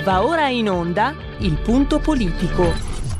Va ora in onda Il Punto Politico.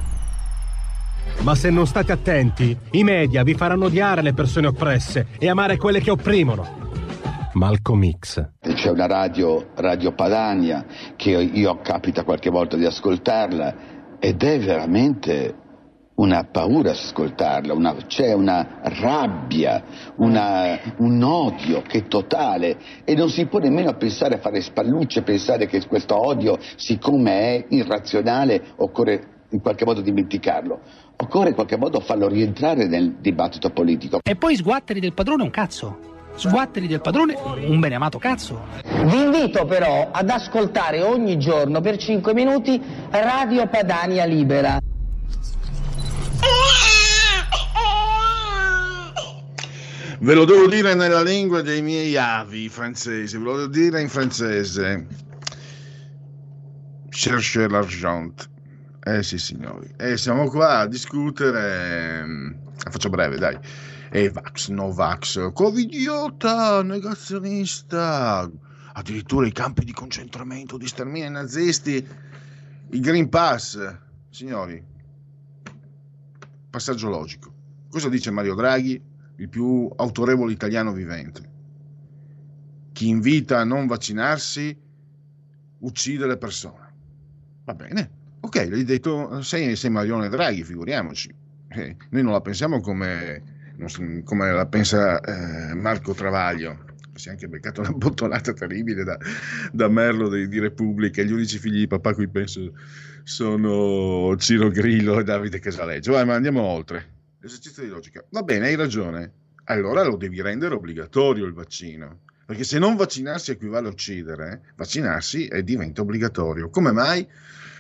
Ma se non state attenti, i media vi faranno odiare le persone oppresse e amare quelle che opprimono. Malcolm X. C'è una Radio Padania, che io capita qualche volta di ascoltarla, ed è veramente una paura ascoltarla, c'è una rabbia, un odio che è totale, e non si può nemmeno pensare a fare spallucce, pensare che questo odio, siccome è irrazionale, occorre in qualche modo dimenticarlo. Occorre in qualche modo farlo rientrare nel dibattito politico. E poi sguatteri del padrone un cazzo. Sguatteri del padrone un beneamato cazzo. Vi invito però ad ascoltare ogni giorno per 5 minuti Radio Padania Libera. Ve lo devo dire nella lingua dei miei avi francesi, ve lo devo dire in francese. Cherchez l'argent. Sì signori, siamo qua a discutere, faccio breve dai, Vax, no Vax, covidiota, negazionista, addirittura i campi di concentramento, di sterminio nazisti, il Green Pass, signori, passaggio logico. Cosa dice Mario Draghi, il più autorevole italiano vivente? Chi invita a non vaccinarsi uccide le persone. Va bene. Ok, l'hai detto, sei Marione Draghi, figuriamoci. Noi non la pensiamo come la pensa Marco Travaglio. Si è anche beccato una bottonata terribile da Merlo di Repubblica. Gli unici figli di papà a cui penso sono Ciro Grillo e Davide Casaleggio. Vai, ma andiamo oltre. Esercizio di logica. Va bene, hai ragione. Allora lo devi rendere obbligatorio il vaccino. Perché se non vaccinarsi equivale a uccidere, vaccinarsi diventa obbligatorio. Come mai?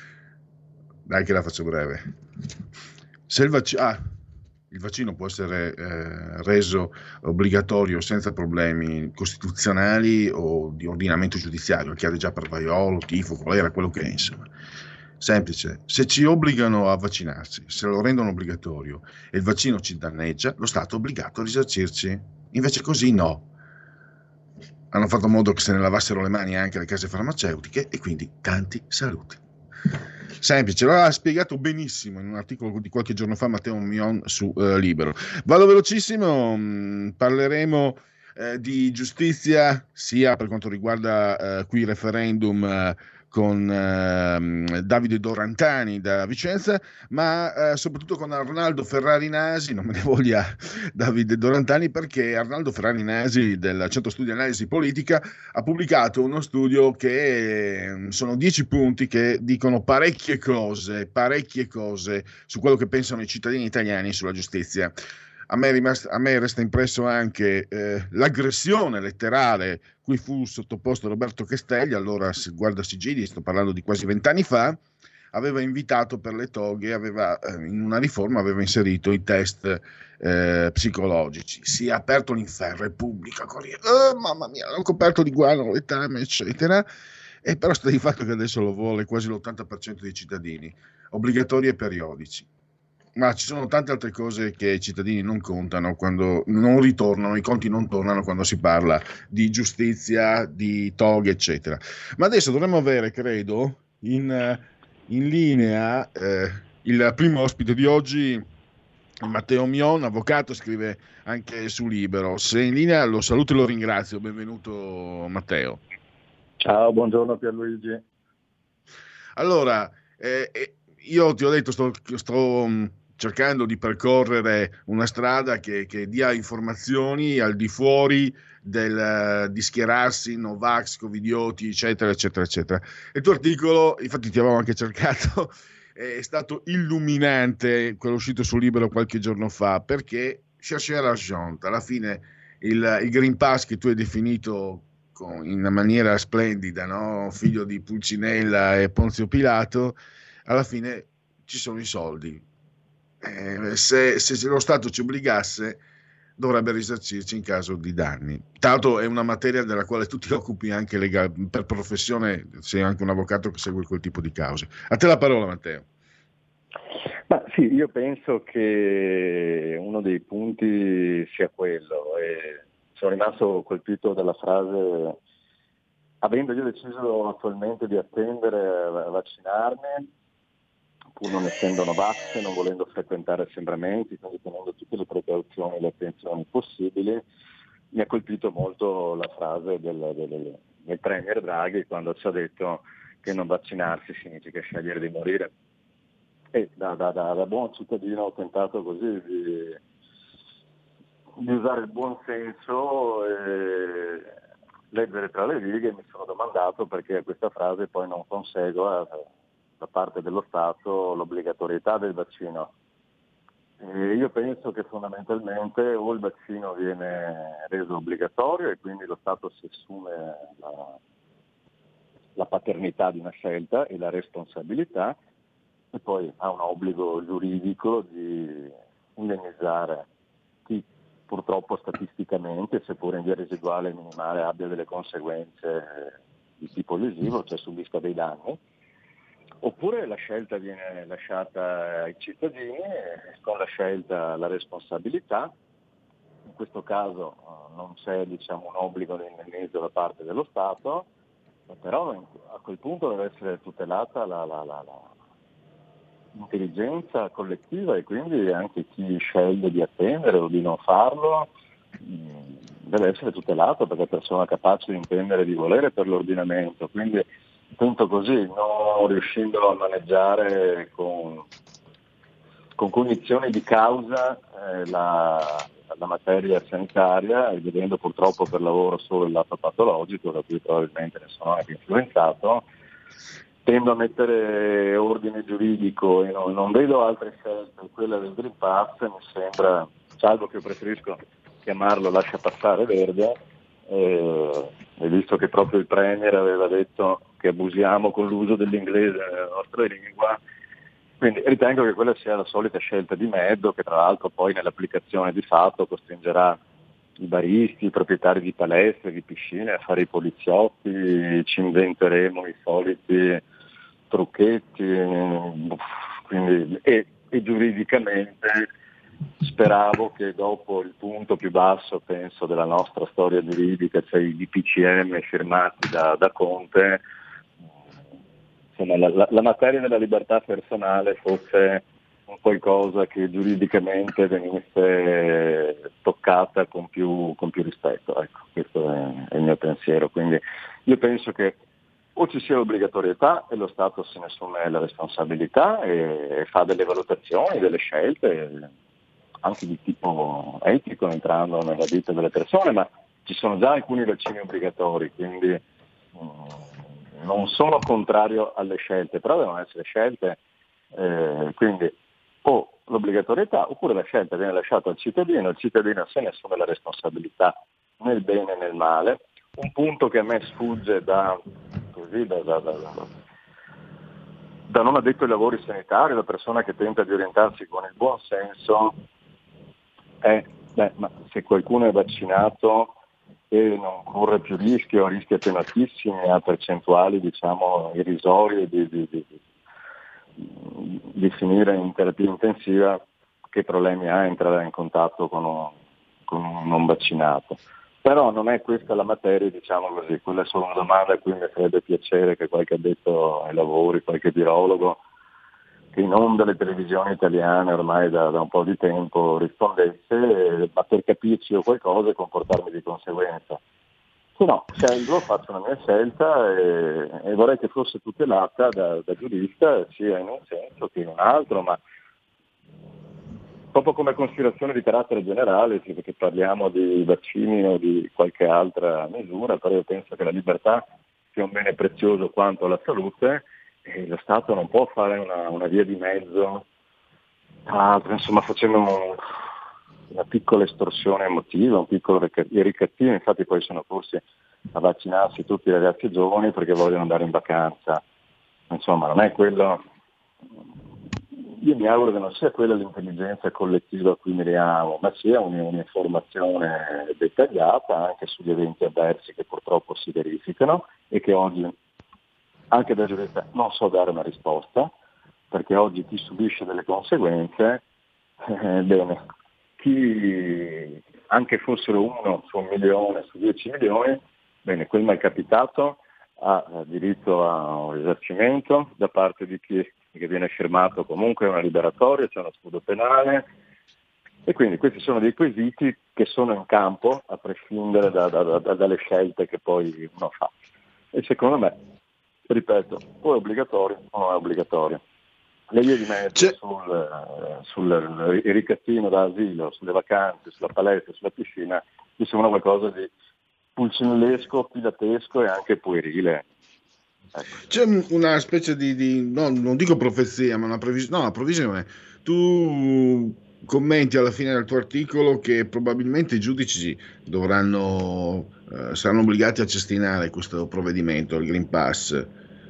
Dai che la faccio breve. Se il vaccino può essere reso obbligatorio senza problemi costituzionali o di ordinamento giudiziario, chiaro già per vaiolo, tifo, colera, quello che è, insomma. Semplice, se ci obbligano a vaccinarsi, se lo rendono obbligatorio e il vaccino ci danneggia, lo Stato è obbligato a risarcirci. Invece così no. Hanno fatto in modo che se ne lavassero le mani anche le case farmaceutiche e quindi tanti saluti. Semplice, lo ha spiegato benissimo in un articolo di qualche giorno fa Matteo Mion su Libero. Vado velocissimo, parleremo di giustizia sia per quanto riguarda qui il referendum con Davide Dorantani da Vicenza, ma soprattutto con Arnaldo Ferrari Nasi, non me ne voglia Davide Dorantani, perché Arnaldo Ferrari Nasi del Centro Studi Analisi Politica ha pubblicato uno studio che sono 10 punti che dicono parecchie cose su quello che pensano i cittadini italiani sulla giustizia. A me resta impresso anche l'aggressione letterale cui fu sottoposto Roberto Castelli, allora guarda sigilli, sto parlando di quasi 20 anni fa, aveva invitato per le toghe, in una riforma aveva inserito i test psicologici. Si è aperto l'inferno, Repubblica, Corriere, mamma mia, l'hanno coperto di guano, letame, eccetera, e però sta di fatto che adesso lo vuole quasi l'80% dei cittadini, obbligatori e periodici. Ma ci sono tante altre cose che i cittadini non contano quando non ritornano, i conti non tornano quando si parla di giustizia, di toghe, eccetera. Ma adesso dovremmo avere, credo, in linea il primo ospite di oggi, Matteo Mion, avvocato, scrive anche su Libero. Se è in linea lo saluto e lo ringrazio. Benvenuto Matteo. Ciao, buongiorno Pierluigi. Allora, io ti ho detto, sto cercando di percorrere una strada che dia informazioni al di fuori di schierarsi, Novax, covidioti, eccetera, eccetera, eccetera. E il tuo articolo, infatti ti avevo anche cercato, è stato illuminante, quello uscito su Libero qualche giorno fa, perché cherchez l'argent, alla fine il Green Pass che tu hai definito in una maniera splendida, no? Figlio di Pulcinella e Ponzio Pilato, alla fine ci sono i soldi. Se lo Stato ci obbligasse dovrebbe risarcirci in caso di danni. Tanto è una materia della quale tu ti occupi anche per professione, sei anche un avvocato che segue quel tipo di cause. A te la parola Matteo. Ma sì, io penso che uno dei punti sia quello, e sono rimasto colpito dalla frase avendo io deciso attualmente di attendere a vaccinarmi, pur non essendo Novax, non volendo frequentare assembramenti, quindi tenendo tutte le precauzioni e le attenzioni possibili, mi ha colpito molto la frase del Premier Draghi quando ci ha detto che non vaccinarsi significa scegliere di morire. E da buon cittadino ho tentato così di usare il buon senso e leggere tra le righe, e mi sono domandato perché a questa frase poi non consegua da parte dello Stato l'obbligatorietà del vaccino. E io penso che fondamentalmente o il vaccino viene reso obbligatorio e quindi lo Stato si assume la paternità di una scelta e la responsabilità, e poi ha un obbligo giuridico di indennizzare chi purtroppo statisticamente, seppur in via residuale e minimale, abbia delle conseguenze di tipo lesivo, cioè subisca dei danni. Oppure la scelta viene lasciata ai cittadini e con la scelta la responsabilità. In questo caso non c'è un obbligo di indennizzo da parte dello Stato, però a quel punto deve essere tutelata l'intelligenza collettiva, e quindi anche chi sceglie di attendere o di non farlo deve essere tutelato, perché è persona capace di intendere e di volere per l'ordinamento. Quindi appunto così, non riuscendo a maneggiare con cognizione di causa la materia sanitaria, e vedendo purtroppo per lavoro solo il lato patologico, da cui probabilmente ne sono anche influenzato, tendo a mettere ordine giuridico e non vedo altre scelte. Quella del Green Pass mi sembra, salvo che io preferisco chiamarlo lascia passare verde, e visto che proprio il Premier aveva detto che abusiamo con l'uso dell'inglese nella nostra lingua, quindi ritengo che quella sia la solita scelta di mezzo, che tra l'altro poi nell'applicazione di fatto costringerà i baristi, i proprietari di palestre, di piscine a fare i poliziotti, ci inventeremo i soliti trucchetti, quindi, e giuridicamente speravo che dopo il punto più basso, penso, della nostra storia giuridica, cioè i DPCM firmati da Conte, insomma, la materia della libertà personale fosse un qualcosa che giuridicamente venisse toccata con più rispetto. Ecco, questo è il mio pensiero. Quindi io penso che o ci sia l'obbligatorietà e lo Stato se ne assume la responsabilità e fa delle valutazioni, delle scelte, anche di tipo etico, entrando nella vita delle persone, ma ci sono già alcuni vaccini obbligatori, quindi non sono contrario alle scelte, però devono essere scelte, quindi o l'obbligatorietà oppure la scelta viene lasciata al cittadino, il cittadino se ne assume la responsabilità nel bene e nel male. Un punto che a me sfugge da non addetto ai lavori sanitari, da persona che tenta di orientarsi con il buon senso, è ma se qualcuno è vaccinato e non corre più rischio attenuatissimi, a percentuali irrisorie di finire in terapia intensiva, che problemi ha entrare in contatto con un non vaccinato? Però non è questa la materia, così, quella è solo una domanda a cui mi farebbe piacere che qualche addetto ai lavori, qualche virologo che inonda le televisioni italiane ormai da un po' di tempo rispondesse, ma per capirci io qualcosa e comportarmi di conseguenza. Se no, scelgo, faccio la mia scelta e vorrei che fosse tutelata da giurista, sia in un senso che in un altro, ma proprio come considerazione di carattere generale, perché parliamo di vaccini o di qualche altra misura, però io penso che la libertà sia un bene prezioso quanto la salute, e lo Stato non può fare una via di mezzo, tra l'altro, insomma, facendo una piccola estorsione emotiva, un piccolo ricattino. Infatti poi sono corsi a vaccinarsi tutti i ragazzi giovani perché vogliono andare in vacanza. Insomma, non è quello. Io mi auguro che non sia quella l'intelligenza collettiva a cui miriamo, ma sia un'informazione dettagliata anche sugli eventi avversi che purtroppo si verificano e che oggi, anche da giurista, non so dare una risposta, perché oggi chi subisce delle conseguenze, bene, chi anche fossero 1 su 1 milione, su 10 milioni, bene, quel malcapitato ha diritto a un risarcimento da parte di chi che viene firmato comunque una liberatoria, c'è uno scudo penale, e quindi questi sono dei quesiti che sono in campo a prescindere dalle scelte che poi uno fa. E secondo me, ripeto, o è obbligatorio o non è obbligatorio. Le vie di mezzo sul ricattino da asilo, sulle vacanze, sulla palestra, sulla piscina, mi sembra qualcosa di pulcinellesco, pilatesco e anche puerile. Ecco. C'è una specie di no, non dico profezia, ma una previsione. Tu commenti alla fine del tuo articolo che probabilmente i giudici saranno obbligati a cestinare questo provvedimento, il Green Pass.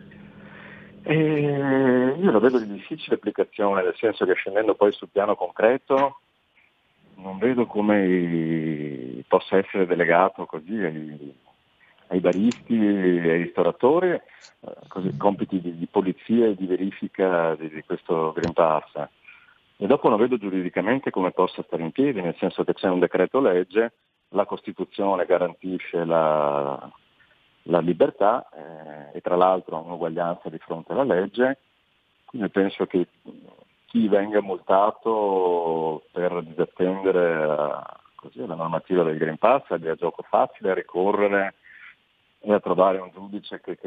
Io lo vedo di difficile applicazione, nel senso che scendendo poi sul piano concreto non vedo come possa essere delegato così ai baristi e ai ristoratori, così, compiti di polizia e di verifica di questo Green Pass. E dopo non vedo giuridicamente come possa stare in piedi, nel senso che c'è un decreto legge, la Costituzione garantisce la libertà e tra l'altro un'uguaglianza di fronte alla legge, quindi penso che chi venga multato per disattendere così la normativa del Green Pass abbia gioco facile a ricorrere e a trovare un giudice che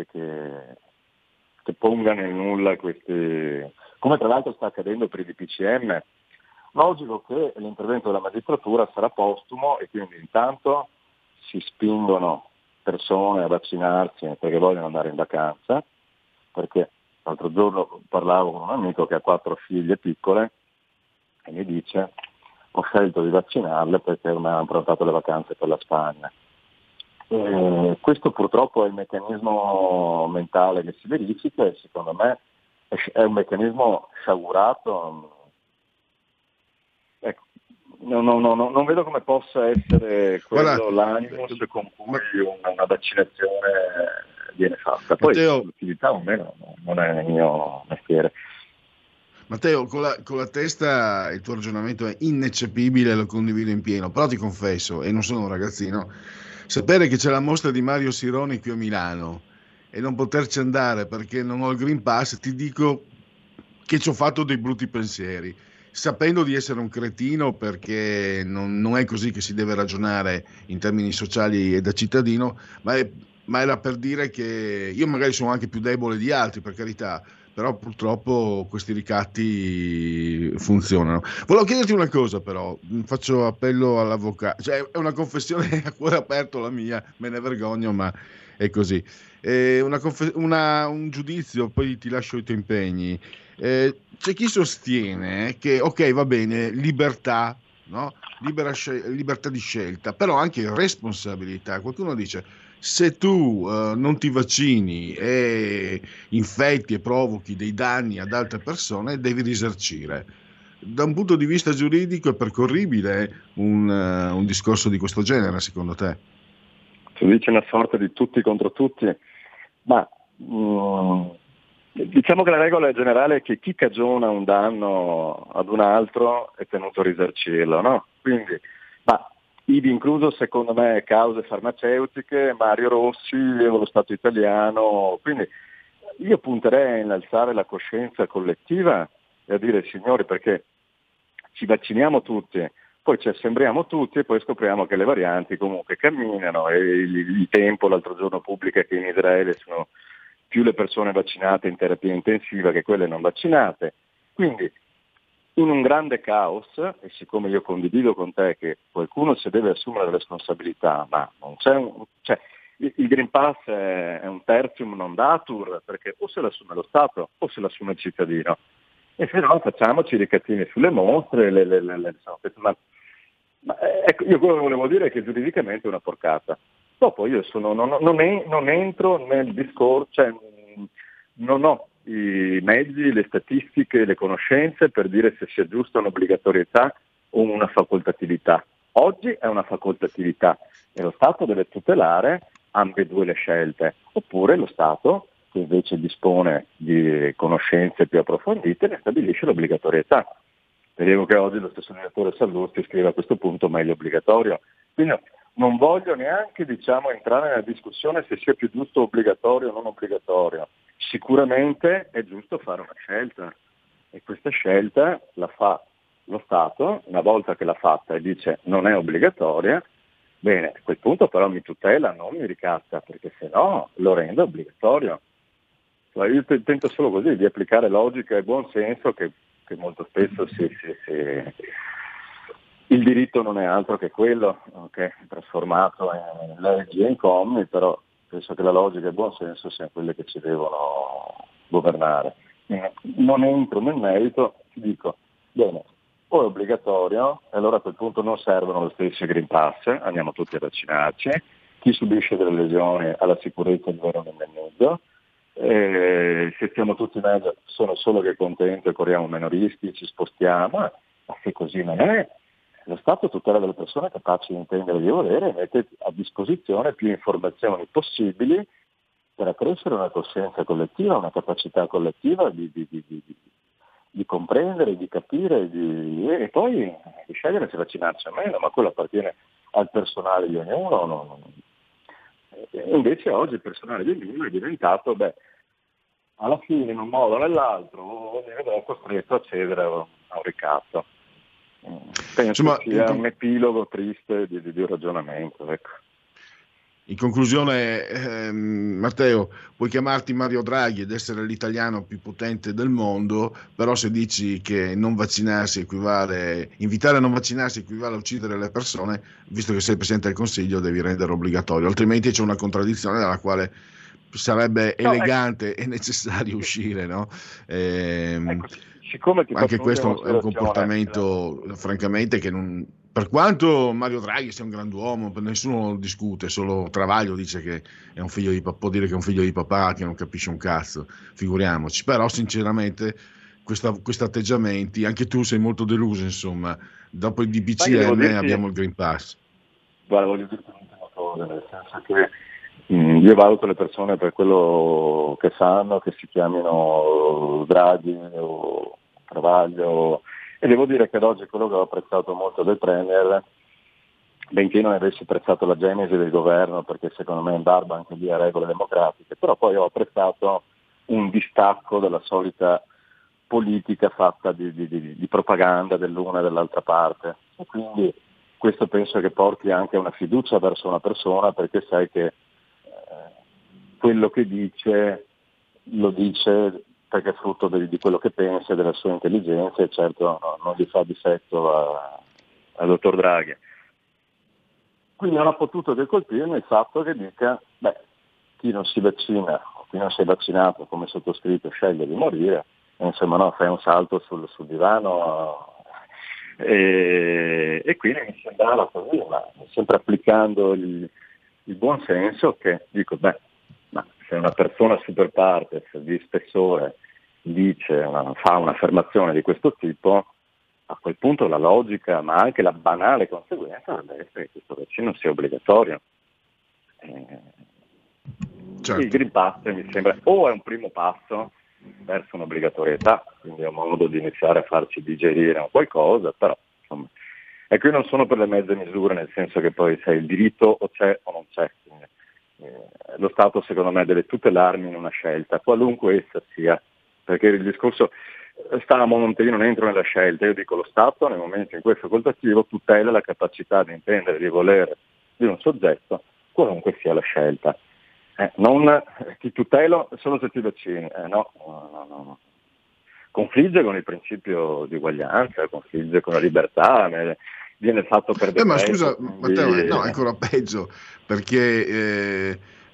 ponga nel nulla questi, come tra l'altro sta accadendo per i DPCM. Logico che l'intervento della magistratura sarà postumo e quindi intanto si spingono persone a vaccinarsi perché vogliono andare in vacanza, perché l'altro giorno parlavo con un amico che ha 4 figlie piccole e mi dice: ho scelto di vaccinarle perché mi hanno prenotato le vacanze per la Spagna. E questo purtroppo è il meccanismo mentale che si verifica e secondo me è un meccanismo sciagurato. Ecco, non vedo come possa essere quello l'animus con cui una vaccinazione viene fatta. Poi l'utilità o meno non è il mio mestiere. Matteo, con la testa il tuo ragionamento è ineccepibile, lo condivido in pieno, però ti confesso, e non sono un ragazzino, sapere che c'è la mostra di Mario Sironi qui a Milano e non poterci andare perché non ho il Green Pass, ti dico che ci ho fatto dei brutti pensieri, sapendo di essere un cretino, perché non è così che si deve ragionare in termini sociali e da cittadino, ma era per dire che io magari sono anche più debole di altri, per carità, però purtroppo questi ricatti funzionano. Volevo chiederti una cosa, però faccio appello all'avvocato, cioè è una confessione a cuore aperto la mia, me ne vergogno, ma è così. Un giudizio, poi ti lascio i tuoi impegni. C'è chi sostiene che ok, va bene, libertà, no? Libertà di scelta, però anche responsabilità. Qualcuno dice: se tu non ti vaccini e infetti e provochi dei danni ad altre persone, devi risarcire. Da un punto di vista giuridico è percorribile un discorso di questo genere, secondo te? Tu dici una sorta di tutti contro tutti, ma diciamo che la regola generale è che chi cagiona un danno ad un altro è tenuto a risarcirlo, no? Quindi, ma ivi incluso secondo me cause farmaceutiche, Mario Rossi o lo Stato italiano, quindi io punterei a innalzare la coscienza collettiva e a dire: signori, perché ci vacciniamo tutti, poi ci assembriamo tutti e poi scopriamo che le varianti comunque camminano e il tempo, l'altro giorno pubblica che in Israele sono più le persone vaccinate in terapia intensiva che quelle non vaccinate, quindi in un grande caos, e siccome io condivido con te che qualcuno si deve assumere la responsabilità, ma non c'è il Green Pass è un tertium non datur, perché o se l'assume lo Stato o se l'assume il cittadino, e se no facciamoci i ricattini sulle mostre, ma ecco, io quello che volevo dire è che giuridicamente è una porcata. Dopo io non entro nel discorso, cioè non ho i mezzi, le statistiche, le conoscenze per dire se sia giusta un'obbligatorietà o una facoltatività. Oggi è una facoltatività e lo Stato deve tutelare ambedue le scelte, oppure lo Stato, che invece dispone di conoscenze più approfondite, ne stabilisce l'obbligatorietà. Vedevo che oggi lo stesso direttore Sallusti scrive a questo punto meglio obbligatorio. Quindi non voglio neanche entrare nella discussione se sia più giusto obbligatorio o non obbligatorio. Sicuramente è giusto fare una scelta e questa scelta la fa lo Stato. Una volta che l'ha fatta e dice non è obbligatoria, bene, a quel punto però mi tutela, non mi ricatta, perché se no lo rende obbligatorio. Io tento solo così di applicare logica e buon senso che molto spesso il diritto non è altro che quello, okay? Trasformato in leggi e in commi, però penso che la logica e il buon senso siano quelle che ci devono governare. Non entro nel merito, ti dico, bene, o è obbligatorio, e allora a quel punto non servono lo stesso Green Pass, andiamo tutti a vaccinarci, chi subisce delle lesioni ha la sicurezza di avere un indennizzo, se stiamo tutti meglio sono solo che contento e corriamo meno rischi, ci spostiamo, ma se così non è, lo Stato tutela delle persone capaci di intendere e di volere e mette a disposizione più informazioni possibili per accrescere una coscienza collettiva, una capacità collettiva di comprendere, di capire e poi di scegliere se vaccinarsi o meno, ma quello appartiene al personale di ognuno. Invece oggi il personale di ognuno è diventato, alla fine in un modo o nell'altro è costretto a cedere a un ricatto. Penso sia un epilogo triste di un ragionamento. Ecco. In conclusione, Matteo, puoi chiamarti Mario Draghi ed essere l'italiano più potente del mondo, però se dici che non vaccinarsi invitare a non vaccinarsi equivale a uccidere le persone, visto che sei Presidente del Consiglio devi renderlo obbligatorio, altrimenti c'è una contraddizione dalla quale sarebbe elegante e necessario uscire, no? Anche questo è un comportamento, francamente, che non, per quanto Mario Draghi sia un grand'uomo, nessuno lo discute, solo Travaglio dice che è un figlio di papà, può dire che è un figlio di papà che non capisce un cazzo, figuriamoci, però sinceramente questi atteggiamenti, anche tu sei molto deluso, insomma, dopo il DPCM abbiamo il Green Pass. Guarda, voglio dirti un'ultima cosa, nel senso che io valuto le persone per quello che sanno, che si chiamino Draghi o Travaglio, e devo dire che ad oggi quello che ho apprezzato molto del Premier, benché non avessi apprezzato la genesi del governo, perché secondo me è in barba anche lì a regole democratiche, però poi ho apprezzato un distacco dalla solita politica fatta di propaganda dell'una e dell'altra parte, e quindi questo penso che porti anche a una fiducia verso una persona, perché sai che quello che dice lo dice perché è frutto di quello che pensa, della sua intelligenza, e certo non gli fa difetto al dottor Draghi. Quindi non ha potuto che colpirmi il fatto che dica, chi non si vaccina, chi non si è vaccinato come sottoscritto sceglie di morire, e insomma no, fai un salto sul divano, e quindi mi sembrava così, ma sempre applicando il buon senso, che dico, ma se una persona super partes di spessore fa un'affermazione di questo tipo, a quel punto la logica, ma anche la banale conseguenza dovrebbe essere che questo vaccino sia obbligatorio. Certo. Il Green Pass mi sembra o è un primo passo verso un'obbligatorietà, quindi è un modo di iniziare a farci digerire qualcosa, però insomma, ecco, io non sono per le mezze misure, nel senso che poi se il diritto o c'è o non c'è. Quindi, lo Stato secondo me deve tutelarmi in una scelta, qualunque essa sia, perché il discorso sta a monte, io non entro nella scelta, io dico lo Stato nel momento in cui è facoltativo tutela la capacità di intendere e di volere di un soggetto, qualunque sia la scelta. Non ti tutelo solo se ti vaccini, no. Confligge con il principio di uguaglianza, confligge con la libertà, viene fatto per decreto. Ma scusa, Matteo, no, è ancora peggio, perché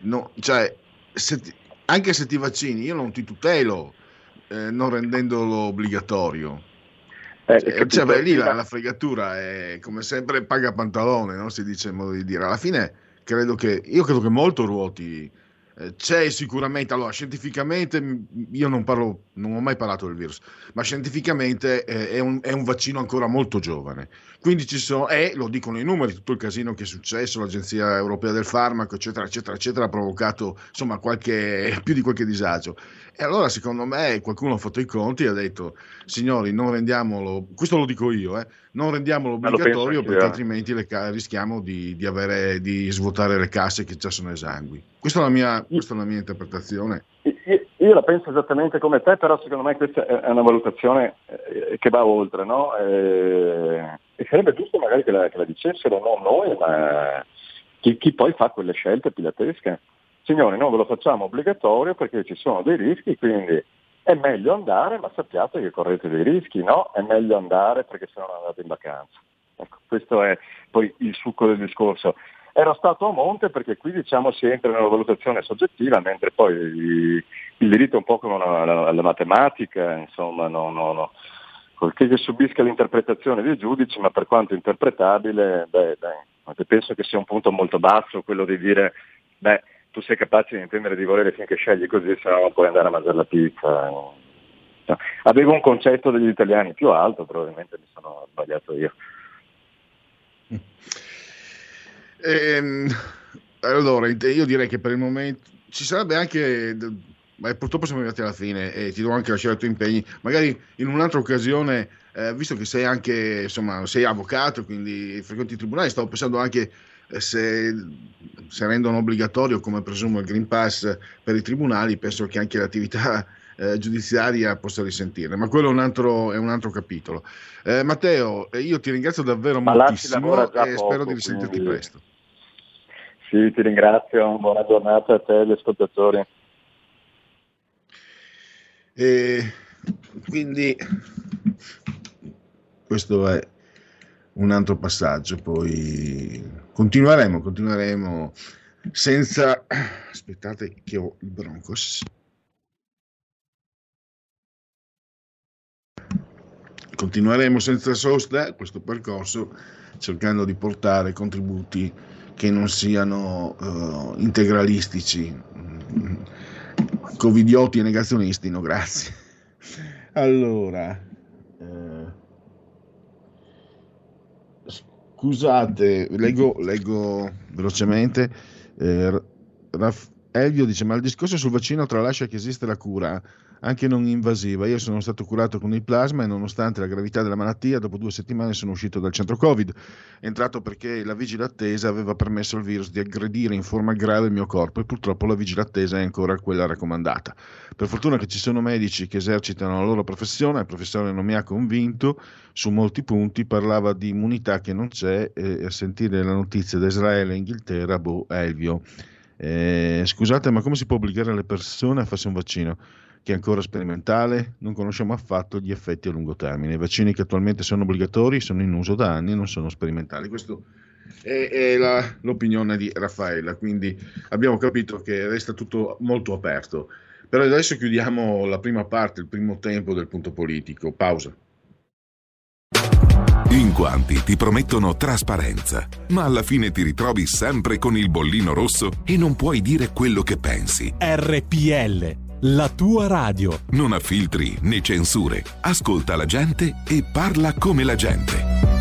anche se ti vaccini io non ti tutelo, non rendendolo obbligatorio. Lì la fregatura è come sempre paga pantalone, no? Si dice in modo di dire. Alla fine credo che molto ruoti c'è sicuramente, allora scientificamente io non ho mai parlato del virus, ma scientificamente è un vaccino ancora molto giovane, quindi ci sono, lo dicono i numeri, tutto il casino che è successo, l'Agenzia Europea del Farmaco eccetera eccetera eccetera ha provocato insomma più di qualche disagio, e allora secondo me qualcuno ha fatto i conti e ha detto: signori, non rendiamolo, questo lo dico io, non rendiamolo obbligatorio, perché altrimenti rischiamo di svuotare le casse che già sono esangui. Questa è la mia interpretazione. Io la penso esattamente come te, però secondo me questa è una valutazione che va oltre, no? E sarebbe giusto magari che la dicessero, non noi, ma chi poi fa quelle scelte pilatesche. Signori, non ve lo facciamo obbligatorio perché ci sono dei rischi, quindi è meglio andare, ma sappiate che correte dei rischi, no? È meglio andare perché se no non andate in vacanza. Ecco, questo è poi il succo del discorso. Ero stato a monte perché qui diciamo si entra nella valutazione soggettiva, mentre poi il diritto è un po' come la matematica, insomma, no. Qualche che subisca l'interpretazione dei giudici, ma per quanto interpretabile, penso che sia un punto molto basso quello di dire, tu sei capace di intendere di volere finché scegli così, se no non puoi andare a mangiare la pizza. No. Avevo un concetto degli italiani più alto, probabilmente mi sono sbagliato io. Allora, io direi che per il momento ci sarebbe anche, ma purtroppo siamo arrivati alla fine e ti devo anche lasciare i tuoi impegni, magari in un'altra occasione, visto che sei anche, insomma, sei avvocato, quindi frequenti i tribunali, stavo pensando anche se rendono obbligatorio, come presumo, il Green Pass per i tribunali, penso che anche l'attività giudiziaria possa risentire, ma quello è un altro capitolo. Matteo, io ti ringrazio davvero moltissimo e spero di risentirti presto. Sì, ti ringrazio, buona giornata a te e agli ascoltatori. Quindi questo è un altro passaggio, poi continueremo senza, aspettate che ho il Broncos. Continueremo senza sosta questo percorso, cercando di portare contributi che non siano integralistici, covidioti e negazionisti, no grazie. Allora, scusate, leggo velocemente. Elvio dice: ma il discorso sul vaccino tralascia che esiste la cura anche non invasiva. Io sono stato curato con il plasma e nonostante la gravità della malattia, dopo 2 settimane sono uscito dal centro Covid, entrato perché la vigile attesa aveva permesso al virus di aggredire in forma grave il mio corpo e purtroppo la vigile attesa è ancora quella raccomandata. Per fortuna che ci sono medici che esercitano la loro professione, il professore non mi ha convinto su molti punti, parlava di immunità che non c'è, e a sentire la notizia da Israele e Inghilterra, Elvio. Scusate, ma come si può obbligare le persone a farsi un vaccino che è ancora sperimentale? Non conosciamo affatto gli effetti a lungo termine. I vaccini che attualmente sono obbligatori sono in uso da anni e non sono sperimentali. Questa è l'opinione di Raffaella, quindi abbiamo capito che resta tutto molto aperto. Però adesso chiudiamo la prima parte, il primo tempo del punto politico. Pausa. In quanti ti promettono trasparenza, ma alla fine ti ritrovi sempre con il bollino rosso e non puoi dire quello che pensi. RPL, la tua radio. Non ha filtri né censure. Ascolta la gente e parla come la gente.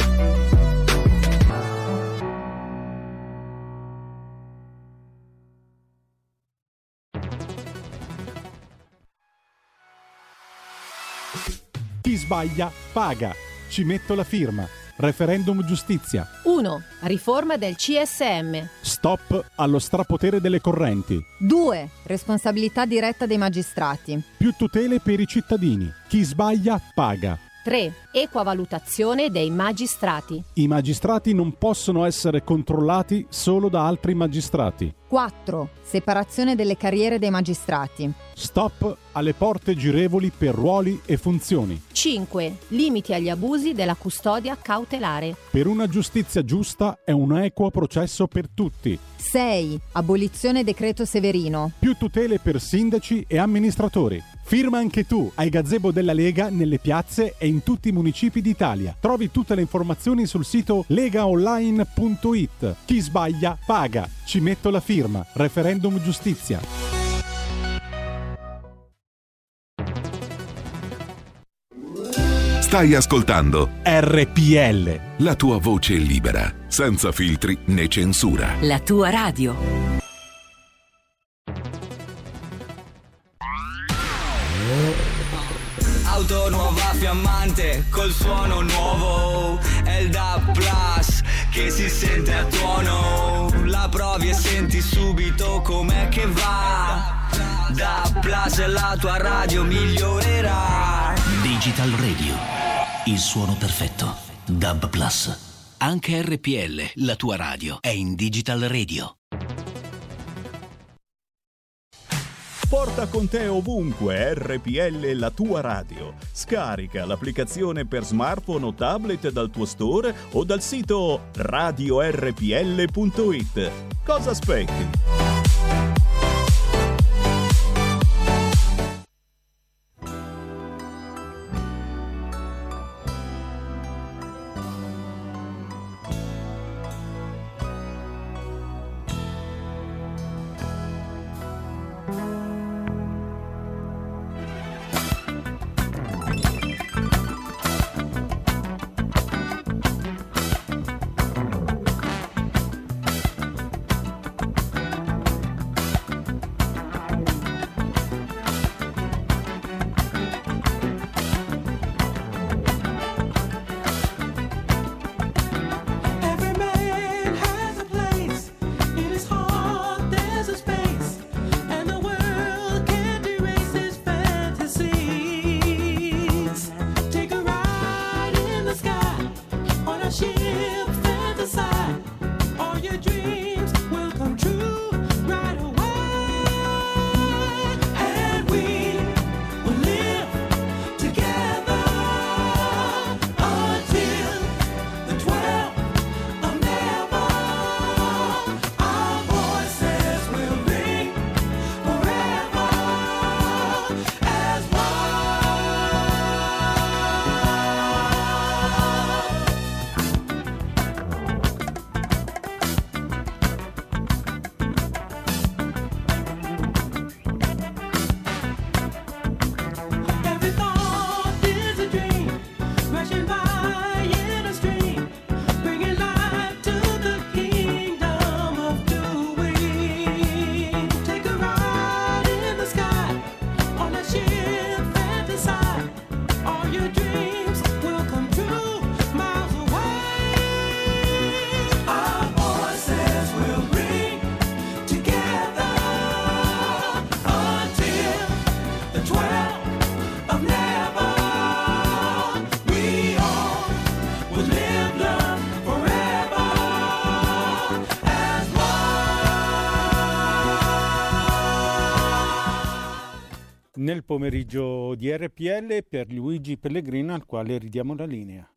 Chi sbaglia paga. Ci metto la firma. Referendum giustizia. 1. Riforma del CSM. Stop allo strapotere delle correnti. 2. Responsabilità diretta dei magistrati. Più tutele per i cittadini. Chi sbaglia paga. 3. Equa valutazione dei magistrati. I magistrati non possono essere controllati solo da altri magistrati. 4. Separazione delle carriere dei magistrati. Stop alle porte girevoli per ruoli e funzioni. 5. Limiti agli abusi della custodia cautelare. Per una giustizia giusta e un equo processo per tutti. 6. Abolizione decreto Severino. Più tutele per sindaci e amministratori. Firma anche tu ai gazebo della Lega nelle piazze e in tutti i municipi d'Italia. Trovi tutte le informazioni sul sito legaonline.it. Chi sbaglia paga. Ci metto la firma. Referendum giustizia. Stai ascoltando RPL. la tua voce libera, senza filtri né censura. La tua radio. Auto nuova fiammante col suono nuovo, è il DAB Plus che si sente a tuono, la provi e senti subito com'è che va. DAB Plus è la tua radio migliorerà. Digital Radio, il suono perfetto. DAB Plus. Anche RPL, la tua radio, è in Digital Radio. Porta con te ovunque RPL, la tua radio. Scarica l'applicazione per smartphone o tablet dal tuo store o dal sito radiorpl.it. Cosa aspetti? Nel pomeriggio di RPL per Luigi Pellegrino, al quale ridiamo la linea.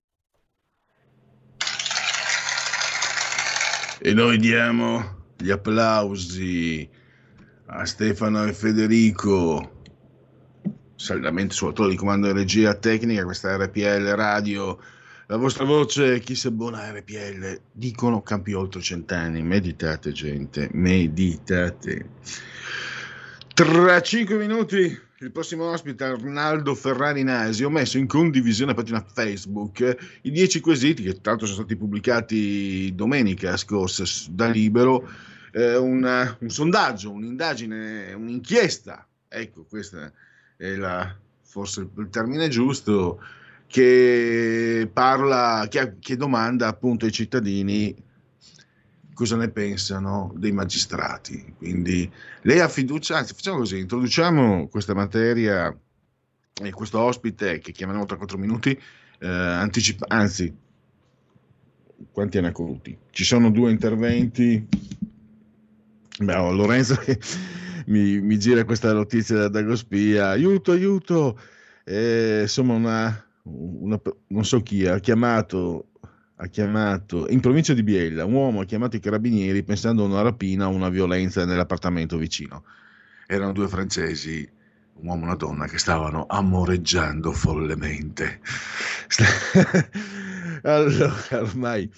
E noi diamo gli applausi a Stefano e Federico, saldamente sul autore di comando e regia tecnica. Questa è RPL Radio, la vostra voce, chi si abbona a RPL, dicono campi oltre 100 anni. Meditate, gente, meditate. Tra 5 minuti il prossimo ospite è Arnaldo Ferrari Nasi. Ho messo in condivisione a pagina Facebook i 10 quesiti che tra l'altro sono stati pubblicati domenica scorsa da Libero, un sondaggio, un'indagine, un'inchiesta, ecco, questa è forse il termine giusto, che parla, che domanda appunto ai cittadini cosa ne pensano dei magistrati. Quindi lei ha fiducia, anzi facciamo così, introduciamo questa materia e questo ospite che chiameremo tra 4 minuti, anzi, quanti hanno accaduti? Ci sono 2 interventi. Lorenzo che mi gira questa notizia da Dagospia, aiuto, insomma non so chi ha chiamato in provincia di Biella, un uomo ha chiamato i carabinieri pensando a una rapina o una violenza nell'appartamento vicino. Erano 2 francesi, un uomo e una donna, che stavano amoreggiando follemente. Allora, ormai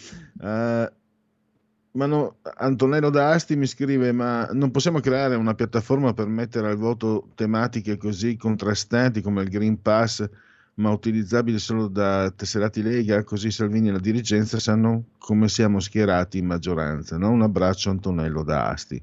Antonello D'Asti mi scrive: ma non possiamo creare una piattaforma per mettere al voto tematiche così contrastanti come il Green Pass, ma utilizzabile solo da tesserati Lega, così Salvini e la dirigenza sanno come siamo schierati in maggioranza. No? Un abbraccio, Antonello da Asti.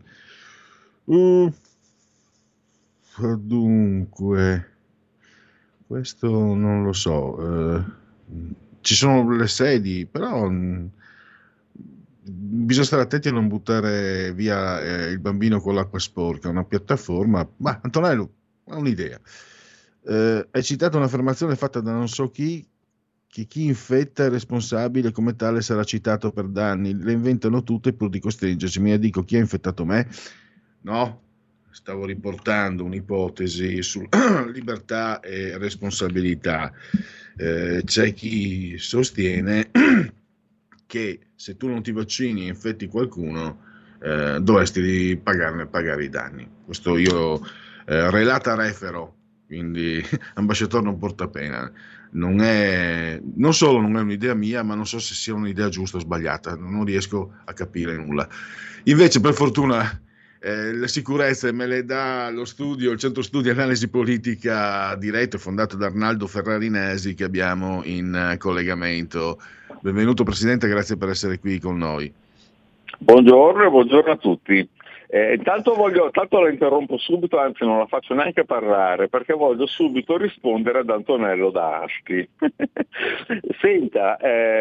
Dunque, questo non lo so. Ci sono le sedi, però bisogna stare attenti a non buttare via il bambino con l'acqua sporca, una piattaforma. Ma Antonello ha un'idea. Hai citato un'affermazione fatta da non so chi, che chi infetta è responsabile, come tale sarà citato per danni. Le inventano tutte pur di costringerci. Mi dico, chi ha infettato me? No, stavo riportando un'ipotesi su libertà e responsabilità. C'è chi sostiene che se tu non ti vaccini e infetti qualcuno, dovresti pagare i danni. Questo io relata refero, quindi ambasciatore non porta pena. Non solo non è un'idea mia, ma non so se sia un'idea giusta o sbagliata, non riesco a capire nulla. Invece, per fortuna, le sicurezze me le dà lo studio, il centro studi analisi politica diretto e fondato da Arnaldo Ferrarinesi, che abbiamo in collegamento. Benvenuto Presidente, grazie per essere qui con noi. Buongiorno a tutti. Intanto la interrompo subito, anzi non la faccio neanche parlare, perché voglio subito rispondere ad Antonello da Asti. Senta,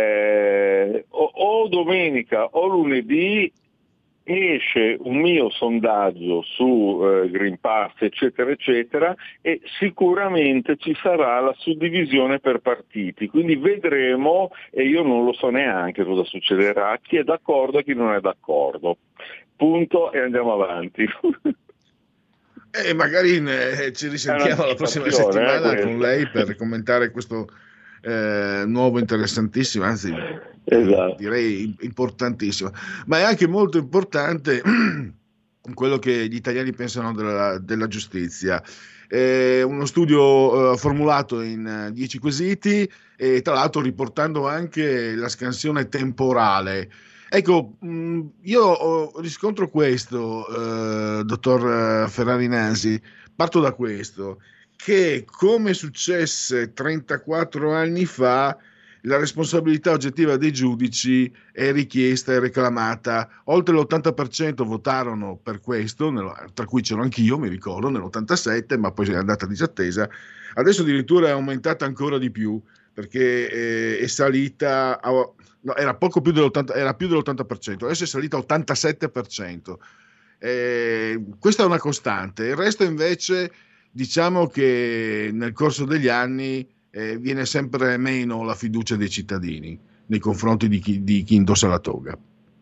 o domenica o lunedì esce un mio sondaggio su Green Pass eccetera eccetera, e sicuramente ci sarà la suddivisione per partiti, quindi vedremo, e io non lo so neanche cosa succederà, chi è d'accordo e chi non è d'accordo, punto, e andiamo avanti. E magari ci risentiamo la prossima settimana con lei per commentare questo nuovo interessantissimo, anzi esatto, direi importantissimo, ma è anche molto importante quello che gli italiani pensano della giustizia. Uno studio formulato in 10 quesiti e tra l'altro riportando anche la scansione temporale. Ecco, io riscontro questo, dottor Ferrarinesi, parto da questo, che come successe 34 anni fa, la responsabilità oggettiva dei giudici è richiesta e reclamata. Oltre l'80% votarono per questo, tra cui c'ero anch'io, mi ricordo, nell'87, ma poi è andata disattesa. Adesso addirittura è aumentata ancora di più, perché è salita... No, era poco più dell'80%, era più dell'80%, adesso è salita all'87%. Questa è una costante. Il resto invece, diciamo che nel corso degli anni viene sempre meno la fiducia dei cittadini nei confronti di chi indossa la toga.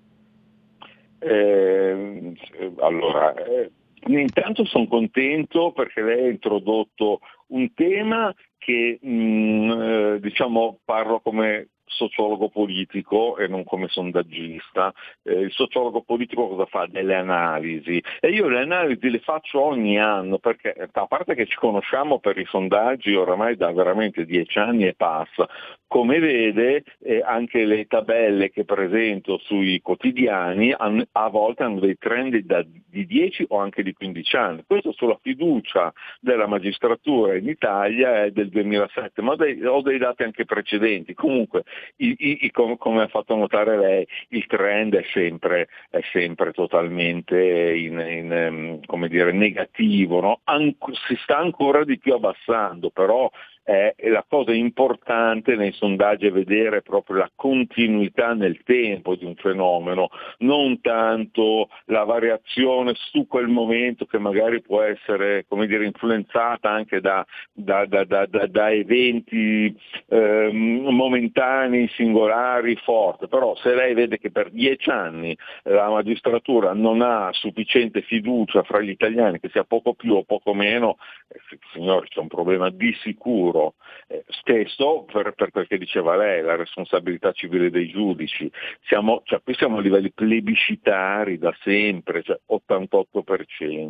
Allora, intanto sono contento perché lei ha introdotto un tema che diciamo parlo come sociologo politico e non come sondaggista. Il sociologo politico cosa fa? Delle analisi, e io le analisi le faccio ogni anno, perché a parte che ci conosciamo per i sondaggi oramai da veramente 10 anni e passa, come vede anche le tabelle che presento sui quotidiani a volte hanno dei trend di 10 o anche di 15 anni. Questo sulla fiducia della magistratura in Italia è del 2007, ma ho dei dati anche precedenti. Comunque come ha fatto notare lei, il trend è sempre totalmente come dire, negativo, no? Si sta ancora di più abbassando, però la cosa importante nei sondaggi è vedere proprio la continuità nel tempo di un fenomeno, non tanto la variazione su quel momento che magari può essere, come dire, influenzata anche da eventi momentanei, singolari, forti. Però se lei vede che per 10 anni la magistratura non ha sufficiente fiducia fra gli italiani, che sia poco più o poco meno, signori, c'è un problema di sicuro. Stesso per quel che diceva lei, la responsabilità civile dei giudici. Qui siamo a livelli plebiscitari da sempre, cioè 88%,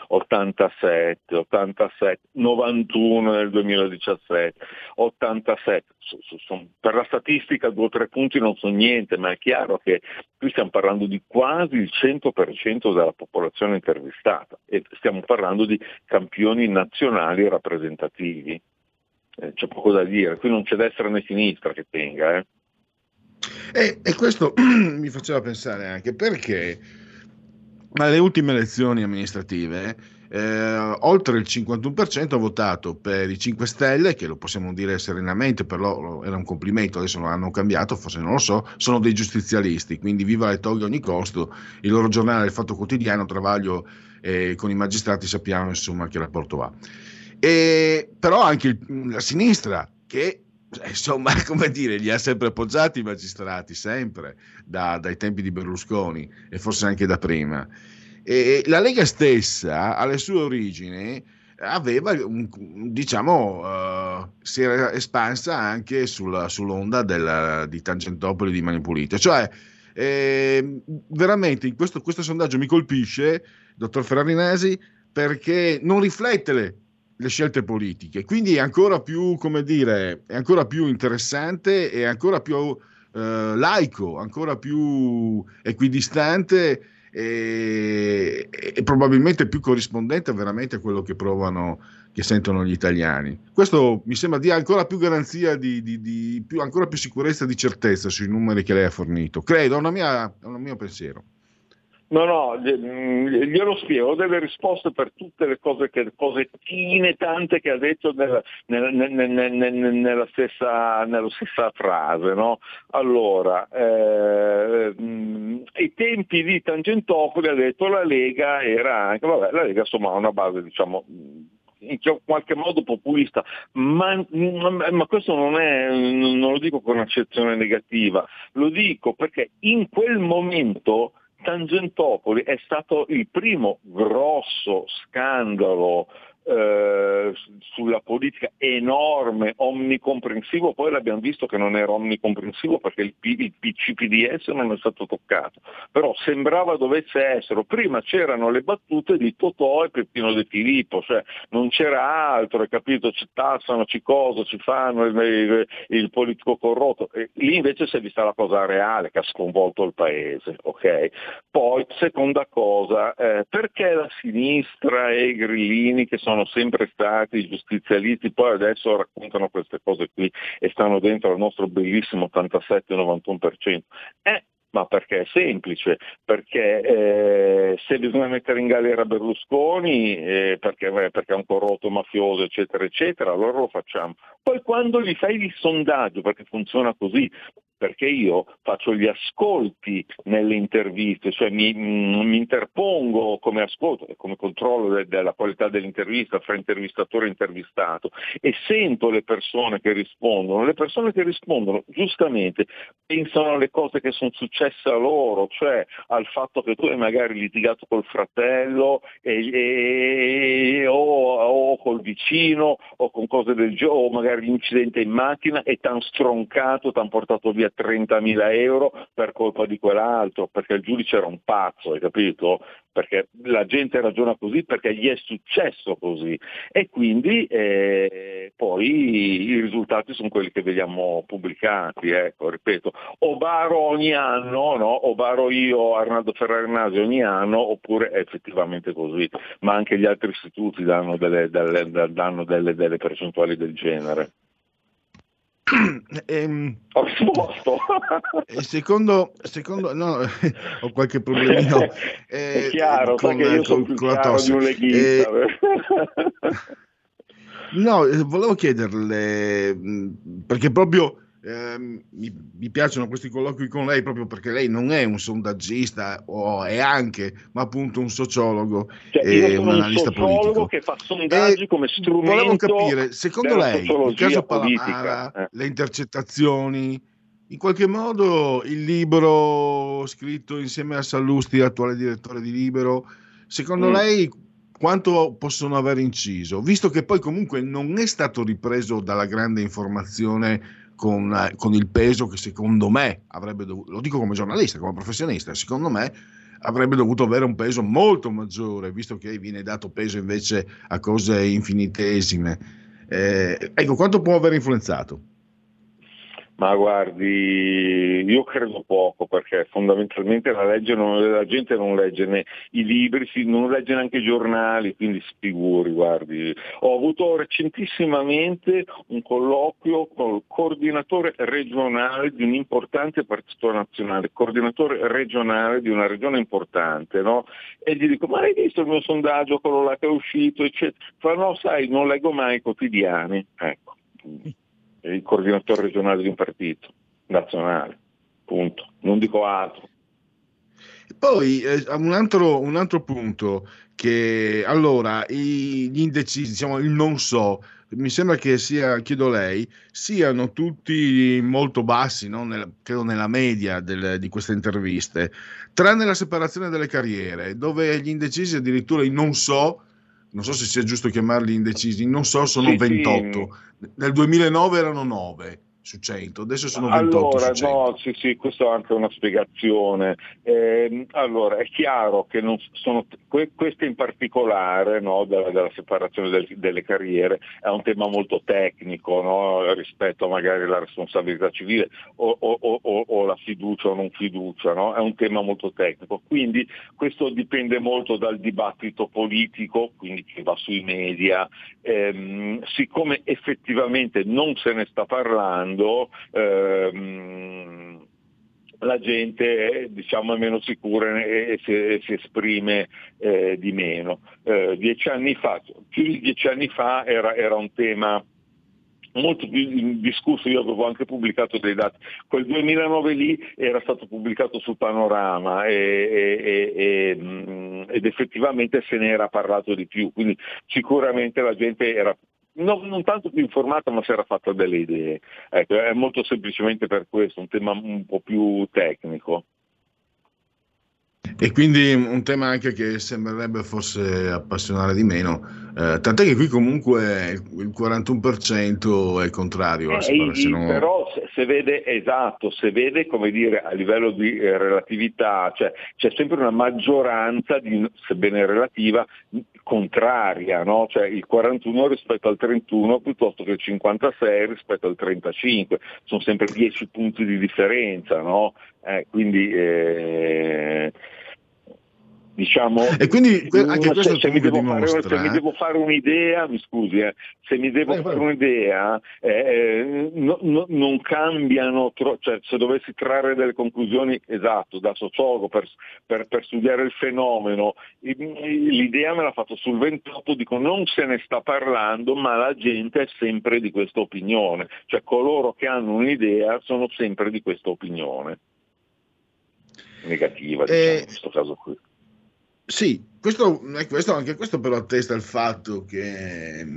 87, 91 nel 2017, 87. Per la statistica 2 o 3 punti non sono niente, ma è chiaro che qui stiamo parlando di quasi il 100% della popolazione intervistata e stiamo parlando di campioni nazionali rappresentativi. c'è poco da dire, qui non c'è destra né sinistra che tenga. E questo mi faceva pensare anche perché alle ultime elezioni amministrative oltre il 51% ha votato per i 5 Stelle, che lo possiamo dire serenamente, però era un complimento, adesso lo hanno cambiato, forse non lo so, sono dei giustizialisti, quindi viva le toghe a ogni costo, il loro giornale, il Fatto Quotidiano, Travaglio, con i magistrati sappiamo insomma che rapporto ha. Però anche la sinistra, che insomma, come dire, li ha sempre appoggiati i magistrati, sempre, dai tempi di Berlusconi e forse anche da prima. E la Lega stessa, alle sue origini, aveva, si era espansa anche sull'onda di Tangentopoli, di Mani Pulite. Cioè, veramente, questo sondaggio mi colpisce, dottor Ferrarinesi, perché non riflette le scelte politiche, quindi è ancora più, come dire, è ancora più interessante, è ancora più laico, ancora più equidistante e probabilmente più corrispondente veramente a quello che provano, che sentono gli italiani. Questo mi sembra dia ancora più garanzia ancora più sicurezza di certezza sui numeri che lei ha fornito. Credo, è un mio pensiero. No, glielo spiego, ho delle risposte per tutte le cosettine tante che ha detto nella stessa frase, no? Allora, ai tempi di Tangentopoli ha detto la Lega era anche, la Lega insomma ha una base, diciamo, in qualche modo populista, ma questo non lo dico con accezione negativa, lo dico perché in quel momento Tangentopoli è stato il primo grosso scandalo sulla politica, enorme, omnicomprensivo. Poi l'abbiamo visto che non era omnicomprensivo perché il PCPDS non è stato toccato, però sembrava dovesse essere. Prima c'erano le battute di Totò e Peppino De Filippo, cioè non c'era altro, hai capito? Ci tassano, ci fanno il politico corrotto, e lì invece si è vista la cosa reale che ha sconvolto il paese, ok? Poi, seconda cosa, perché la sinistra e i grillini, che sono sempre stati i giustizialisti, poi adesso raccontano queste cose qui e stanno dentro al nostro bellissimo 87-91%? Ma perché è semplice, perché se bisogna mettere in galera Berlusconi, perché è un corrotto mafioso, eccetera, eccetera, allora lo facciamo. Poi quando gli fai il sondaggio, perché funziona così, perché io faccio gli ascolti nelle interviste, cioè mi interpongo come ascolto e come controllo della qualità dell'intervista fra intervistatore e intervistato, e sento le persone che rispondono. Le persone che rispondono giustamente pensano alle cose che sono successe a loro, cioè al fatto che tu hai magari litigato col fratello o col vicino o con cose del genere, o magari l'incidente in macchina e t'han stroncato, t'han portato via 30.000 euro per colpa di quell'altro, perché il giudice era un pazzo, hai capito? Perché la gente ragiona così perché gli è successo così, e quindi poi i risultati sono quelli che vediamo pubblicati, ecco, ripeto, o baro ogni anno, no? O baro io, Arnaldo Ferrarinesi, ogni anno, oppure è effettivamente così, ma anche gli altri istituti danno delle percentuali del genere. Ho risposto. Secondo no, ho qualche problemino è chiaro, perché io sono più con la chiaro tosse. di un leghista. No, volevo chiederle, perché proprio mi piacciono questi colloqui con lei, proprio perché lei non è un sondaggista, o è anche, ma appunto un sociologo, io sono un analista un sociologo politico che fa sondaggi come strumento. Volevo capire, secondo lei, il caso politica, Palamara, le intercettazioni, in qualche modo il libro scritto insieme a Sallusti, attuale direttore di Libero, secondo lei quanto possono aver inciso, visto che poi comunque non è stato ripreso dalla grande informazione con il peso che secondo me avrebbe dovuto, lo dico come giornalista, come professionista, secondo me avrebbe dovuto avere un peso molto maggiore, visto che viene dato peso invece a cose infinitesime. Ecco, quanto può aver influenzato? Ma guardi, io credo poco, perché fondamentalmente la gente non legge né i libri, non legge neanche i giornali, quindi si figuri, guardi. Ho avuto recentissimamente un colloquio col coordinatore regionale di un importante partito nazionale, coordinatore regionale di una regione importante, no? E gli dico, ma hai visto il mio sondaggio, quello là che è uscito, eccetera? Fa, no, sai, non leggo mai i quotidiani, ecco. Il coordinatore regionale di un partito nazionale, punto, non dico altro. Poi un altro punto, che allora gli indecisi, diciamo il non so, mi sembra che chiedo lei, siano tutti molto bassi, no? Credo nella media di queste interviste, tranne la separazione delle carriere, dove gli indecisi, addirittura i non so se sia giusto chiamarli indecisi, non so, sono 28. Sì. Nel 2009 erano 9 su 100, adesso sono 28 su 100. No, sì, questo è anche una spiegazione. Allora, è chiaro che non sono questo in particolare, no, della separazione delle carriere, è un tema molto tecnico, no, rispetto a magari la responsabilità civile o la fiducia o non fiducia, no? È un tema molto tecnico, quindi questo dipende molto dal dibattito politico, quindi che va sui media. Siccome effettivamente non se ne sta parlando, la gente diciamo è meno sicura e si esprime di meno. 10 anni fa, più di 10 anni fa era un tema molto più discusso, io avevo anche pubblicato dei dati, quel 2009 lì era stato pubblicato sul Panorama ed effettivamente se ne era parlato di più, quindi sicuramente la gente era non tanto più informata, ma si era fatta delle idee. Ecco, è molto semplicemente per questo, un tema un po' più tecnico. E quindi un tema anche che sembrerebbe forse appassionare di meno, tant'è che qui comunque il 41% è contrario alla separazione. Però se vede come dire a livello di relatività, cioè c'è sempre una maggioranza, sebbene relativa, contraria, no? Cioè il 41 rispetto al 31 piuttosto che il 56 rispetto al 35, sono sempre 10 punti di differenza, no? Quindi diciamo, e quindi anche questo se mi devo fare un'idea, mi scusi, se mi devo fare un'idea, non cambiano, cioè se dovessi trarre delle conclusioni, esatto, da sociologo per studiare il fenomeno, l'idea me l'ha fatto sul 28, dico non se ne sta parlando, ma la gente è sempre di questa opinione, cioè coloro che hanno un'idea sono sempre di questa opinione negativa, diciamo, in questo caso qui. Sì, anche questo però attesta il fatto che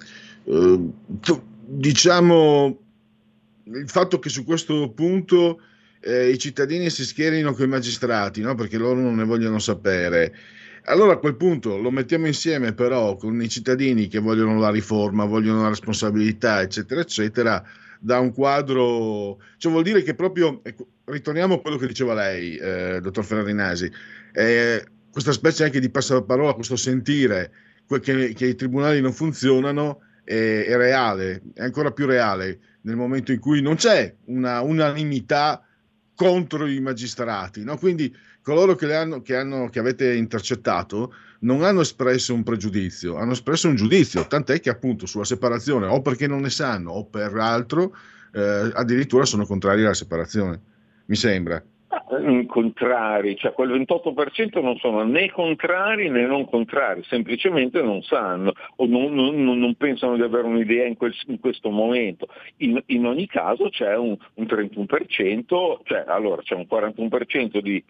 diciamo il fatto che su questo punto i cittadini si schierino con i magistrati, no? Perché loro non ne vogliono sapere. Allora a quel punto lo mettiamo insieme però con i cittadini che vogliono la riforma, vogliono la responsabilità, eccetera, eccetera, da un quadro, cioè vuol dire che proprio, ritorniamo a quello che diceva lei, dottor Ferrarinasi, questa specie anche di passaparola, questo sentire che i tribunali non funzionano è reale, è ancora più reale nel momento in cui non c'è una unanimità contro i magistrati, no? Quindi coloro che avete intercettato non hanno espresso un pregiudizio, hanno espresso un giudizio, tant'è che appunto sulla separazione, o perché non ne sanno o per altro, addirittura sono contrari alla separazione, mi sembra. Contrari, cioè quel 28% non sono né contrari né non contrari, semplicemente non sanno o non pensano di avere un'idea in questo momento. In ogni caso c'è un 31%, cioè allora c'è un 41% di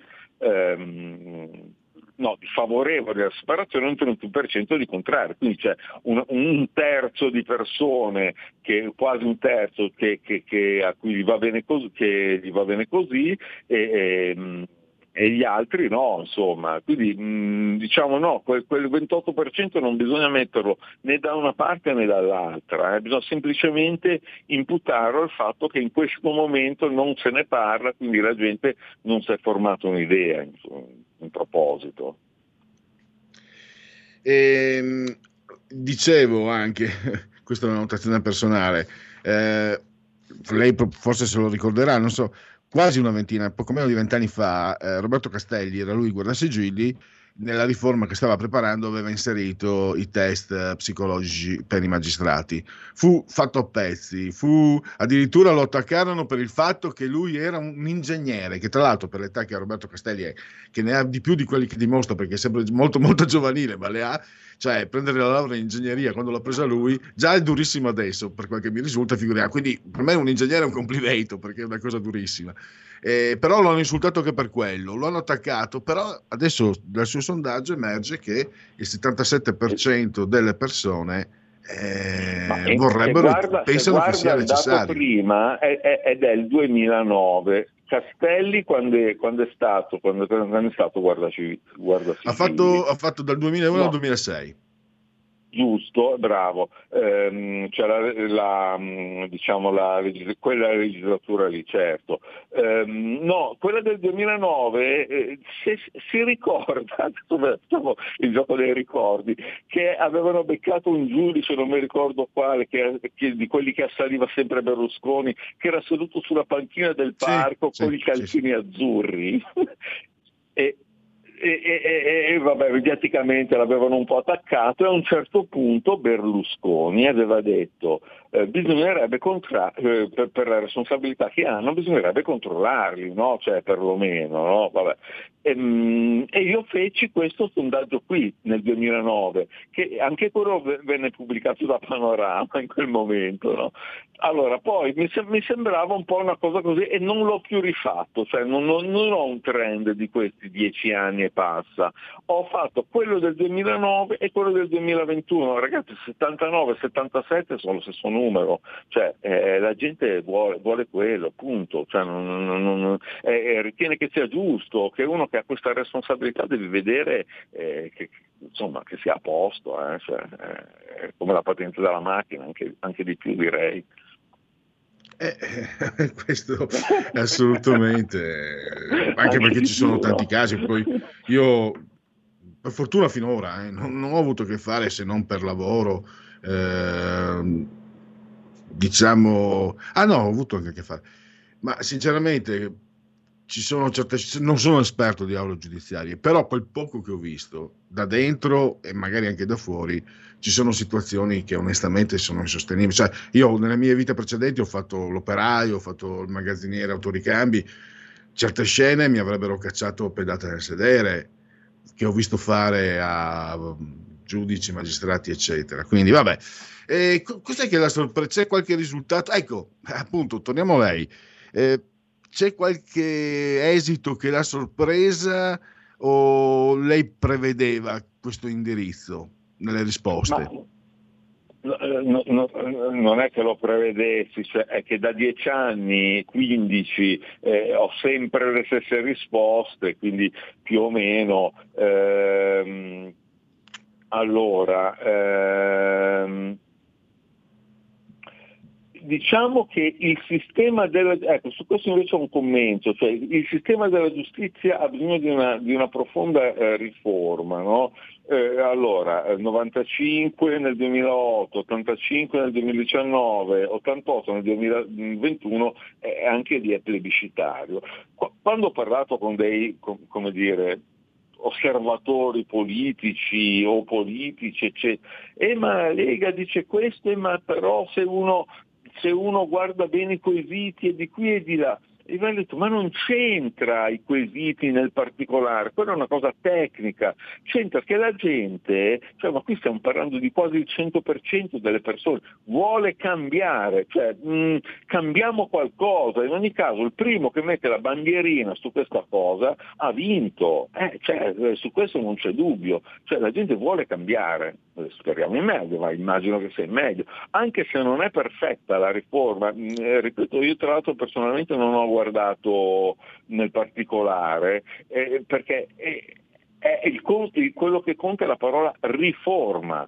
favorevoli alla separazione e un 31% di contrari, quindi c'è un terzo di persone, quasi un terzo che a cui gli va bene così, e gli altri no, insomma, quindi diciamo no, quel 28% non bisogna metterlo né da una parte né dall'altra, bisogna semplicemente imputarlo al fatto che in questo momento non se ne parla, quindi la gente non si è formata un'idea in proposito. Dicevo anche, questa è una notazione personale, lei forse se lo ricorderà, non so, quasi una ventina, poco meno di 20 anni fa, Roberto Castelli, era lui guardasigilli, nella riforma che stava preparando aveva inserito i test psicologici per i magistrati. Fu fatto a pezzi, addirittura lo attaccarono per il fatto che lui era un ingegnere, che tra l'altro per l'età che ha Roberto Castelli è, che ne ha di più di quelli che dimostra, perché è sempre molto molto giovanile, ma le ha, cioè prendere la laurea in ingegneria quando l'ha presa lui già è durissimo adesso, per quel che mi risulta, figuriamo. Quindi per me un ingegnere è un complimento, perché è una cosa durissima. Però lo hanno insultato anche per quello, lo hanno attaccato, però adesso dal suo sondaggio emerge che il 77% delle persone vorrebbero, pensano che sia necessario. Il dato prima è del 2009. Castelli quando è stato guardasigilli? Ha fatto dal 2001 al 2006. Giusto, bravo. Quella legislatura lì, certo. No, quella del 2009, se si ricorda, il gioco dei ricordi, che avevano beccato un giudice, non mi ricordo quale, di quelli che assaliva sempre Berlusconi, che era seduto sulla panchina del parco con i calzini azzurri. E vabbè, mediaticamente l'avevano un po' attaccato, e a un certo punto Berlusconi aveva detto bisognerebbe per la responsabilità che hanno bisognerebbe controllarli, no? Cioè perlomeno, no? Vabbè. E io feci questo sondaggio qui nel 2009, che anche quello venne pubblicato da Panorama in quel momento, no? Allora poi mi sembrava un po' una cosa così, e non l'ho più rifatto, cioè non ho un trend di questi 10 anni e passa. Ho fatto quello del 2009 e quello del 2021, ragazzi, 79-77 sono lo stesso numero, cioè la gente vuole quello, punto, cioè ritiene che sia giusto, che uno che ha questa responsabilità deve vedere che sia a posto, cioè, come la patente della macchina, anche di più direi. Questo assolutamente, anche perché ci sono tanti casi. Poi io per fortuna finora non ho avuto a che fare, se non per lavoro, ho avuto anche a che fare, ma sinceramente ci sono non sono esperto di aule giudiziarie, però quel poco che ho visto da dentro e magari anche da fuori, ci sono situazioni che onestamente sono insostenibili. Cioè, io nelle mie vite precedenti ho fatto l'operaio, ho fatto il magazziniere autoricambi, certe scene mi avrebbero cacciato pedate nel sedere, che ho visto fare a giudici, magistrati, eccetera. Quindi vabbè, cos'è che la sorpresa? C'è qualche risultato? Ecco, appunto, torniamo a lei. C'è qualche esito che l'ha sorpresa, o lei prevedeva questo indirizzo nelle risposte? Non è che lo prevedessi, cioè è che da 10 anni, 15, ho sempre le stesse risposte, quindi più o meno. Diciamo che il sistema su questo invece ho un commento, cioè il sistema della giustizia ha bisogno di una profonda riforma, no? 95 nel 2008, 85 nel 2019, 88 nel 2021 anche di plebiscitario. Quando ho parlato con dei, come dire, osservatori politici o politici, eccetera, ma Lega dice questo, ma però se uno guarda bene i quesiti e di qui e di là, e mi hanno detto, ma non c'entra i quesiti nel particolare, quella è una cosa tecnica, c'entra che la gente, cioè, ma qui stiamo parlando di quasi il 100% delle persone, vuole cambiare, cioè cambiamo qualcosa. In ogni caso il primo che mette la bandierina su questa cosa ha vinto, cioè, su questo non c'è dubbio, cioè la gente vuole cambiare. Speriamo in meglio, ma immagino che sia in meglio, anche se non è perfetta la riforma. Ripeto, io tra l'altro personalmente non ho guardato nel particolare, perché quello che conta è la parola riforma.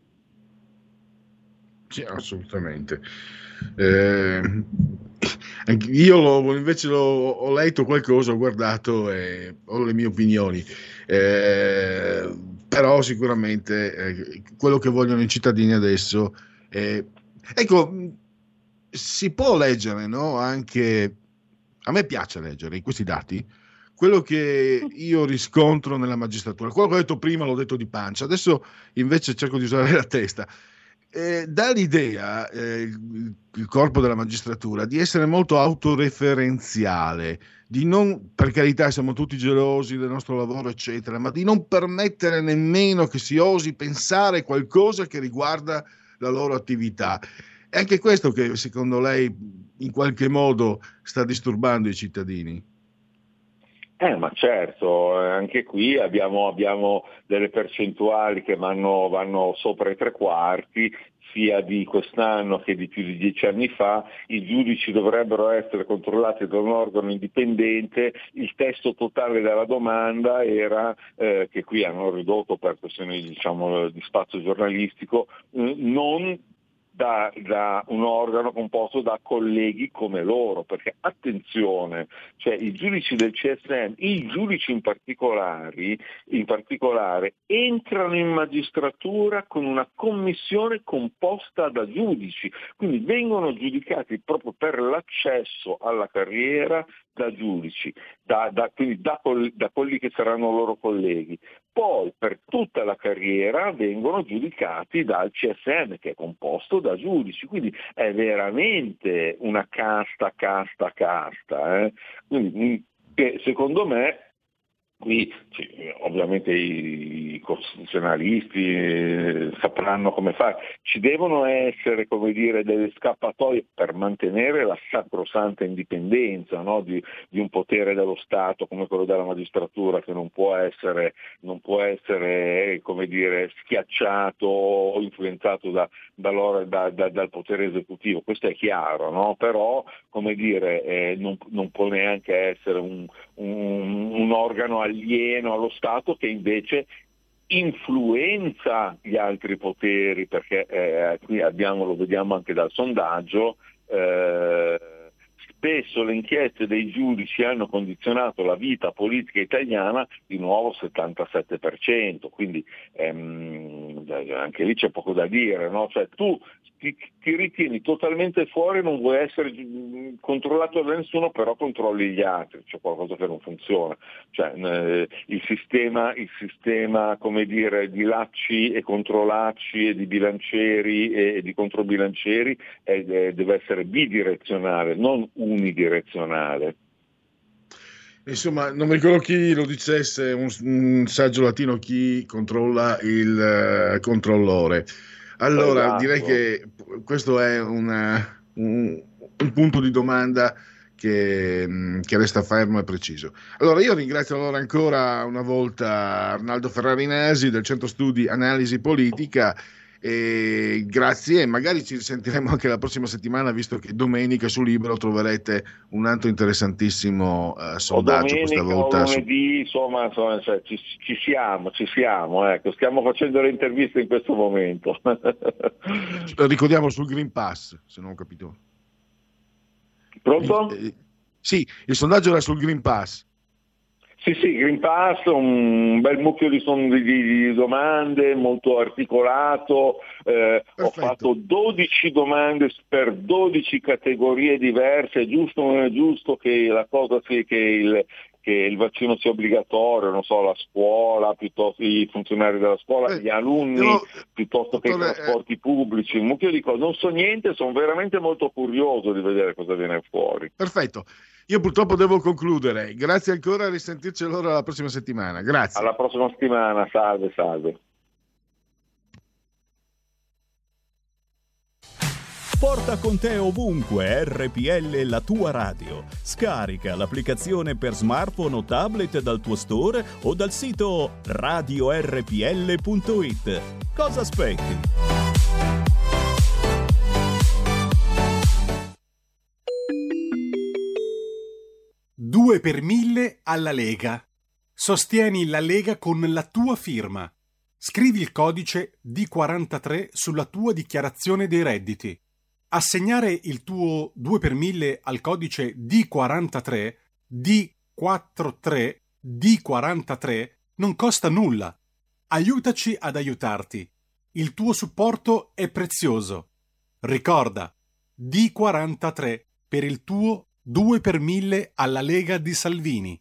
Sì, assolutamente. Io invece ho letto qualcosa, ho guardato e ho le mie opinioni, però sicuramente quello che vogliono i cittadini adesso ecco, si può leggere, no? Anche a me piace leggere in questi dati quello che io riscontro nella magistratura. Quello che ho detto prima l'ho detto di pancia, adesso invece cerco di usare la testa. Dà l'idea, il corpo della magistratura, di essere molto autoreferenziale, di non, per carità siamo tutti gelosi del nostro lavoro eccetera, ma di non permettere nemmeno che si osi pensare qualcosa che riguarda la loro attività. È anche questo che secondo lei in qualche modo sta disturbando i cittadini? Ma certo, anche qui abbiamo delle percentuali che vanno sopra i 3/4, sia di quest'anno che di più di 10 anni fa. I giudici dovrebbero essere controllati da un organo indipendente. Il testo totale della domanda era, che qui hanno ridotto per questioni di spazio giornalistico, non da un organo composto da colleghi come loro, perché attenzione, cioè i giudici del CSM, i giudici in particolare entrano in magistratura con una commissione composta da giudici, quindi vengono giudicati proprio per l'accesso alla carriera da giudici, quindi da quelli che saranno loro colleghi. Poi per tutta la carriera vengono giudicati dal CSM, che è composto da giudici, quindi è veramente una casta. Quindi secondo me qui ovviamente i costituzionalisti sapranno come fare, ci devono essere, come dire, delle scappatoie per mantenere la sacrosanta indipendenza, no? di un potere dello Stato come quello della magistratura, che non può essere come dire schiacciato o influenzato dal potere esecutivo, questo è chiaro, no? Però come dire non può neanche essere un organo alieno allo Stato che invece influenza gli altri poteri, perché qui lo vediamo anche dal sondaggio, spesso le inchieste dei giudici hanno condizionato la vita politica italiana, di nuovo 77%, quindi anche lì c'è poco da dire, no? Cioè tu ti ritieni totalmente fuori, non vuoi essere controllato da nessuno, però controlli gli altri, c'è qualcosa che non funziona. Cioè, il sistema come dire di lacci e controlacci e di bilancieri e di controbilancieri deve essere bidirezionale, non unidirezionale. Insomma, non mi ricordo chi lo dicesse, un saggio latino: chi controlla il controllore. Allora, esatto. Direi che questo è un punto di domanda che resta fermo e preciso. Allora, io ringrazio ancora una volta Arnaldo Ferrarinesi del Centro Studi Analisi Politica, e grazie, e magari ci sentiremo anche la prossima settimana, visto che domenica su Libero troverete un altro interessantissimo sondaggio, questa volta lunedì, insomma cioè, ci siamo, ecco, stiamo facendo le interviste in questo momento. Ricordiamo sul Green Pass, se non ho capito. Pronto? Sì, il sondaggio era sul Green Pass. Sì, Green Pass, un bel mucchio di domande, molto articolato, ho fatto 12 domande per 12 categorie diverse. È giusto o non è giusto che la cosa sia che il vaccino sia obbligatorio, non so, la scuola, piuttosto i funzionari della scuola, gli alunni, piuttosto che i trasporti pubblici, un mucchio di cose. Non so niente, sono veramente molto curioso di vedere cosa viene fuori. Perfetto. Io purtroppo devo concludere. Grazie ancora, a risentirci allora la prossima settimana. Grazie. Alla prossima settimana, salve. Porta con te ovunque RPL, la tua radio. Scarica l'applicazione per smartphone o tablet dal tuo store o dal sito radiorpl.it. Cosa aspetti? Due per 1000 alla Lega. Sostieni la Lega con la tua firma. Scrivi il codice D43 sulla tua dichiarazione dei redditi. Assegnare il tuo 2 per 1000 al codice D43, D43, D43 non costa nulla. Aiutaci ad aiutarti. Il tuo supporto è prezioso. Ricorda, D43 per il tuo 2 per 1000 alla Lega di Salvini.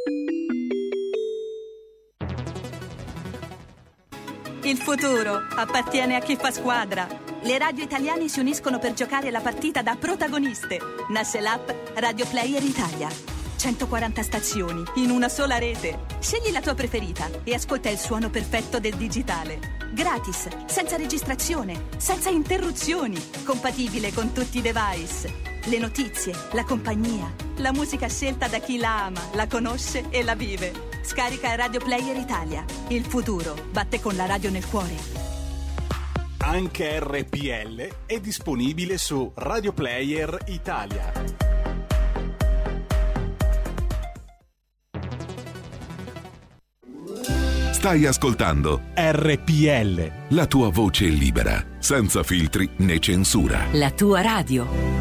Il futuro appartiene a chi fa squadra. Le radio italiane si uniscono per giocare la partita da protagoniste. Nasce l'app Radio Player Italia. 140 stazioni in una sola rete. Scegli la tua preferita e ascolta il suono perfetto del digitale. Gratis, senza registrazione, senza interruzioni. Compatibile con tutti i device. Le notizie, la compagnia, la musica scelta da chi la ama, la conosce e la vive. Scarica Radio Player Italia. Il futuro batte con la radio nel cuore. Anche RPL è disponibile su Radio Player Italia. Stai ascoltando RPL, la tua voce libera, senza filtri né censura. la tua radio.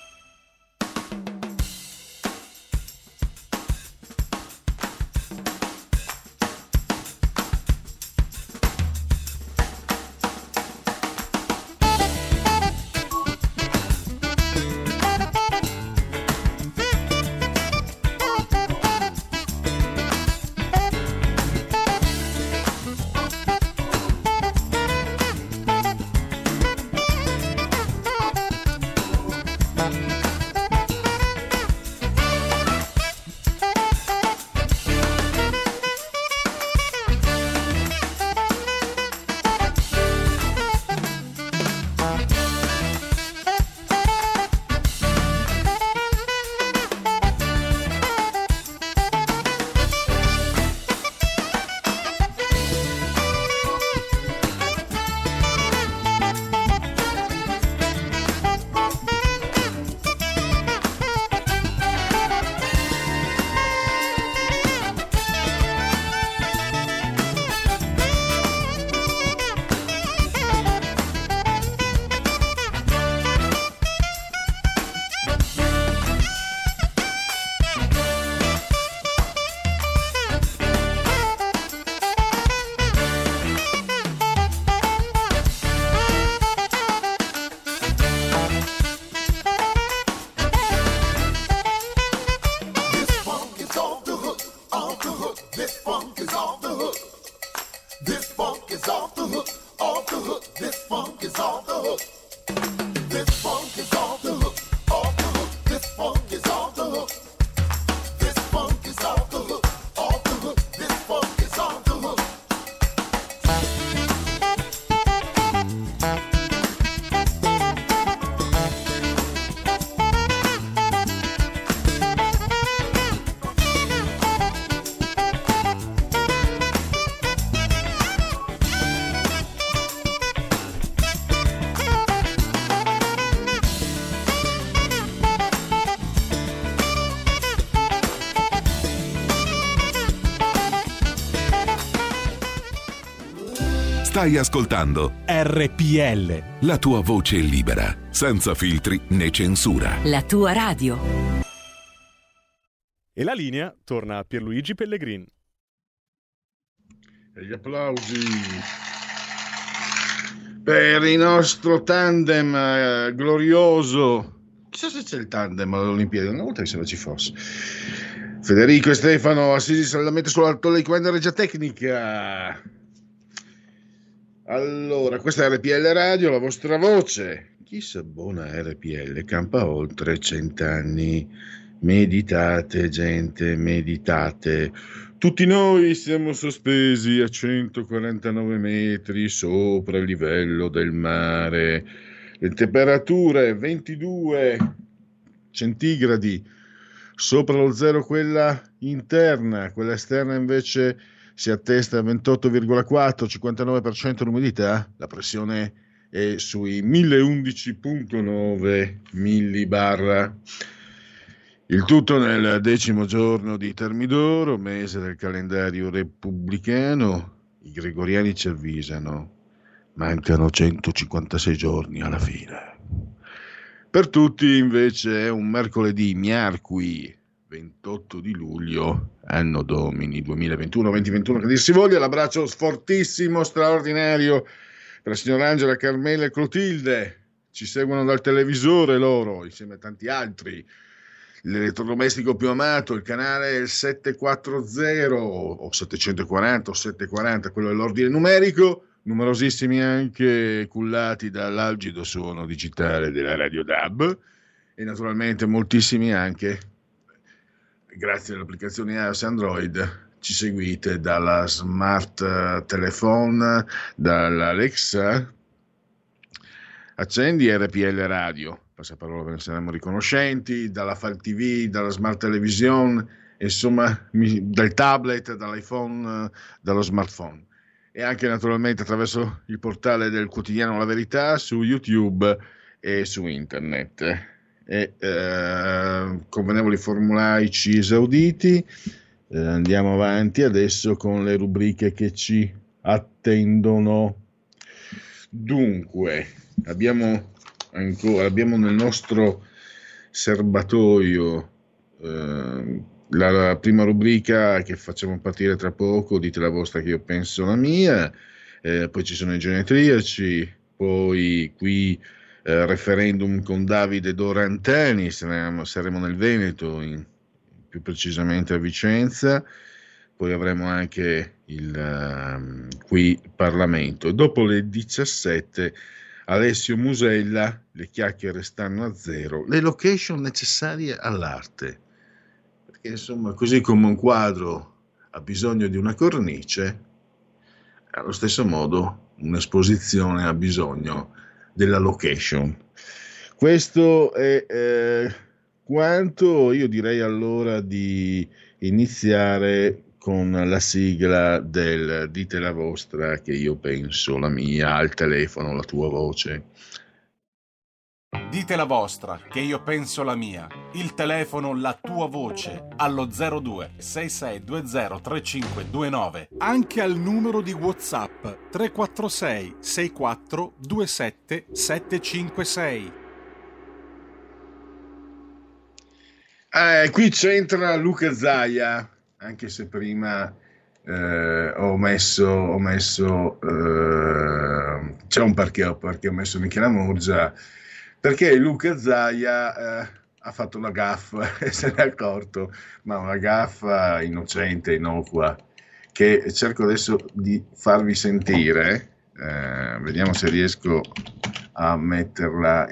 Stai ascoltando RPL, la tua voce libera, senza filtri né censura. la tua radio. E la linea torna a Pierluigi Pellegrin. E gli applausi per il nostro tandem glorioso. Chissà se c'è il tandem alle Olimpiadi, una volta che se ci fosse. Federico e Stefano assisi saldamente sulla telecomanda regia tecnica. Allora, questa è RPL Radio, la vostra voce. Chi si abbona a RPL campa oltre 100 anni. Meditate, gente, meditate. Tutti noi siamo sospesi a 149 metri sopra il livello del mare. Le temperature 22 centigradi sopra lo zero, quella interna, quella esterna invece si attesta a 28,4, 59% l'umidità, la pressione è sui 1011,9 millibar. Il tutto nel 10° giorno di Termidoro, mese del calendario repubblicano. I gregoriani ci avvisano, mancano 156 giorni alla fine. Per tutti invece è un mercoledì, miarqui, 28 di luglio, anno domini 2021, che dir si voglia. L'abbraccio fortissimo, straordinario per la signora Angela, Carmela e Clotilde. ci seguono dal televisore loro, insieme a tanti altri. L'elettrodomestico più amato, il canale è il 740 o 740 o 740, quello è l'ordine numerico, numerosissimi anche cullati dall'algido suono digitale della Radio DAB e naturalmente moltissimi anche, grazie alle applicazioni iOS e Android, ci seguite dalla smart telephone, dall'Alexa. Accendi RPL Radio, passaparola, ve ne saremo riconoscenti, dalla Fire TV, dalla smart television, insomma dal tablet, dall'iPhone, dallo smartphone e anche naturalmente attraverso il portale del quotidiano La Verità su YouTube e su internet. E convenevoli formulaici esauditi, andiamo avanti adesso con le rubriche che ci attendono. Dunque, abbiamo nel nostro serbatoio la prima rubrica che facciamo partire tra poco, dite la vostra che io penso la mia, poi ci sono i genetriaci, poi qui referendum con Davide Dorantani, saremo nel Veneto, più precisamente a Vicenza, poi avremo anche qui Parlamento, e dopo le 17 Alessio Musella, le chiacchiere stanno a zero, le location necessarie all'arte, perché insomma così come un quadro ha bisogno di una cornice, allo stesso modo un'esposizione ha bisogno della location. Questo è quanto. Io direi allora di iniziare con la sigla del dite la vostra che io penso la mia, al telefono la tua voce. Dite la vostra che io penso la mia, il telefono la tua voce allo 02 6620 3529, anche al numero di WhatsApp 346 64 27 756. Qui c'entra Luca Zaia, anche se prima ho messo c'è un perché ho messo Michela Murgia, perché Luca Zaia ha fatto una gaffa e se ne è accorto, ma una gaffa innocente, innocua, che cerco adesso di farvi sentire, vediamo se riesco a metterla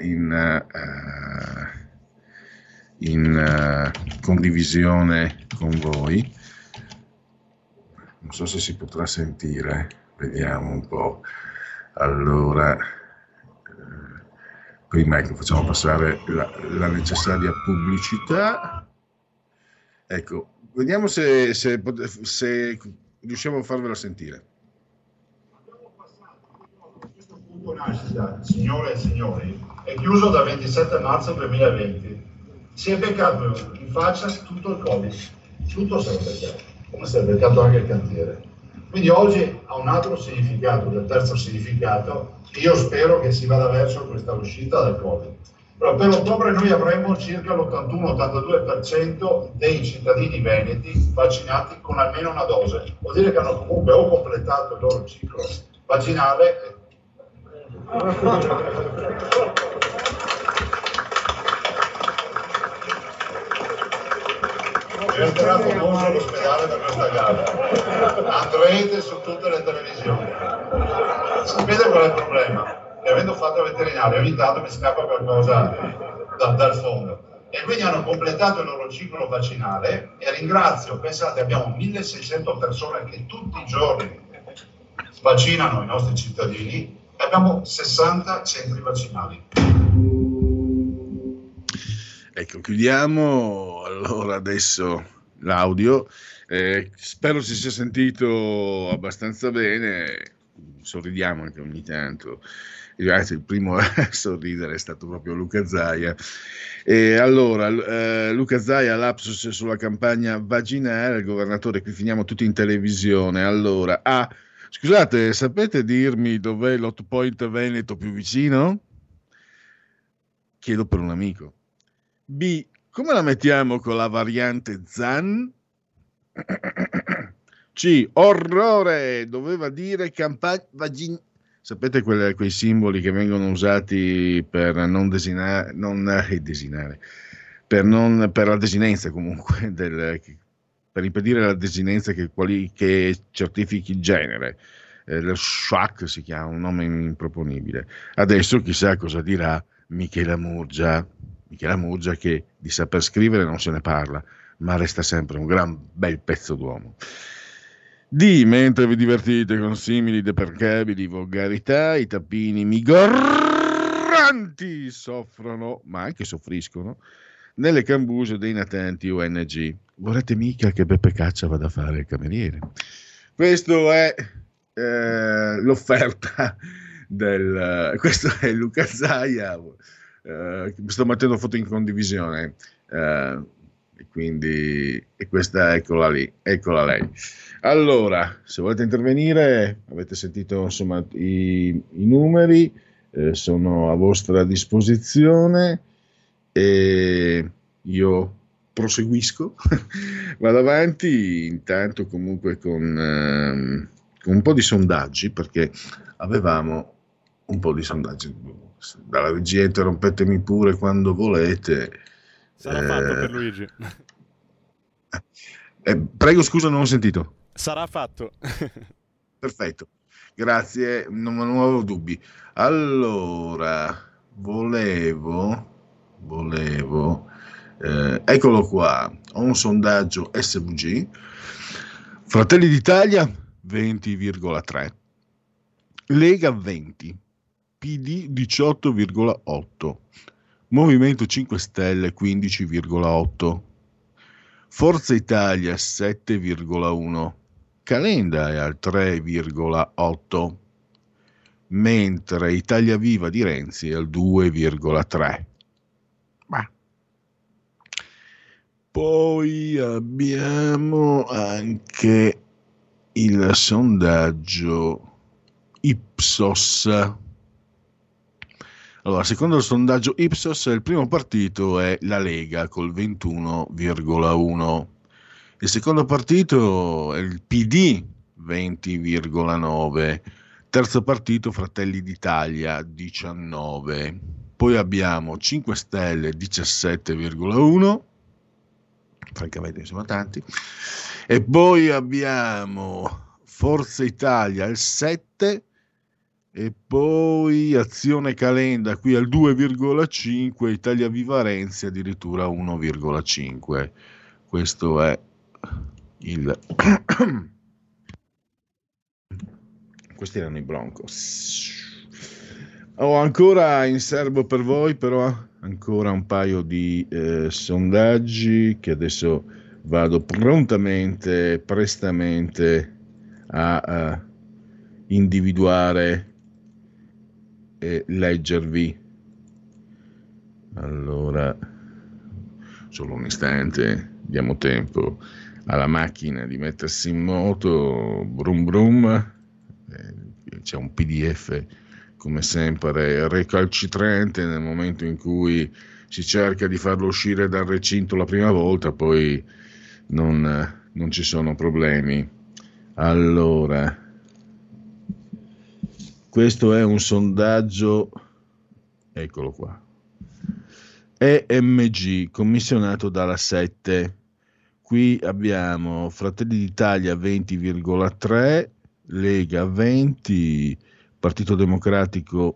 in condivisione con voi. Non so se si potrà sentire, vediamo un po'. Allora, prima che facciamo passare la necessaria pubblicità. Ecco, vediamo se riusciamo a farvela sentire. Questo punto nascita, signore e signori, è chiuso dal 27 marzo 2020. Si è beccato in faccia tutto il Covid, tutto si è beccato, come si è beccato anche il cantiere. Quindi oggi ha un altro significato, del terzo significato, e io spero che si vada verso questa uscita dal Covid. Però per ottobre noi avremo circa l'81-82% dei cittadini veneti vaccinati con almeno una dose. Vuol dire che hanno comunque o completato il loro ciclo vaccinale. Diventerà famoso l'ospedale per questa gara. Andrete su tutte le televisioni. Sapete qual è il problema? Che avendo fatto il veterinario ogni tanto mi scappa qualcosa dal fondo. E quindi hanno completato il loro ciclo vaccinale e ringrazio, pensate, abbiamo 1600 persone che tutti i giorni vaccinano i nostri cittadini e abbiamo 60 centri vaccinali. Ecco, chiudiamo allora adesso l'audio, spero si sia sentito abbastanza bene, sorridiamo anche ogni tanto, il primo a sorridere è stato proprio Luca Zaia. E allora, Luca Zaia, lapsus sulla campagna vaginale, il governatore, qui finiamo tutti in televisione. Allora, scusate, sapete dirmi dov'è l'Hot Point Veneto più vicino? Chiedo per un amico. B, come la mettiamo con la variante Zan? C, orrore, doveva dire campagna sapete quei simboli che vengono usati per non desinare, per la desinenza comunque, per impedire la desinenza che certifichi il genere. Lo SHAC si chiama, un nome improponibile. Adesso chissà cosa dirà Michela Murgia che di saper scrivere non se ne parla, ma resta sempre un gran bel pezzo d'uomo. Mentre vi divertite con simili deprecabili volgarità, i tappini migranti soffrono, ma anche soffriscono, nelle cambuse dei natenti ONG. Vorrete mica che Beppe Caccia vada a fare il cameriere? Questo è l'offerta questo è Luca Zaia. Sto mettendo foto in condivisione, e questa eccola lei. Allora, se volete intervenire, avete sentito insomma i numeri, sono a vostra disposizione e io proseguisco, vado avanti intanto comunque con un po' di sondaggi, perché avevamo un po' di sondaggi. Dalla regia interrompetemi pure quando volete. Sarà fatto per Luigi. Prego, scusa, non ho sentito. Sarà fatto. Perfetto, grazie, non avevo dubbi. Allora, volevo eccolo qua, ho un sondaggio SVG. Fratelli d'Italia 20,3, Lega 20, PD 18,8, Movimento 5 Stelle 15,8, Forza Italia 7,1, Calenda è al 3,8, mentre Italia Viva di Renzi è al 2,3. Poi abbiamo anche il sondaggio Ipsos. Allora, secondo il sondaggio Ipsos, il primo partito è la Lega col 21,1. Il secondo partito è il PD 20,9. Terzo partito Fratelli d'Italia 19. Poi abbiamo 5 Stelle 17,1. Francamente insomma tanti. E poi abbiamo Forza Italia al 7 e poi Azione Calenda qui al 2,5, Italia Viva Renzi addirittura 1,5. Questo è il questi erano i Broncos. Ho ancora in serbo per voi però ancora un paio di sondaggi che adesso vado prestamente a individuare e leggervi. Allora, solo un istante, diamo tempo alla macchina di mettersi in moto. Brum brum. C'è un PDF come sempre recalcitrante nel momento in cui si cerca di farlo uscire dal recinto la prima volta, poi non ci sono problemi. Allora, questo è un sondaggio, eccolo qua, EMG commissionato dalla 7. Qui abbiamo Fratelli d'Italia 20,3, Lega 20, Partito Democratico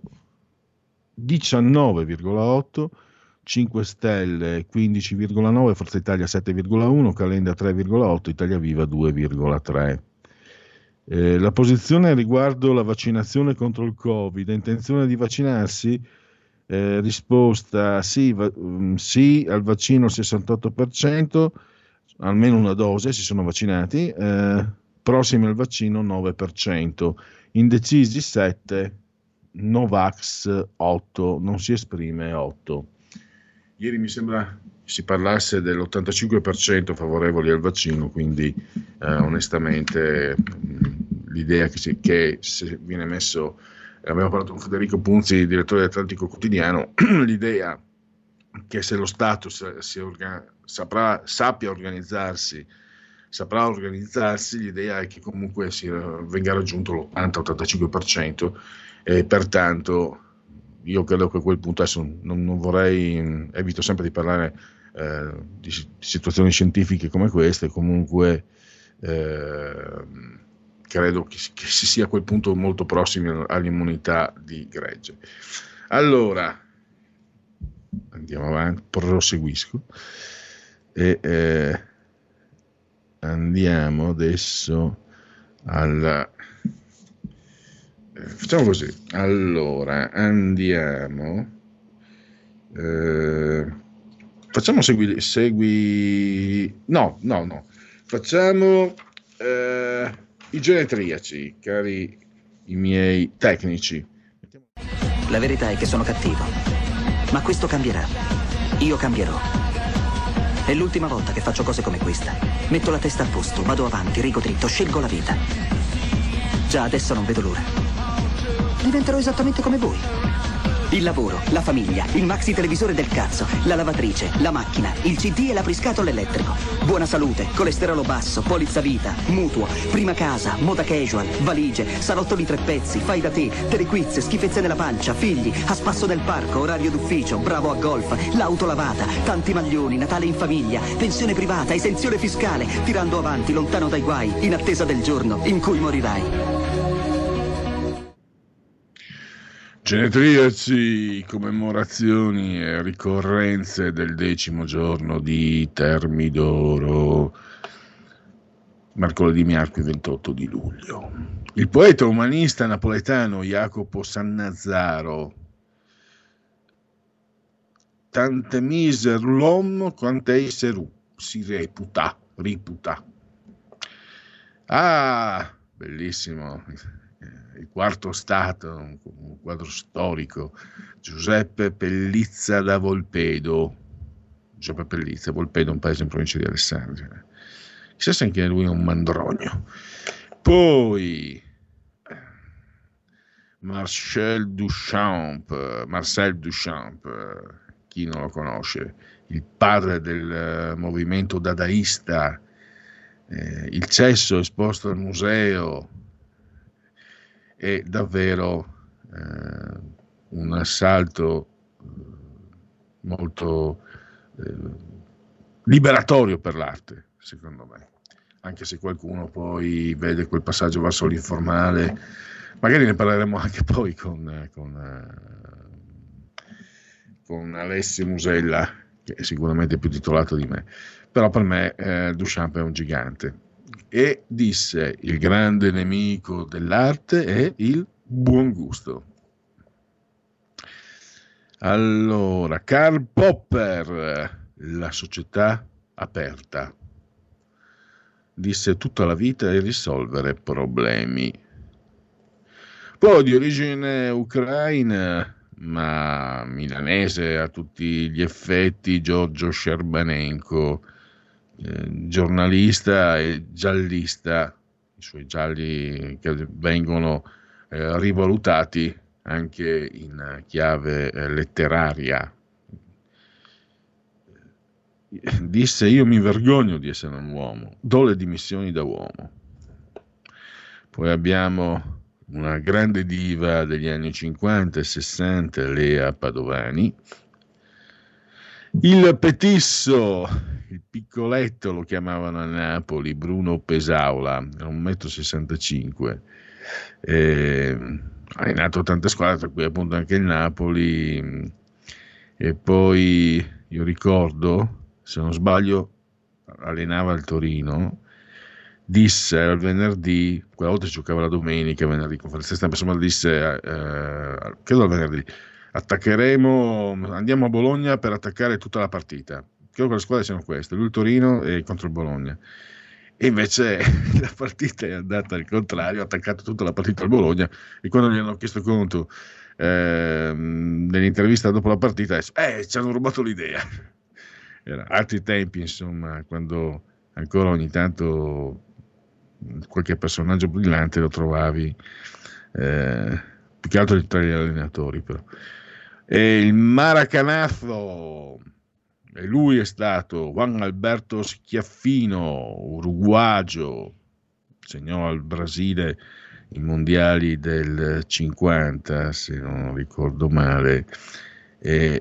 19,8, 5 Stelle 15,9, Forza Italia 7,1, Calenda 3,8, Italia Viva 2,3. La posizione riguardo la vaccinazione contro il Covid, intenzione di vaccinarsi? Risposta sì al vaccino il 68%, almeno una dose si sono vaccinati, prossimi al vaccino 9%, indecisi 7%, Novax 8%, non si esprime 8%. Ieri mi sembra si parlasse dell'85% favorevoli al vaccino, quindi onestamente l'idea che se viene messo, abbiamo parlato con Federico Punzi, direttore dell'Atlantico Quotidiano, l'idea che se lo Stato saprà organizzarsi, l'idea è che comunque venga raggiunto l'80-85% e pertanto io credo che a quel punto, adesso non vorrei, evito sempre di parlare di situazioni scientifiche come queste, comunque credo che si sia a quel punto molto prossimi all'immunità di gregge. Allora, andiamo avanti, proseguisco e andiamo adesso alla... facciamo così, allora andiamo facciamo facciamo i genetriaci, cari i miei tecnici. La verità è che sono cattivo, ma questo cambierà. Io cambierò. È l'ultima volta che faccio cose come questa. Metto la testa a posto, vado avanti, rigo dritto, scelgo la vita. Già adesso non vedo l'ora. Diventerò esattamente come voi. Il lavoro, la famiglia, il maxi televisore del cazzo, la lavatrice, la macchina, il CD e l'apriscatole elettrico. Buona salute, colesterolo basso, polizza vita, mutuo, prima casa, moda casual, valigie, salotto di 3 pezzi, fai da te, telequiz, schifezze nella pancia, figli, a spasso nel parco, orario d'ufficio, bravo a golf, l'auto lavata, tanti maglioni, Natale in famiglia, pensione privata, esenzione fiscale, tirando avanti, lontano dai guai, in attesa del giorno in cui morirai. Genetriaci, commemorazioni e ricorrenze del 10° giorno di Termidoro, mercoledì miarqui 28 di luglio. Il poeta umanista napoletano Jacopo Sannazzaro, tante miser l'uomo quant'ei si riputa. Ah, bellissimo. Il quarto stato, un quadro storico, Giuseppe Pellizza da Volpedo. Giuseppe Pellizza, Volpedo, un paese in provincia di Alessandria. Chissà se anche lui è un mandrogno. Poi Marcel Duchamp, chi non lo conosce, il padre del movimento dadaista, il cesso esposto al museo. È davvero un assalto molto liberatorio per l'arte, secondo me, anche se qualcuno poi vede quel passaggio verso l'informale. Magari ne parleremo anche poi con Alessio Musella, che è sicuramente più titolato di me, però per me Duchamp è un gigante. E disse: il grande nemico dell'arte è il buon gusto. Allora, Karl Popper, la società aperta, disse: tutta la vita è risolvere problemi. Poi di origine ucraina ma milanese a tutti gli effetti, Giorgio Scerbanenko, giornalista e giallista, i suoi gialli che vengono rivalutati anche in chiave letteraria. Disse: io mi vergogno di essere un uomo, do le dimissioni da uomo. Poi abbiamo una grande diva degli anni 50 e 60, Lea Padovani. Il petisso, il piccoletto lo chiamavano a Napoli, Bruno Pesaula, era 1,65 m, ha allenato tante squadre, tra cui appunto anche il Napoli, e poi io ricordo, se non sbaglio, allenava il Torino, disse al venerdì, quella volta giocava la domenica, venerdì, conferenza stampa, insomma disse, credo al venerdì, andiamo a Bologna per attaccare tutta la partita. Credo che le squadre siano queste, lui il Torino e contro il Bologna. E invece la partita è andata al contrario, ha attaccato tutta la partita al Bologna, e quando gli hanno chiesto conto nell'intervista dopo la partita, ci hanno rubato l'idea. Era altri tempi, insomma, quando ancora ogni tanto qualche personaggio brillante lo trovavi, più che altro tra gli allenatori, però. E il Maracanazo, e lui è stato Juan Alberto Schiaffino, uruguagio, segnò al Brasile i mondiali del 50, se non ricordo male, e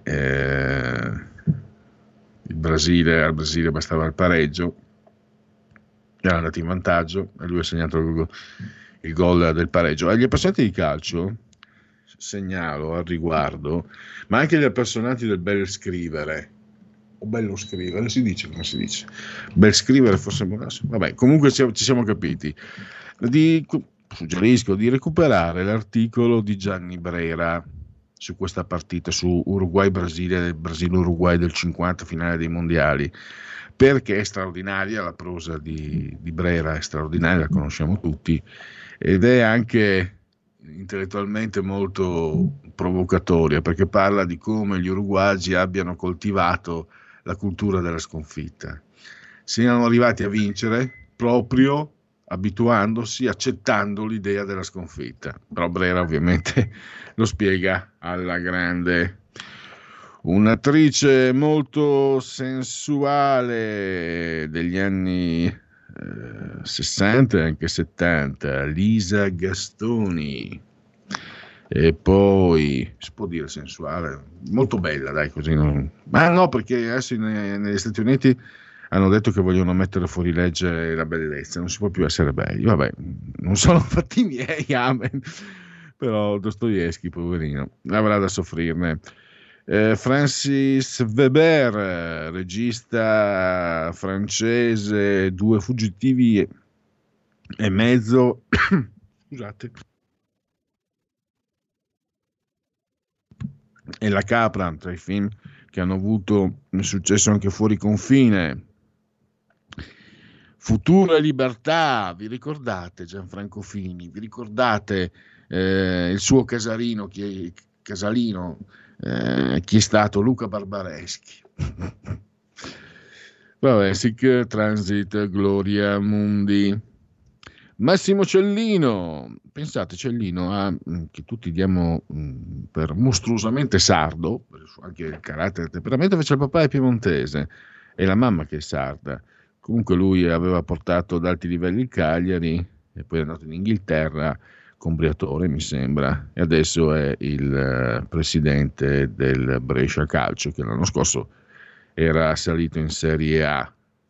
al Brasile bastava il pareggio, era andato in vantaggio e lui ha segnato il gol del pareggio. Agli appassionati di calcio segnalo al riguardo, ma anche agli appassionati del bel scrivere, o bello scrivere, si dice, come si dice? Bel scrivere forse, vabbè, comunque ci siamo capiti. Suggerisco di recuperare l'articolo di Gianni Brera su questa partita, su Uruguay-Brasile, Brasile-Uruguay del 50, finale dei mondiali, perché è straordinaria, la prosa di Brera è straordinaria, la conosciamo tutti, ed è anche intellettualmente molto provocatoria, perché parla di come gli uruguagi abbiano coltivato la cultura della sconfitta. Siano arrivati a vincere proprio abituandosi, accettando l'idea della sconfitta. Però Brera ovviamente lo spiega alla grande. Un'attrice molto sensuale degli anni 60 e anche 70, Lisa Gastoni. E poi si può dire sensuale, molto bella, dai, così non... Ma no, perché adesso negli Stati Uniti hanno detto che vogliono mettere fuori legge la bellezza, non si può più essere belli. Vabbè, non sono fatti miei, amen. Però Dostoevsky, poverino, avrà da soffrirne. Francis Weber, regista francese, 2 fuggitivi e mezzo. Scusate. E La capra, tra i film che hanno avuto un successo anche fuori confine. Futuro e libertà, vi ricordate Gianfranco Fini? Vi ricordate il suo casalino, chi è stato? Luca Barbareschi. Vabbè, Sic Transit Gloria Mundi. Massimo Cellino, pensate, Cellino che tutti diamo per mostruosamente sardo, anche il carattere e il temperamento, invece il papà è piemontese e la mamma che è sarda. Comunque lui aveva portato ad alti livelli il Cagliari e poi è andato in Inghilterra con Briatore, mi sembra, e adesso è il presidente del Brescia Calcio, che l'anno scorso era salito in Serie A.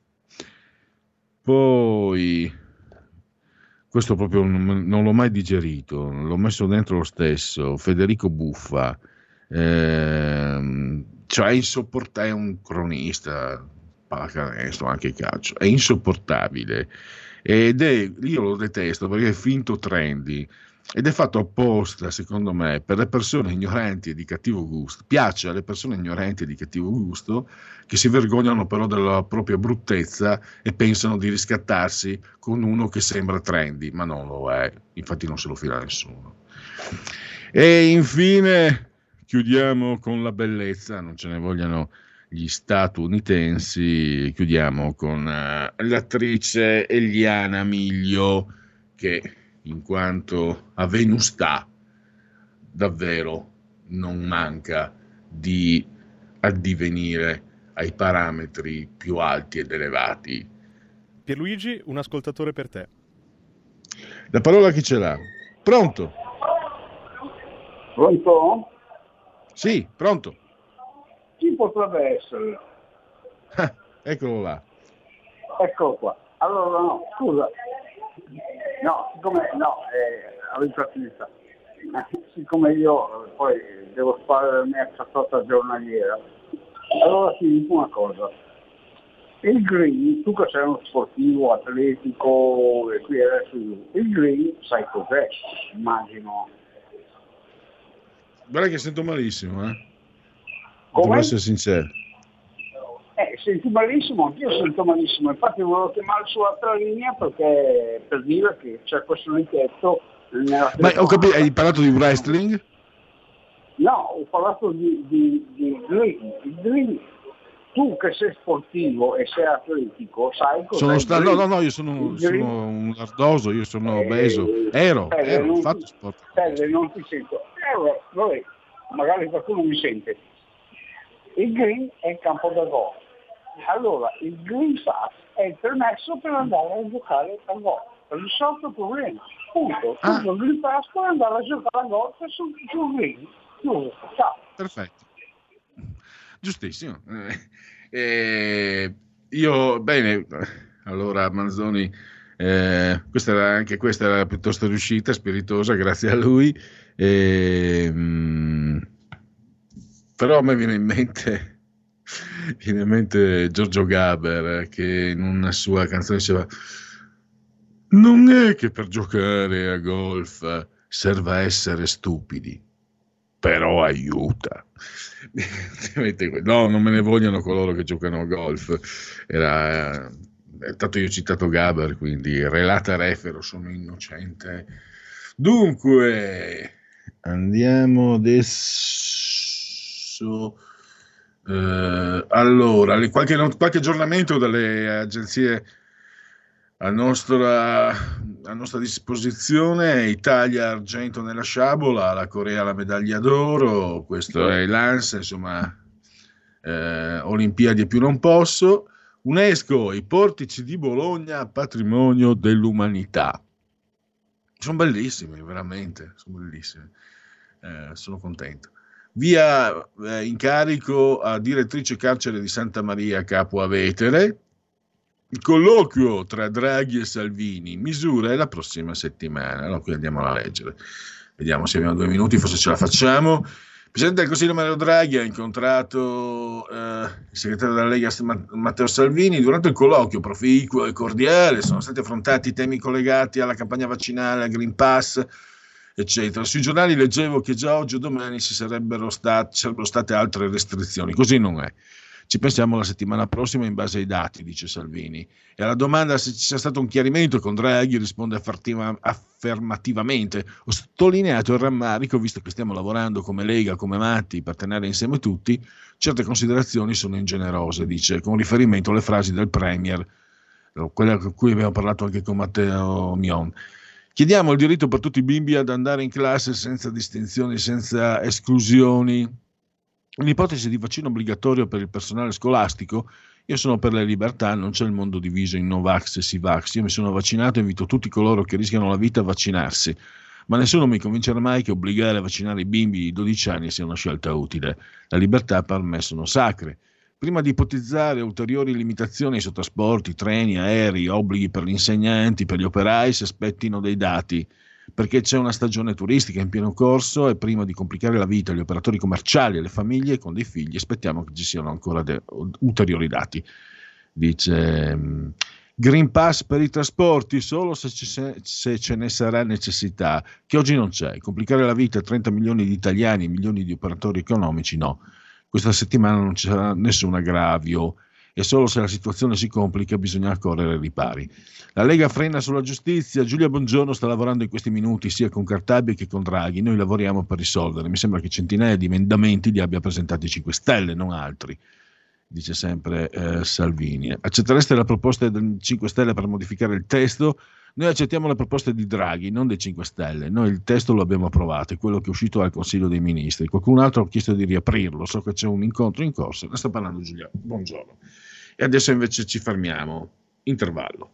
Poi, questo proprio non l'ho mai digerito, l'ho messo dentro lo stesso, Federico Buffa, cioè è un cronista, pallacanestro, anche calcio, è insopportabile ed io lo detesto perché è finto trendy ed è fatto apposta, secondo me, per le persone ignoranti e di cattivo gusto. Piace alle persone ignoranti e di cattivo gusto che si vergognano però della propria bruttezza e pensano di riscattarsi con uno che sembra trendy, ma non lo è, infatti non se lo fila nessuno. E infine chiudiamo con la bellezza, non ce ne vogliano gli statunitensi, chiudiamo con l'attrice Eliana Miglio, che in quanto a Venustà davvero non manca di addivenire ai parametri più alti ed elevati. Pierluigi, un ascoltatore per te. La parola chi ce l'ha? Pronto? Pronto? Sì, pronto. Chi potrebbe essere? Eccolo là. Eccolo qua. Allora, no, scusa. No, siccome avete finita. Siccome io poi devo fare la mia cazzata giornaliera, allora ti dico una cosa. Il green, tu che sei uno sportivo, atletico e qui adesso il green sai cos'è, immagino. Guarda che sento malissimo, Come? Devo essere sincero. Senti malissimo, anch'io sento malissimo, infatti volevo chiamare sull'altra linea perché per dire che c'è questo netto nella... Ma ho capito, hai parlato di wrestling? No, ho parlato di green. Il green, tu che sei sportivo e sei atletico, sai cosa No, io sono un lardoso, io sono obeso. Ero, ho fatto sport. Non ti sento. Vabbè, magari qualcuno mi sente. Il green è il campo da golf. Allora, il green pass è il permesso per andare a giocare a golf. risolto il problema. Punto. Tutto il Green Pass puoi andare a giocare a golf sul Green. Ciao. Perfetto. Giustissimo. Io, bene, allora Manzoni, questa era piuttosto riuscita, spiritosa, grazie a lui. Però a me viene in mente Giorgio Gaber, che in una sua canzone diceva: non è che per giocare a golf serva essere stupidi, però aiuta. No, non me ne vogliono coloro che giocano a golf. Tanto io ho citato Gaber, quindi relata refero, sono innocente. Dunque, andiamo adesso. Allora, qualche aggiornamento dalle agenzie a nostra disposizione. Italia argento nella sciabola, la Corea la medaglia d'oro, questo è l'ANSA, insomma, Olimpiadi e più non posso. UNESCO, i portici di Bologna patrimonio dell'umanità. Sono bellissimi, veramente, sono bellissimi, sono contento. Via incarico a direttrice carcere di Santa Maria Capua Vetere. Il colloquio tra Draghi e Salvini, misura è la prossima settimana. Allora, qui andiamo a leggere, vediamo se abbiamo 2 minuti, forse ce la facciamo. Il Presidente del Consiglio Mario Draghi ha incontrato il segretario della Lega Matteo Salvini. Durante il colloquio proficuo e cordiale sono stati affrontati temi collegati alla campagna vaccinale, al Green Pass, eccetera. Sui giornali leggevo che già oggi o domani sarebbero state altre restrizioni. Così non è. Ci pensiamo la settimana prossima in base ai dati, dice Salvini. E alla domanda se ci sia stato un chiarimento con Draghi risponde affermativamente. Ho sottolineato il rammarico, visto che stiamo lavorando come Lega, come matti, per tenere insieme tutti, certe considerazioni sono ingenerose, dice, con riferimento alle frasi del Premier, quella con cui abbiamo parlato anche con Matteo Mion. Chiediamo il diritto per tutti i bimbi ad andare in classe senza distinzioni, senza esclusioni. In ipotesi di vaccino obbligatorio per il personale scolastico, io sono per le libertà, non c'è il mondo diviso in Novax e Sivax. Io mi sono vaccinato e invito tutti coloro che rischiano la vita a vaccinarsi, ma nessuno mi convincerà mai che obbligare a vaccinare i bimbi di 12 anni sia una scelta utile. La libertà per me sono sacre. Prima di ipotizzare ulteriori limitazioni su trasporti, treni, aerei, obblighi per gli insegnanti, per gli operai, si aspettino dei dati, perché c'è una stagione turistica in pieno corso e prima di complicare la vita agli operatori commerciali e alle famiglie con dei figli aspettiamo che ci siano ancora ulteriori dati. Dice Green Pass per i trasporti solo se ce ne sarà necessità, che oggi non c'è. Complicare la vita a 30 milioni di italiani, milioni di operatori economici, no. Questa settimana non ci sarà nessun aggravio e solo se la situazione si complica bisogna correre ai ripari. La Lega frena sulla giustizia. Giulia Bongiorno sta lavorando in questi minuti sia con Cartabia che con Draghi. Noi lavoriamo per risolvere. Mi sembra che centinaia di emendamenti li abbia presentati 5 Stelle, non altri, dice sempre Salvini. Accettereste la proposta del 5 Stelle per modificare il testo? Noi accettiamo le proposte di Draghi, non dei 5 Stelle. Noi il testo lo abbiamo approvato, è quello che è uscito dal Consiglio dei Ministri. Qualcun altro ha chiesto di riaprirlo. So che c'è un incontro in corso. Ne sta parlando Giulia Bongiorno. E adesso invece ci fermiamo. Intervallo.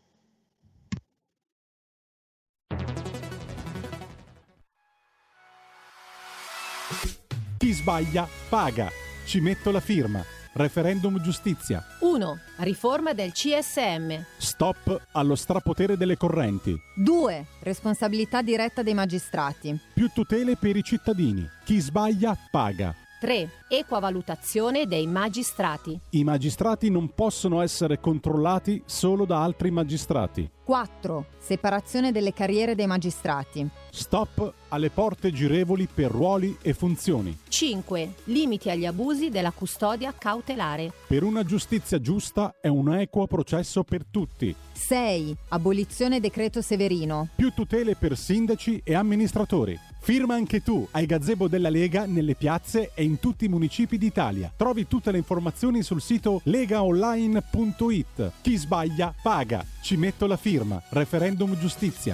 Chi sbaglia paga. Ci metto la firma. Referendum giustizia. 1. Riforma del CSM. Stop allo strapotere delle correnti. 2. Responsabilità diretta dei magistrati. Più tutele per i cittadini. Chi sbaglia paga. 3. Equa valutazione dei magistrati. I magistrati non possono essere controllati solo da altri magistrati. 4. Separazione delle carriere dei magistrati. Stop alle porte girevoli per ruoli e funzioni. 5. Limiti agli abusi della custodia cautelare. Per una giustizia giusta e un equo processo per tutti. 6. Abolizione decreto Severino. Più tutele per sindaci e amministratori. Firma anche tu ai gazebo della Lega nelle piazze e in tutti i municipi d'Italia. Trovi tutte le informazioni sul sito legaonline.it. Chi sbaglia paga. Ci metto la firma. Referendum giustizia.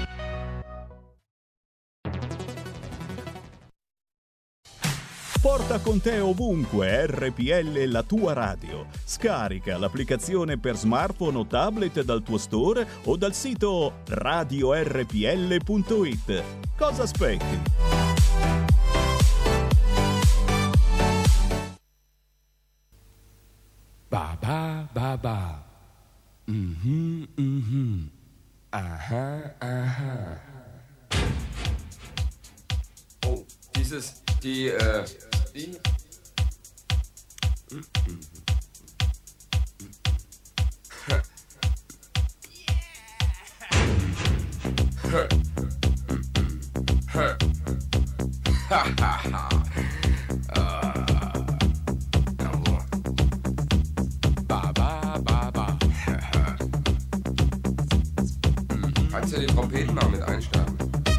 Porta Porta con te ovunque RPL la tua radio. Scarica l'applicazione per smartphone o tablet dal tuo store o dal sito radiorpl.it. Cosa aspetti? Ba ba ba ba. Mhm mhm. Aha aha. Oh, die Kannst du die Trompeten mal mit einstarten?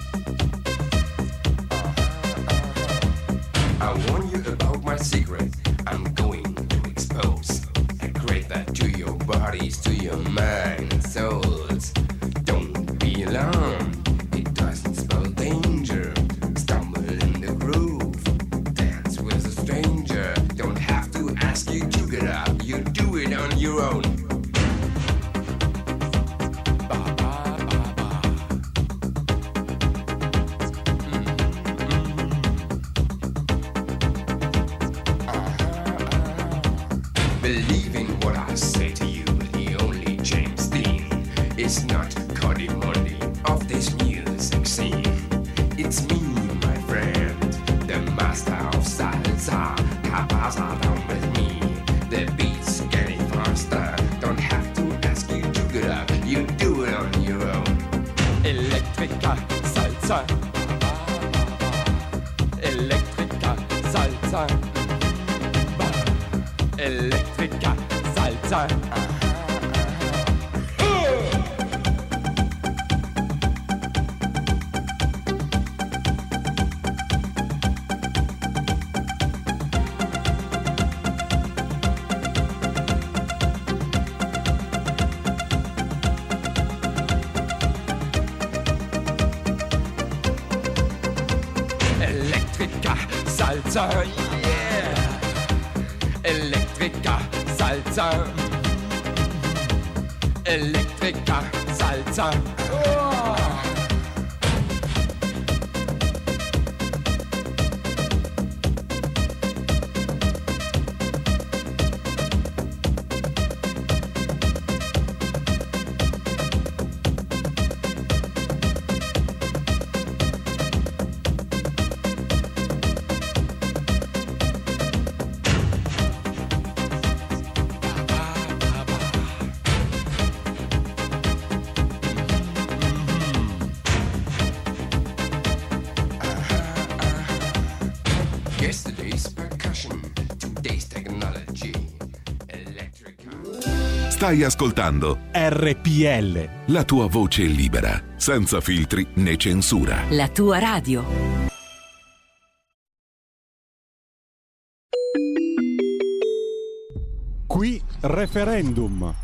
I warn you about my secret. I'm going to expose. I create that to your bodies, to your mind and souls. Don't be alarmed. It doesn't spell danger. Stumble in the groove. Dance with a stranger. Don't have to ask you to get up. You do it on your own. Believing what I say to you, the only James Dean is not Cody Monday of this music scene. It's me, my friend, the master of salsa. Capasa down with me, the beat's getting faster. Don't have to ask you to get up, you do it on your own. Electrica salsa, electrica salsa. Electrica salsa. Electrica salsa, yeah. Electrica salsa. Electrica salsa. Oh. Yesterday's percussion, today's technology. Electrica. Stai ascoltando RPL, la tua voce libera, senza filtri né censura. la tua radio. Qui referendum.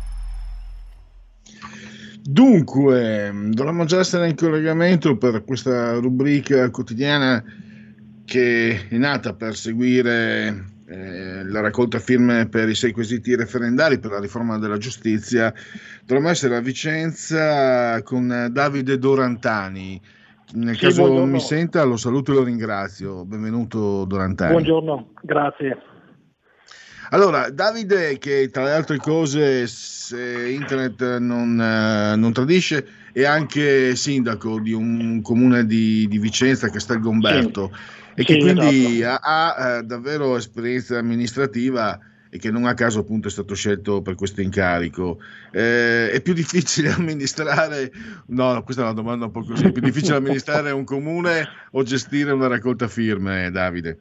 Dunque, dovremmo già essere in collegamento per questa rubrica quotidiana che è nata per seguire la raccolta firme per i 6 quesiti referendari per la riforma della giustizia. Dovremmo essere a Vicenza con Davide Dorantani. Nel caso buongiorno. mi senta, lo saluto e lo ringrazio. Benvenuto Dorantani. Buongiorno, grazie. Allora, Davide, che tra le altre cose, se internet non tradisce, è anche sindaco di un comune di Vicenza, Castelgomberto, e che quindi esatto. ha davvero esperienza amministrativa e che non a caso appunto è stato scelto per questo incarico. È più difficile amministrare, no, questa è una domanda un po' così, è più difficile amministrare un comune o gestire una raccolta firme, Davide?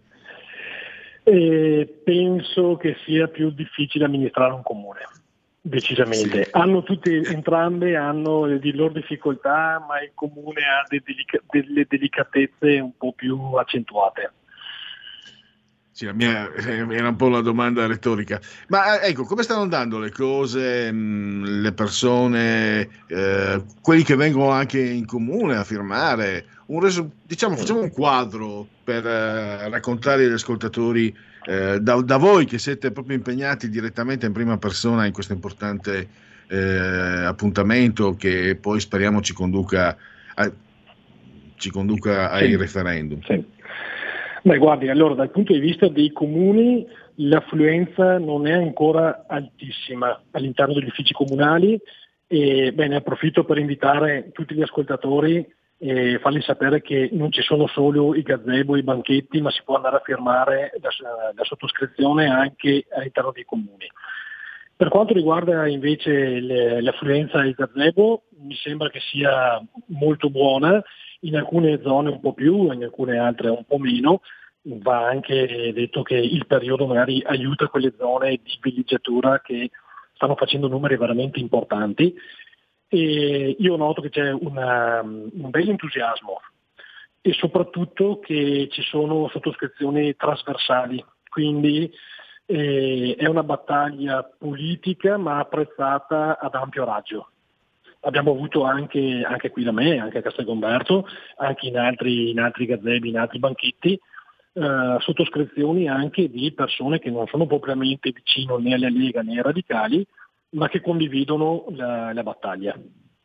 Penso che sia più difficile amministrare un comune, decisamente. Sì. Hanno entrambe hanno di loro difficoltà, ma il comune ha delle delicatezze un po' più accentuate. Sì, la mia era un po' una domanda retorica, ma ecco, come stanno andando le cose, le persone, quelli che vengono anche in comune a firmare, facciamo un quadro per raccontare agli ascoltatori, da voi che siete proprio impegnati direttamente in prima persona in questo importante appuntamento che poi speriamo ci conduca ai referendum. Sì. Beh, guardi, allora dal punto di vista dei comuni l'affluenza non è ancora altissima all'interno degli uffici comunali e ne approfitto per invitare tutti gli ascoltatori e fargli sapere che non ci sono solo i gazebo e i banchetti, ma si può andare a firmare la sottoscrizione anche all'interno dei comuni. Per quanto riguarda invece l'affluenza ai gazebo, mi sembra che sia molto buona, in alcune zone un po' più, in alcune altre un po' meno. Va anche detto che il periodo magari aiuta quelle zone di villeggiatura che stanno facendo numeri veramente importanti e io noto che c'è un bel entusiasmo e soprattutto che ci sono sottoscrizioni trasversali, quindi è una battaglia politica ma apprezzata ad ampio raggio. Abbiamo avuto anche qui da me, anche a Castelgomberto, anche in altri gazebi, in altri banchetti, sottoscrizioni anche di persone che non sono propriamente vicino né alla Lega né ai radicali, ma che condividono la battaglia.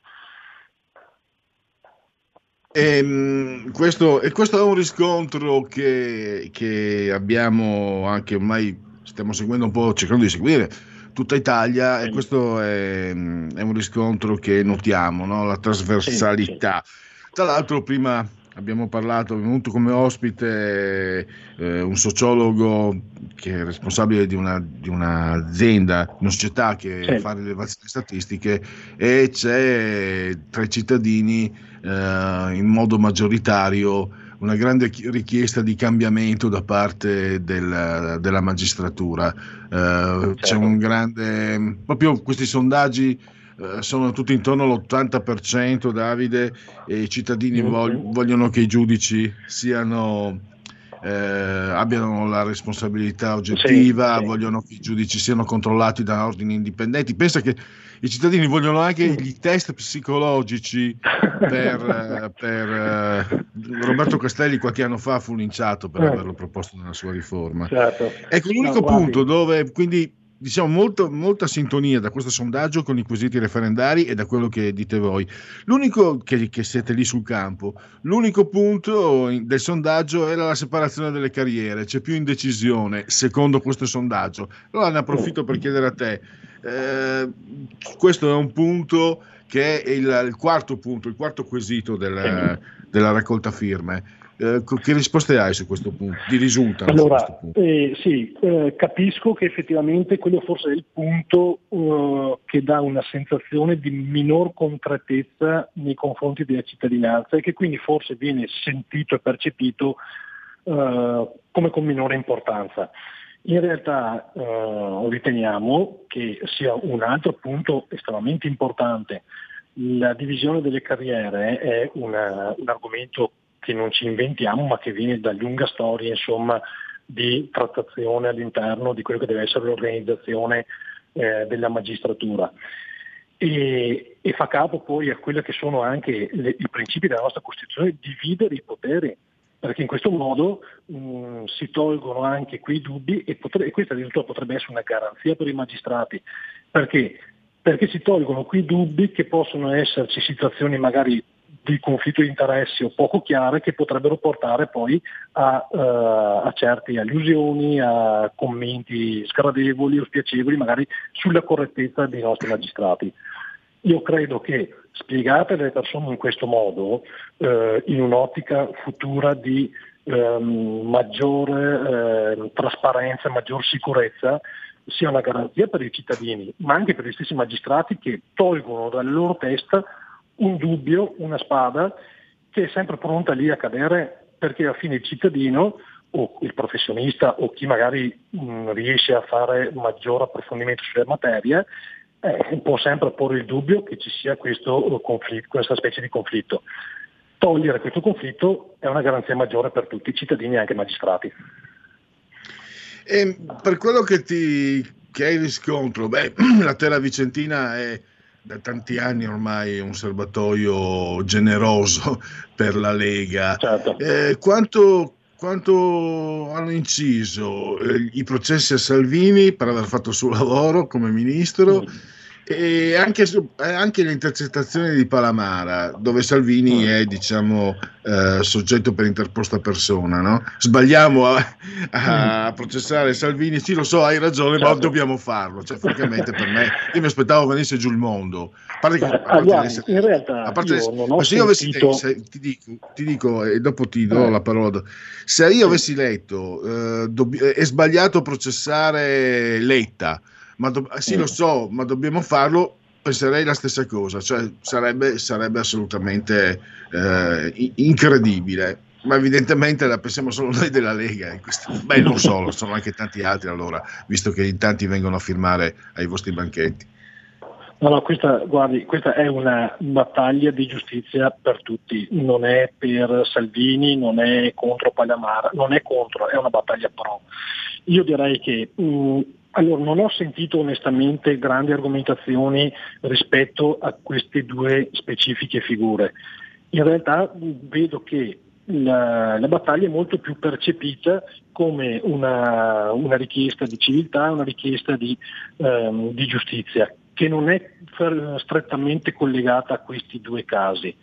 Questo è un riscontro che abbiamo anche ormai, stiamo seguendo un po', cercando di seguire tutta Italia, e questo è un riscontro che notiamo, no? La trasversalità. Tra l'altro prima abbiamo venuto come ospite un sociologo che è responsabile di un'azienda, una società che fa rilevazioni statistiche, e c'è tra i cittadini in modo maggioritario una grande richiesta di cambiamento da parte della magistratura. C'è un grande, proprio questi sondaggi sono tutti intorno all'80%, Davide, e i cittadini vogliono che i giudici abbiano la responsabilità oggettiva, vogliono che i giudici siano controllati da ordini indipendenti. Pensa che i cittadini vogliono anche gli test psicologici per Roberto Castelli qualche anno fa fu linciato per averlo proposto nella sua riforma. Ecco, l'unico punto dove quindi diciamo molta sintonia da questo sondaggio con i quesiti referendari e da quello che dite voi. L'unico che siete lì sul campo, l'unico punto del sondaggio era la separazione delle carriere, c'è più indecisione secondo questo sondaggio. Allora ne approfitto per chiedere a te, questo è un punto che è il quarto quesito della raccolta firme. Che risposte hai su questo punto? Ti risultano? Allora, capisco che effettivamente quello forse è il punto che dà una sensazione di minor concretezza nei confronti della cittadinanza e che quindi forse viene sentito e percepito come con minore importanza. In realtà riteniamo che sia un altro punto estremamente importante. La divisione delle carriere è un argomento che non ci inventiamo, ma che viene da lunga storia, insomma, di trattazione all'interno di quello che deve essere l'organizzazione della magistratura. E fa capo poi a quelli che sono anche i principi della nostra Costituzione, dividere i poteri, perché in questo modo si tolgono anche quei dubbi e questa addirittura potrebbe essere una garanzia per i magistrati. Perché si tolgono quei dubbi che possono esserci situazioni magari di conflitto di interessi o poco chiare che potrebbero portare poi a certe allusioni, a commenti sgradevoli o spiacevoli magari sulla correttezza dei nostri magistrati. Io credo che spiegate alle persone in questo modo, in un'ottica futura di maggiore trasparenza, maggior sicurezza, sia una garanzia per i cittadini, ma anche per gli stessi magistrati che tolgono dalle loro testa un dubbio, una spada che è sempre pronta lì a cadere, perché alla fine il cittadino o il professionista o chi magari riesce a fare maggior approfondimento sulle materie può sempre porre il dubbio che ci sia questo conflitto, questa specie di conflitto. Togliere questo conflitto è una garanzia maggiore per tutti i cittadini e anche i magistrati. E per quello che hai riscontro, la Terra Vicentina è da tanti anni ormai un serbatoio generoso per la Lega. Certo. Quanto hanno inciso i processi a Salvini per aver fatto il suo lavoro come ministro e anche le intercettazioni di Palamara, dove Salvini è, diciamo, soggetto per interposta persona, no? Sbagliamo a processare Salvini, sì, lo so, hai ragione, ma dobbiamo farlo. Cioè, francamente, per me, io mi aspettavo venisse giù il mondo. In realtà se io avessi ti dico e dopo ti do la parola. Se io avessi letto è sbagliato processare Letta, sì, lo so, ma dobbiamo farlo, penserei la stessa cosa, cioè sarebbe assolutamente incredibile, ma evidentemente la pensiamo solo noi della Lega. Non solo, sono anche tanti altri, allora, visto che in tanti vengono a firmare ai vostri banchetti. No, questa è una battaglia di giustizia per tutti, non è per Salvini, non è contro Palamara, non è contro, è una battaglia pro. Io direi che allora, non ho sentito onestamente grandi argomentazioni rispetto a queste due specifiche figure. In realtà vedo che la battaglia è molto più percepita come una richiesta di civiltà, una richiesta di giustizia, che non è strettamente collegata a questi due casi.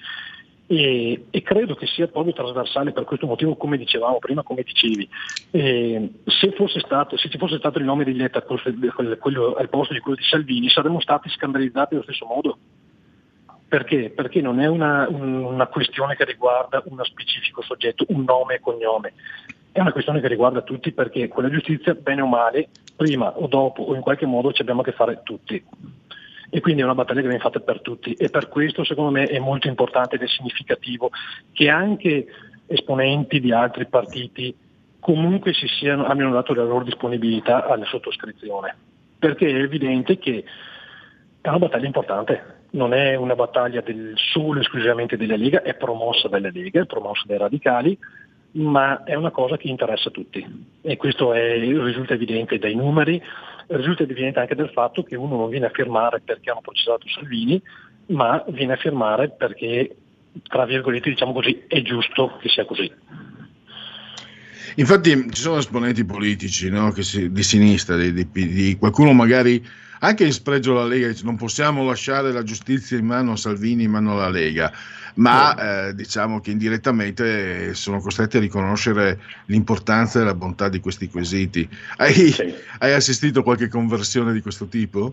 E credo che sia proprio trasversale per questo motivo, come dicevamo prima, come dicevi. Se ci fosse stato il nome di Letta quello al posto di quello di Salvini, saremmo stati scandalizzati allo stesso modo. Perché? Perché non è una questione che riguarda uno specifico soggetto, un nome e cognome. È una questione che riguarda tutti, perché con la giustizia, bene o male, prima o dopo o in qualche modo ci abbiamo a che fare tutti. E quindi è una battaglia che viene fatta per tutti, e per questo secondo me è molto importante ed è significativo che anche esponenti di altri partiti comunque abbiano dato la loro disponibilità alla sottoscrizione, perché è evidente che è una battaglia importante, non è una battaglia solo esclusivamente della Lega, è promossa dalla Lega, è promossa dai radicali, ma è una cosa che interessa a tutti, e questo risulta evidente dai numeri, risulta evidente anche dal fatto che uno non viene a firmare perché hanno processato Salvini, ma viene a firmare perché, tra virgolette, diciamo così, è giusto che sia così. Infatti ci sono esponenti politici, no, di sinistra, di qualcuno magari anche in spregio alla Lega, dice non possiamo lasciare la giustizia in mano a Salvini, in mano alla Lega, ma diciamo che indirettamente sono costretti a riconoscere l'importanza e la bontà di questi quesiti. Hai assistito a qualche conversione di questo tipo?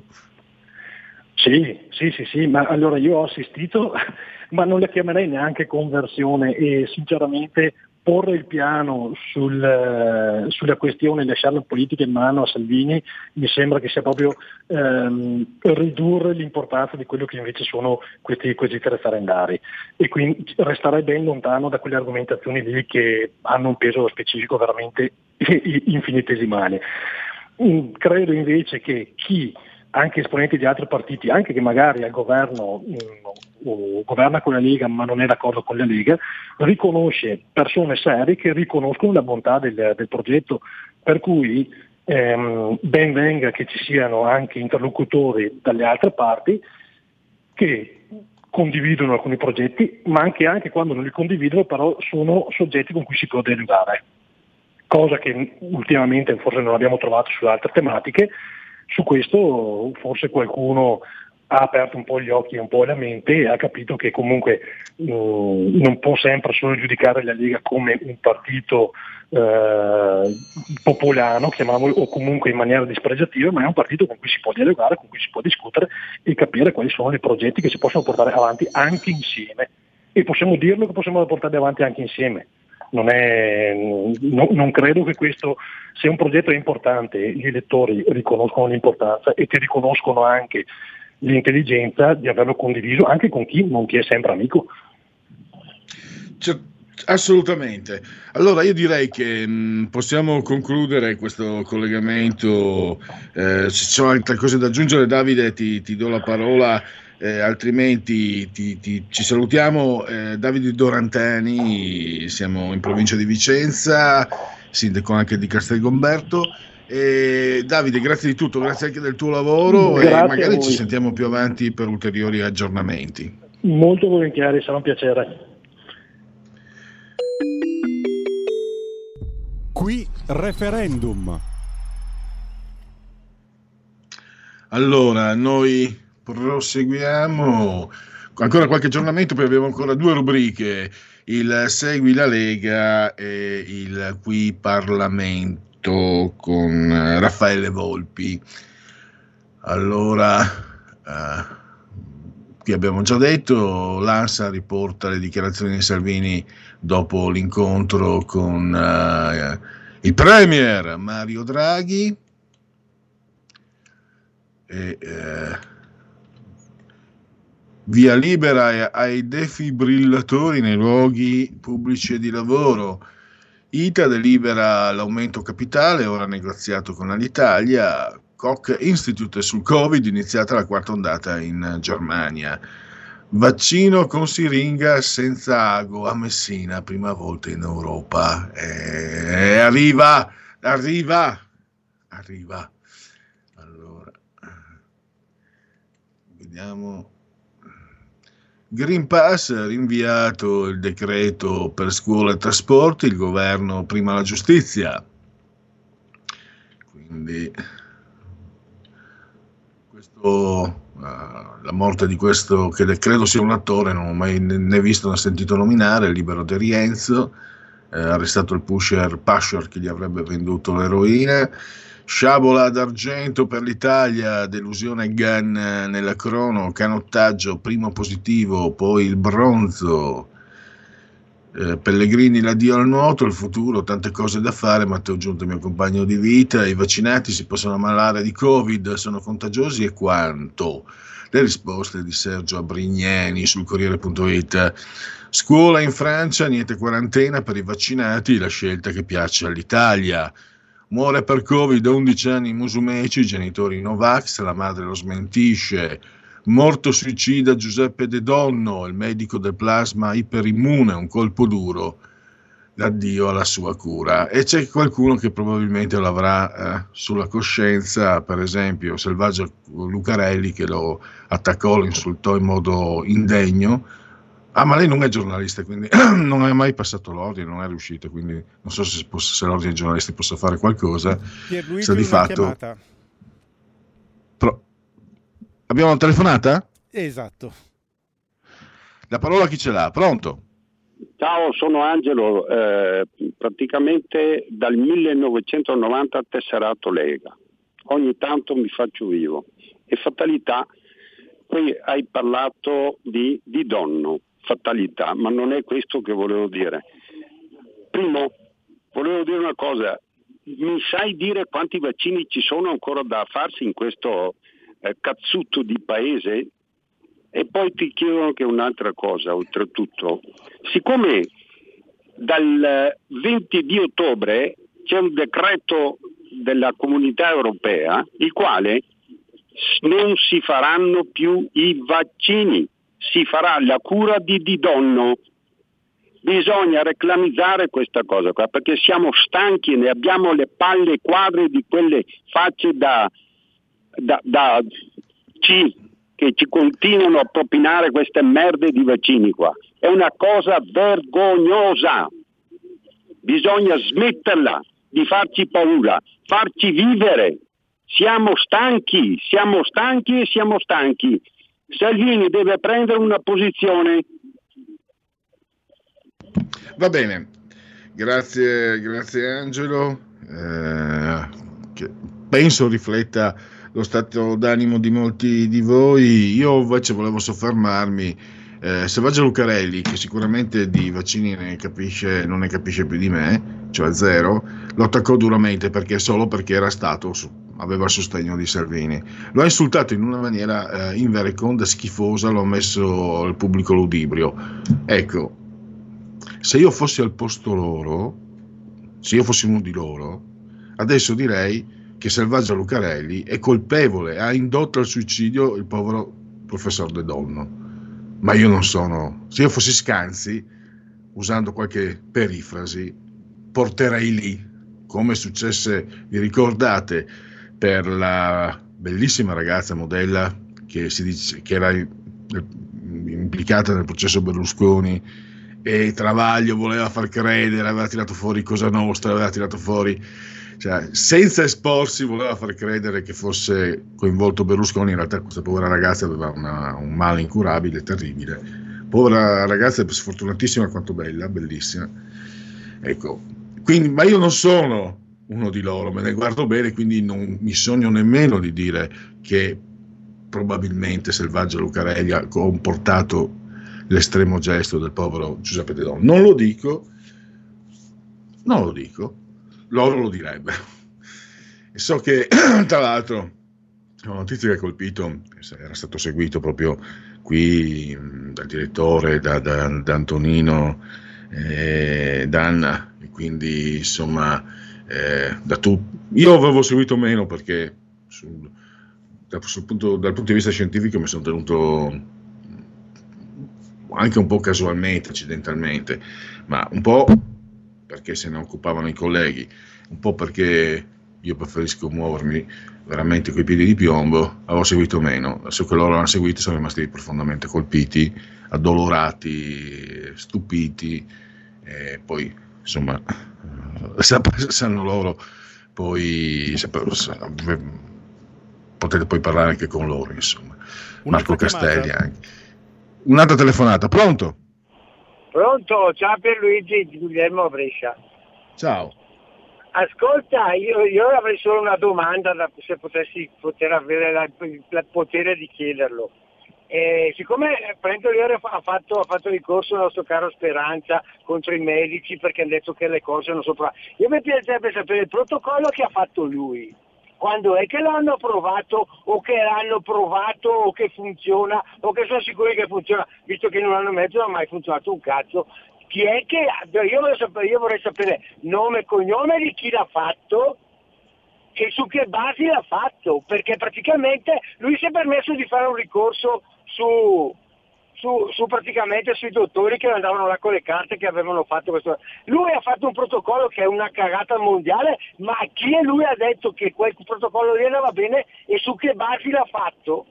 Sì, ma allora io ho assistito, ma non la chiamerei neanche conversione, e sinceramente porre il piano sulla questione, lasciare la politica in mano a Salvini, mi sembra che sia proprio ridurre l'importanza di quello che invece sono questi referendari, e quindi resterei ben lontano da quelle argomentazioni lì che hanno un peso specifico veramente infinitesimale. Credo invece che anche esponenti di altri partiti, anche che magari al governo governa con la Lega ma non è d'accordo con la Lega, riconosce persone serie che riconoscono la bontà del progetto, per cui ben venga che ci siano anche interlocutori dalle altre parti che condividono alcuni progetti, ma anche quando non li condividono però sono soggetti con cui si può dialogare, cosa che ultimamente forse non abbiamo trovato su altre tematiche. Su questo forse qualcuno ha aperto un po' gli occhi e un po' la mente e ha capito che comunque non può sempre solo giudicare la Lega come un partito popolano, chiamiamolo, o comunque in maniera dispregiativa, ma è un partito con cui si può dialogare, con cui si può discutere e capire quali sono i progetti che si possono portare avanti anche insieme, e possiamo dirlo che possiamo portarli avanti anche insieme. Non credo che questo, se un progetto è importante, gli elettori riconoscono l'importanza e ti riconoscono anche l'intelligenza di averlo condiviso anche con chi non ti è sempre amico. Assolutamente. Allora io direi che possiamo concludere questo collegamento. Se ci sono altre cose da aggiungere, Davide, ti do la parola. Altrimenti ci salutiamo. Davide Dorantani, siamo in provincia di Vicenza, sindaco anche di Castelgomberto, Davide, grazie di tutto, grazie anche del tuo lavoro, Grazie e a magari voi. ci sentiamo più avanti per ulteriori aggiornamenti. Molto volentieri, sarà un piacere. Qui referendum. Allora, noi proseguiamo, ancora qualche aggiornamento, poi abbiamo ancora 2 rubriche, il Segui la Lega e il Qui Parlamento con Raffaele Volpi. Allora, qui abbiamo già detto, l'ANSA riporta le dichiarazioni di Salvini dopo l'incontro con il Premier Mario Draghi. Via libera ai defibrillatori nei luoghi pubblici e di lavoro. ITA delibera l'aumento capitale, ora negoziato con l'Italia. Koch Institute sul Covid, iniziata la 4ª ondata in Germania. Vaccino con siringa senza ago a Messina, prima volta in Europa. Arriva. Allora, vediamo. Green Pass, rinviato il decreto per scuola e trasporti, il governo prima la giustizia. Quindi la morte di questo, che credo sia un attore, non ho mai né visto né sentito nominare, Libero De Rienzo, arrestato il pusher che gli avrebbe venduto l'eroina. Sciabola d'argento per l'Italia, delusione Gunn nella crono, canottaggio primo positivo, poi il bronzo. Pellegrini, l'addio al nuoto, il futuro, tante cose da fare. Matteo Giunta, mio compagno di vita. I vaccinati si possono ammalare di Covid, sono contagiosi e quanto? Le risposte di Sergio Abrignani sul Corriere.it. Scuola in Francia, niente quarantena per i vaccinati, la scelta che piace all'Italia. Muore per Covid a 11 anni Musumeci, genitori Novax, la madre lo smentisce. Morto suicida Giuseppe De Donno, il medico del plasma iperimmune, un colpo duro, l'addio alla sua cura. E c'è qualcuno che probabilmente l'avrà sulla coscienza, per esempio Selvaggio Lucarelli, che lo attaccò, lo insultò in modo indegno. Ma lei non è giornalista, quindi non è mai passato l'ordine, non è riuscito, quindi non so se l'ordine dei giornalisti possa fare qualcosa. Pierluigi, se di una fatto chiamata. Abbiamo una telefonata? Esatto. La parola a chi ce l'ha? Pronto? Ciao, sono Angelo, praticamente dal 1990 tesserato Lega. Ogni tanto mi faccio vivo. E fatalità, poi hai parlato di Donno, fatalità, ma non è questo che volevo dire. Primo, volevo dire una cosa, mi sai dire quanti vaccini ci sono ancora da farsi in questo cazzuto di paese? E poi ti chiedo anche un'altra cosa, oltretutto, siccome dal 20 di ottobre c'è un decreto della Comunità Europea, il quale non si faranno più i vaccini, si farà la cura di Donno. Bisogna reclamizzare questa cosa qua, perché siamo stanchi e ne abbiamo le palle quadre di quelle facce da C che ci continuano a propinare queste merde di vaccini qua. È una cosa vergognosa. Bisogna smetterla di farci paura, farci vivere. Siamo stanchi. Salvini deve prendere una posizione. Va bene, grazie Angelo, che penso rifletta lo stato d'animo di molti di voi. Io invece volevo soffermarmi, Selvaggio Lucarelli, che sicuramente di vaccini non ne capisce più di me, cioè zero, lo attaccò duramente solo perché aveva il sostegno di Salvini. Lo ha insultato in una maniera invereconda, schifosa, lo ha messo al pubblico ludibrio. Ecco, se io fossi al posto loro, se io fossi uno di loro, adesso direi che Selvaggio Lucarelli è colpevole, ha indotto al suicidio il povero professor De Donno. Ma io non sono, se io fossi Scanzi, usando qualche perifrasi, porterei lì come successe, vi ricordate, per la bellissima ragazza modella che si dice che era implicata nel processo Berlusconi, e Travaglio voleva far credere, aveva tirato fuori Cosa Nostra, aveva tirato fuori, cioè, senza esporsi voleva far credere che fosse coinvolto Berlusconi. In realtà questa povera ragazza aveva un male incurabile, terribile, povera ragazza, sfortunatissima quanto bella, bellissima, ecco. Quindi, ma io non sono uno di loro, me ne guardo bene, quindi non mi sogno nemmeno di dire che probabilmente Selvaggia Lucarelli ha comportato l'estremo gesto del povero Giuseppe De Donno. Non lo dico, loro lo direbbero. E so che, tra l'altro, una notizia che ha colpito, era stato seguito proprio qui dal direttore, da Antonino, Danna, e quindi insomma io avevo seguito meno perché dal punto di vista scientifico mi sono tenuto anche un po' casualmente, accidentalmente, ma un po' perché se ne occupavano i colleghi, un po' perché io preferisco muovermi veramente coi piedi di piombo. Avevo seguito meno, adesso che loro l'hanno seguito sono rimasti profondamente colpiti, addolorati, stupiti, e poi insomma sanno loro, poi potete poi parlare anche con loro, insomma. Marco Castelli anche. Un'altra telefonata, pronto? Pronto, ciao Pierluigi, Guglielmo Brescia. Ciao. Ascolta, io avrei solo una domanda, se poter avere il potere di chiederlo. Siccome ieri ha fatto ricorso il nostro caro Speranza contro i medici perché hanno detto che le cose non sono provate, io mi piacerebbe sapere il protocollo che ha fatto lui. Quando è che l'hanno approvato o che l'hanno provato o che funziona o che sono sicuri che funziona, visto che in un anno e mezzo non ha mai funzionato un cazzo. Chi è che io vorrei sapere nome e cognome di chi l'ha fatto e su che basi l'ha fatto, perché praticamente lui si è permesso di fare un ricorso su praticamente sui dottori che andavano là con le carte che avevano fatto questo. Lui ha fatto un protocollo che è una cagata mondiale, ma chi è lui ha detto che quel protocollo lì andava bene e su che basi l'ha fatto?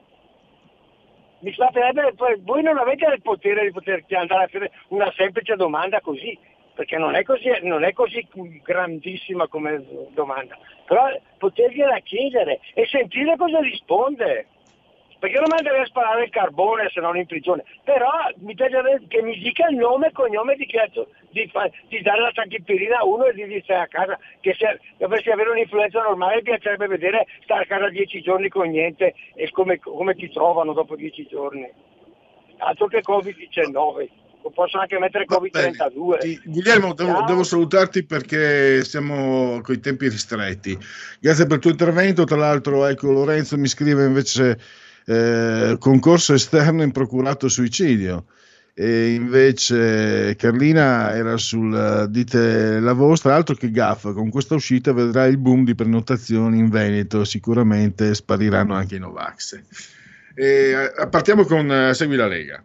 Mi saprebbe, voi non avete il potere di poter andare a fare una semplice domanda così, perché non è così grandissima come domanda, però potergliela chiedere e sentire cosa risponde. Perché non manderei a sparare il carbone se non in prigione, però mi piacerebbe che mi dica il nome e cognome di dare la tachipirina a uno e di stare a casa, che se dovessi avere un'influenza normale mi piacerebbe vedere stare a casa 10 giorni con niente e come ti trovano dopo 10 giorni, altro che Covid-19. Posso anche mettere Covid-32. Guglielmo, devo salutarti perché siamo coi tempi ristretti. Grazie per il tuo intervento. Tra l'altro, ecco, Lorenzo mi scrive invece concorso esterno in procurato suicidio, e invece Carlina era sul dite la vostra, altro che gaffa. Con questa uscita vedrà il boom di prenotazioni in Veneto, sicuramente spariranno anche i Novax. Partiamo con Segui la Lega.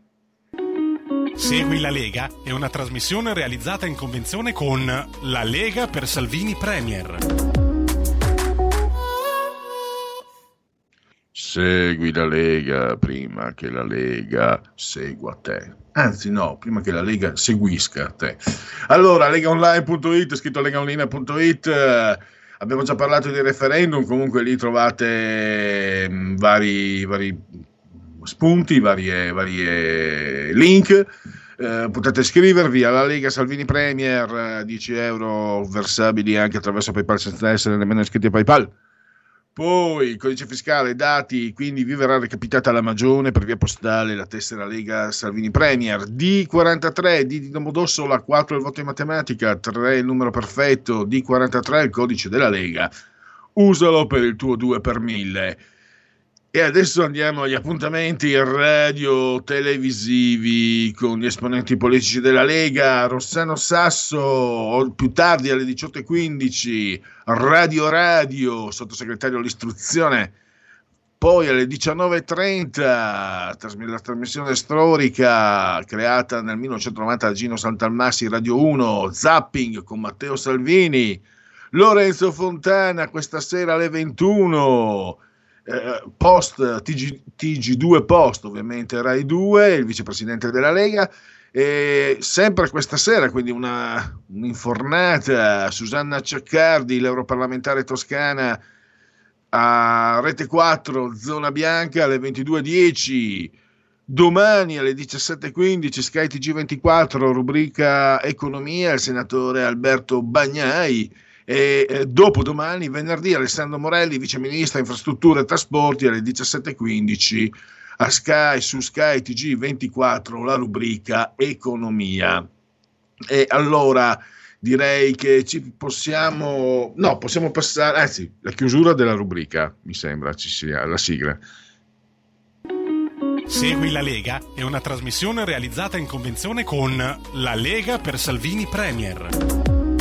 Segui la Lega è una trasmissione realizzata in convenzione con la Lega per Salvini Premier. Segui la Lega prima che la Lega segua te. Anzi no, prima che la Lega seguisca te. Allora, legaonline.it, scritto legaonline.it, abbiamo già parlato di referendum, comunque lì trovate vari spunti, varie link. Potete iscrivervi alla Lega Salvini Premier, 10 euro versabili anche attraverso PayPal senza essere nemmeno iscritti a PayPal. Poi codice fiscale, dati, quindi vi verrà recapitata la magione per via postale la tessera Lega Salvini Premier. D43, D di Domodossola, 4 il voto in matematica, 3 il numero perfetto, D43 il codice della Lega. Usalo per il tuo 2 per 1000. E adesso andiamo agli appuntamenti radio-televisivi con gli esponenti politici della Lega. Rossano Sasso, più tardi alle 18.15, Radio, sottosegretario all'istruzione. Poi alle 19.30, la trasmissione storica creata nel 1990 da Gino Santalmassi, Radio 1, Zapping con Matteo Salvini. Lorenzo Fontana questa sera alle 21, post TG2 Post, ovviamente Rai 2, il vicepresidente della Lega. E sempre questa sera, quindi un'infornata, Susanna Ceccardi, l'europarlamentare toscana, a Rete 4 Zona Bianca alle 22:10. Domani alle 17:15 Sky TG24 rubrica Economia, il senatore Alberto Bagnai. E dopodomani, venerdì, Alessandro Morelli, viceministro infrastrutture e trasporti, alle 17:15 su Sky TG24 la rubrica Economia. E allora direi che possiamo passare, anzi, la chiusura della rubrica, mi sembra ci sia la sigla. Segui la Lega è una trasmissione realizzata in convenzione con La Lega per Salvini Premier.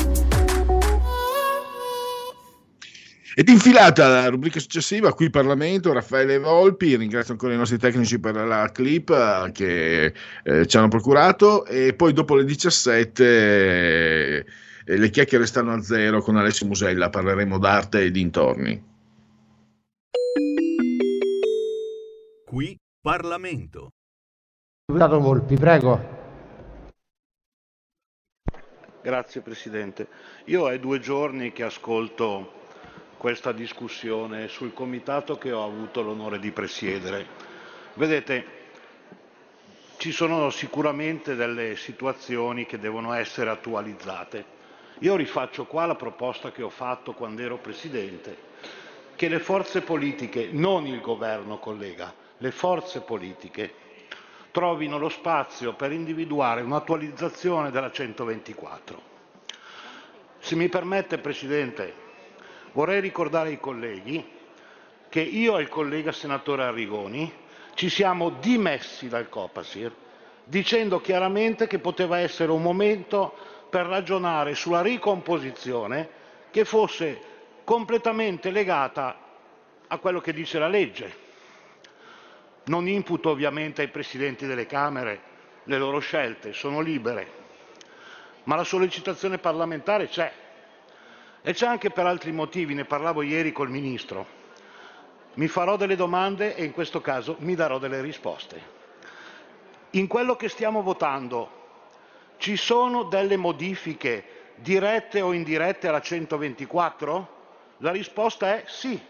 Ed infilata la rubrica successiva, qui Parlamento, Raffaele Volpi. Ringrazio ancora i nostri tecnici per la clip che ci hanno procurato, e poi dopo le 17 le chiacchiere stanno a zero con Alessio Musella, parleremo d'arte e dintorni. Qui Parlamento. Deputato Volpi, prego. Grazie Presidente. Io è 2 giorni che ascolto questa discussione sul comitato che ho avuto l'onore di presiedere. Vedete, ci sono sicuramente delle situazioni che devono essere attualizzate. Io rifaccio qua la proposta che ho fatto quando ero Presidente, che le forze politiche, non il governo collega, le forze politiche trovino lo spazio per individuare un'attualizzazione della 124. Se mi permette, Presidente, vorrei ricordare ai colleghi che io e il collega senatore Arrigoni ci siamo dimessi dal Copasir dicendo chiaramente che poteva essere un momento per ragionare sulla ricomposizione che fosse completamente legata a quello che dice la legge. Non imputo ovviamente ai presidenti delle Camere le loro scelte, sono libere, ma la sollecitazione parlamentare c'è. E c'è anche per altri motivi, ne parlavo ieri col Ministro. Mi farò delle domande e in questo caso mi darò delle risposte. In quello che stiamo votando ci sono delle modifiche dirette o indirette alla 124? La risposta è sì,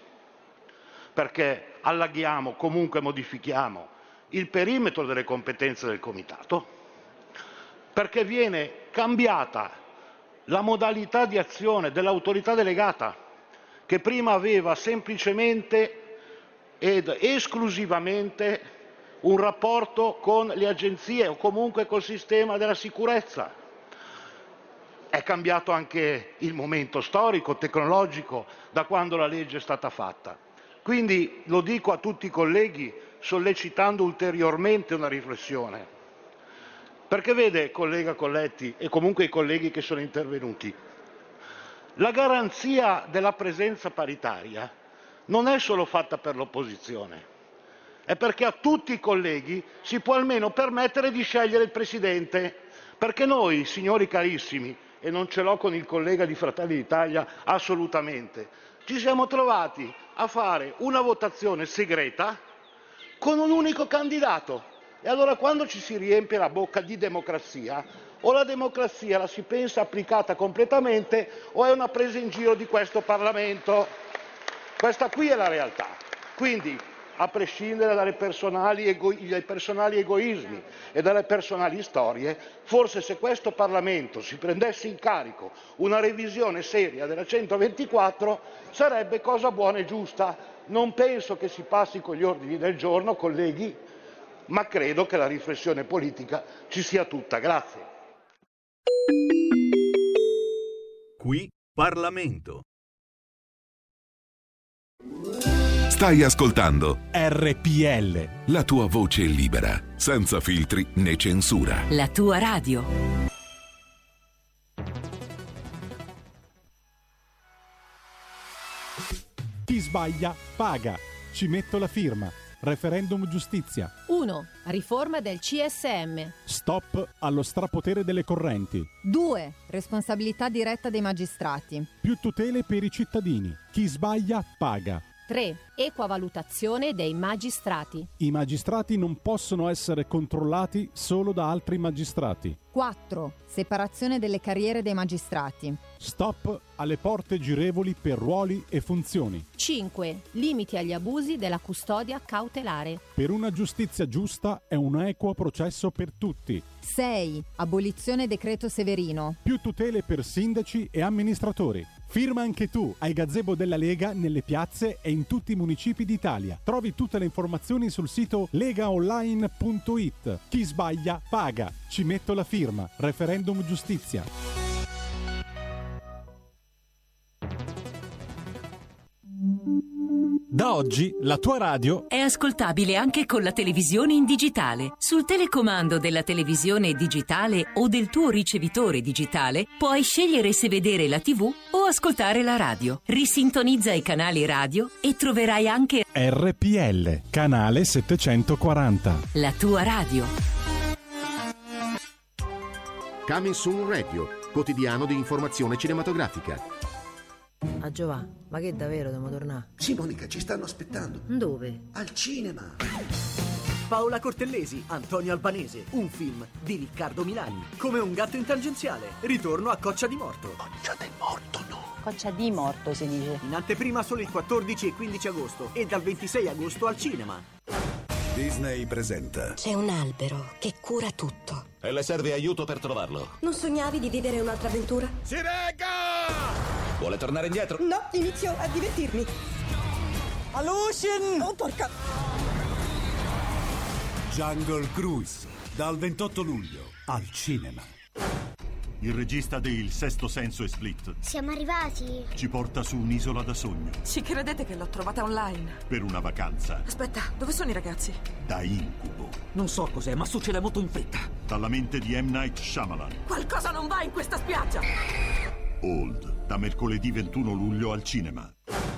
perché allarghiamo, comunque modifichiamo il perimetro delle competenze del Comitato, perché viene cambiata la modalità di azione dell'autorità delegata, che prima aveva semplicemente ed esclusivamente un rapporto con le agenzie o comunque col sistema della sicurezza. È cambiato anche il momento storico, tecnologico, da quando la legge è stata fatta. Quindi lo dico a tutti i colleghi sollecitando ulteriormente una riflessione. Perché vede, collega Colletti, e comunque i colleghi che sono intervenuti, la garanzia della presenza paritaria non è solo fatta per l'opposizione, è perché a tutti i colleghi si può almeno permettere di scegliere il Presidente. Perché noi, signori carissimi, e non ce l'ho con il collega di Fratelli d'Italia assolutamente, ci siamo trovati a fare una votazione segreta con un unico candidato. E allora quando ci si riempie la bocca di democrazia, o la democrazia la si pensa applicata completamente o è una presa in giro di questo Parlamento. Questa qui è la realtà. Quindi, a prescindere dalle dai personali egoismi e dalle personali storie, forse se questo Parlamento si prendesse in carico una revisione seria della 124 sarebbe cosa buona e giusta. Non penso che si passi con gli ordini del giorno, colleghi, ma credo che la riflessione politica ci sia tutta. Grazie. Qui Parlamento. Stai ascoltando RPL, la tua voce libera, senza filtri né censura. la tua radio. Chi sbaglia paga. Ci metto la firma. referendum giustizia. 1. Riforma del CSM. Stop allo strapotere delle correnti. 2. Responsabilità diretta dei magistrati. Più tutele per i cittadini. Chi sbaglia paga. 3. Equa valutazione dei magistrati. I magistrati non possono essere controllati solo da altri magistrati. 4. Separazione delle carriere dei magistrati. Stop alle porte girevoli per ruoli e funzioni. 5. Limiti agli abusi della custodia cautelare. Per una giustizia giusta e un equo processo per tutti. 6. Abolizione decreto Severino. Più tutele per sindaci e amministratori. Firma anche tu ai gazebo della Lega nelle piazze e in tutti i municipi d'Italia. Trovi tutte le informazioni sul sito legaonline.it. Chi sbaglia paga. Ci metto la firma. Referendum giustizia. Da oggi la tua radio è ascoltabile anche con la televisione in digitale. Sul telecomando della televisione digitale o del tuo ricevitore digitale puoi scegliere se vedere la TV o ascoltare la radio. Risintonizza i canali radio e troverai anche RPL, canale 740. La tua radio. Coming Soon Radio, quotidiano di informazione cinematografica. Ah Giovanni, ma che davvero dobbiamo tornare? Sì Monica, ci stanno aspettando. Dove? Al cinema. Paola Cortellesi, Antonio Albanese, un film di Riccardo Milani. Come un gatto in tangenziale, ritorno a Coccia di Morto. Coccia del Morto no. Coccia di Morto si dice. In anteprima solo il 14 e 15 agosto e dal 26 agosto al cinema. Disney presenta. C'è un albero che cura tutto. E le serve aiuto per trovarlo. Non sognavi di vivere un'altra avventura? Si regga! Vuole tornare indietro? No, inizio a divertirmi. Alucin! Oh, porca! Jungle Cruise, dal 28 luglio al cinema. Il regista di Il Sesto Senso e Split Siamo arrivati. ci porta su un'isola da sogno Ci credete che l'ho trovata online? per una vacanza Aspetta, dove sono i ragazzi? da incubo. Non so cos'è, ma succede molto in fretta. Dalla mente di M. Night Shyamalan. Qualcosa non va in questa spiaggia! Old, da mercoledì 21 luglio al cinema.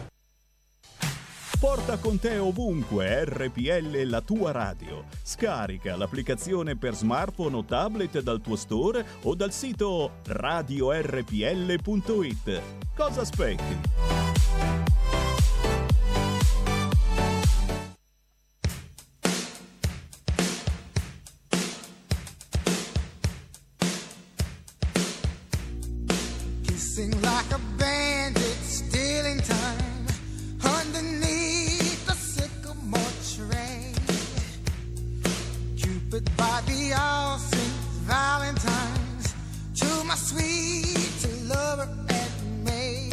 Porta con te ovunque RPL la tua radio. Scarica l'applicazione per smartphone o tablet dal tuo store o dal sito radiorpl.it. Cosa aspetti? Kissing like a bandit, stealing time underneath the sycamore tree. Cupid by the all saints Valentine's to my sweet lover and me.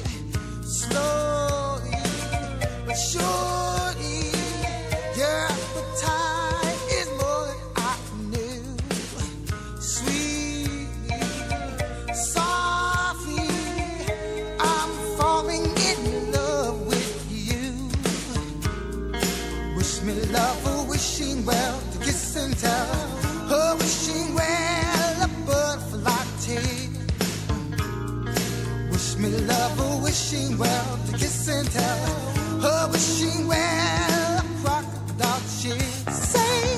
Slowly but surely, your appetite is more than I knew. Sweetly, softly, I'm falling in love with you. Wish me love, a wishing well, to kiss and tell. A wishing well, a butterfly tea. Wish me love, a wishing well, to kiss and tell. A wishing well, a crocodile cheer. Say,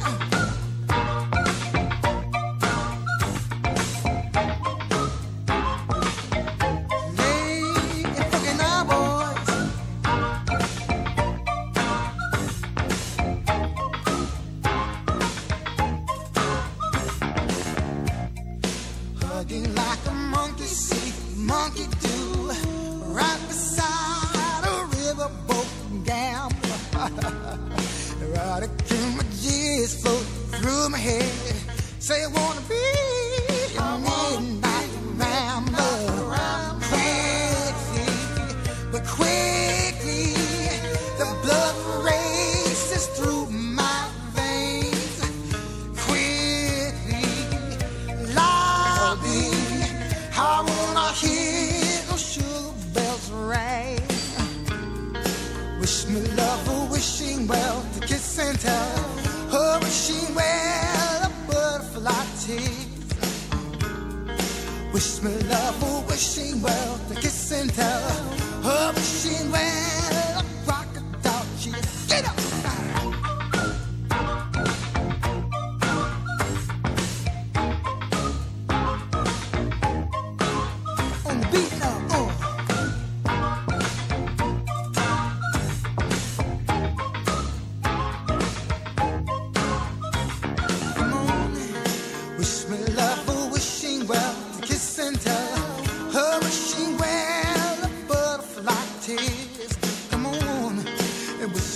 hugging like a monkey see, monkey do, right beside a riverboat gambler. Erotic images float through my head. Say I wanna be a midnight rambler. Quickly, but quickly, the blood races through my veins. Quickly, loudly, I wanna hear those sugar bells ring. Wish me love, a wishing well, to kiss and tell. A wishing well, a butterfly tease. Wish me love, a wishing well, to kiss and tell. A wishing well, a crocodile cheer. Get up!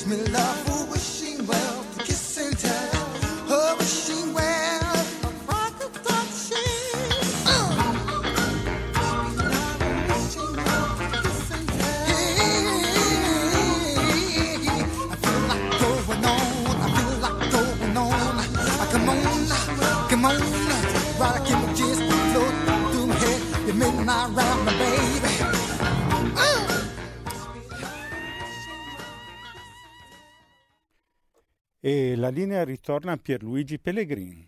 me love, oh, wishing well to kiss and tell. Oh, wishing well, a rock of touching. Come on, right, give me just float through my head. You make me not round my baby. E la linea ritorna a Pierluigi Pellegrini.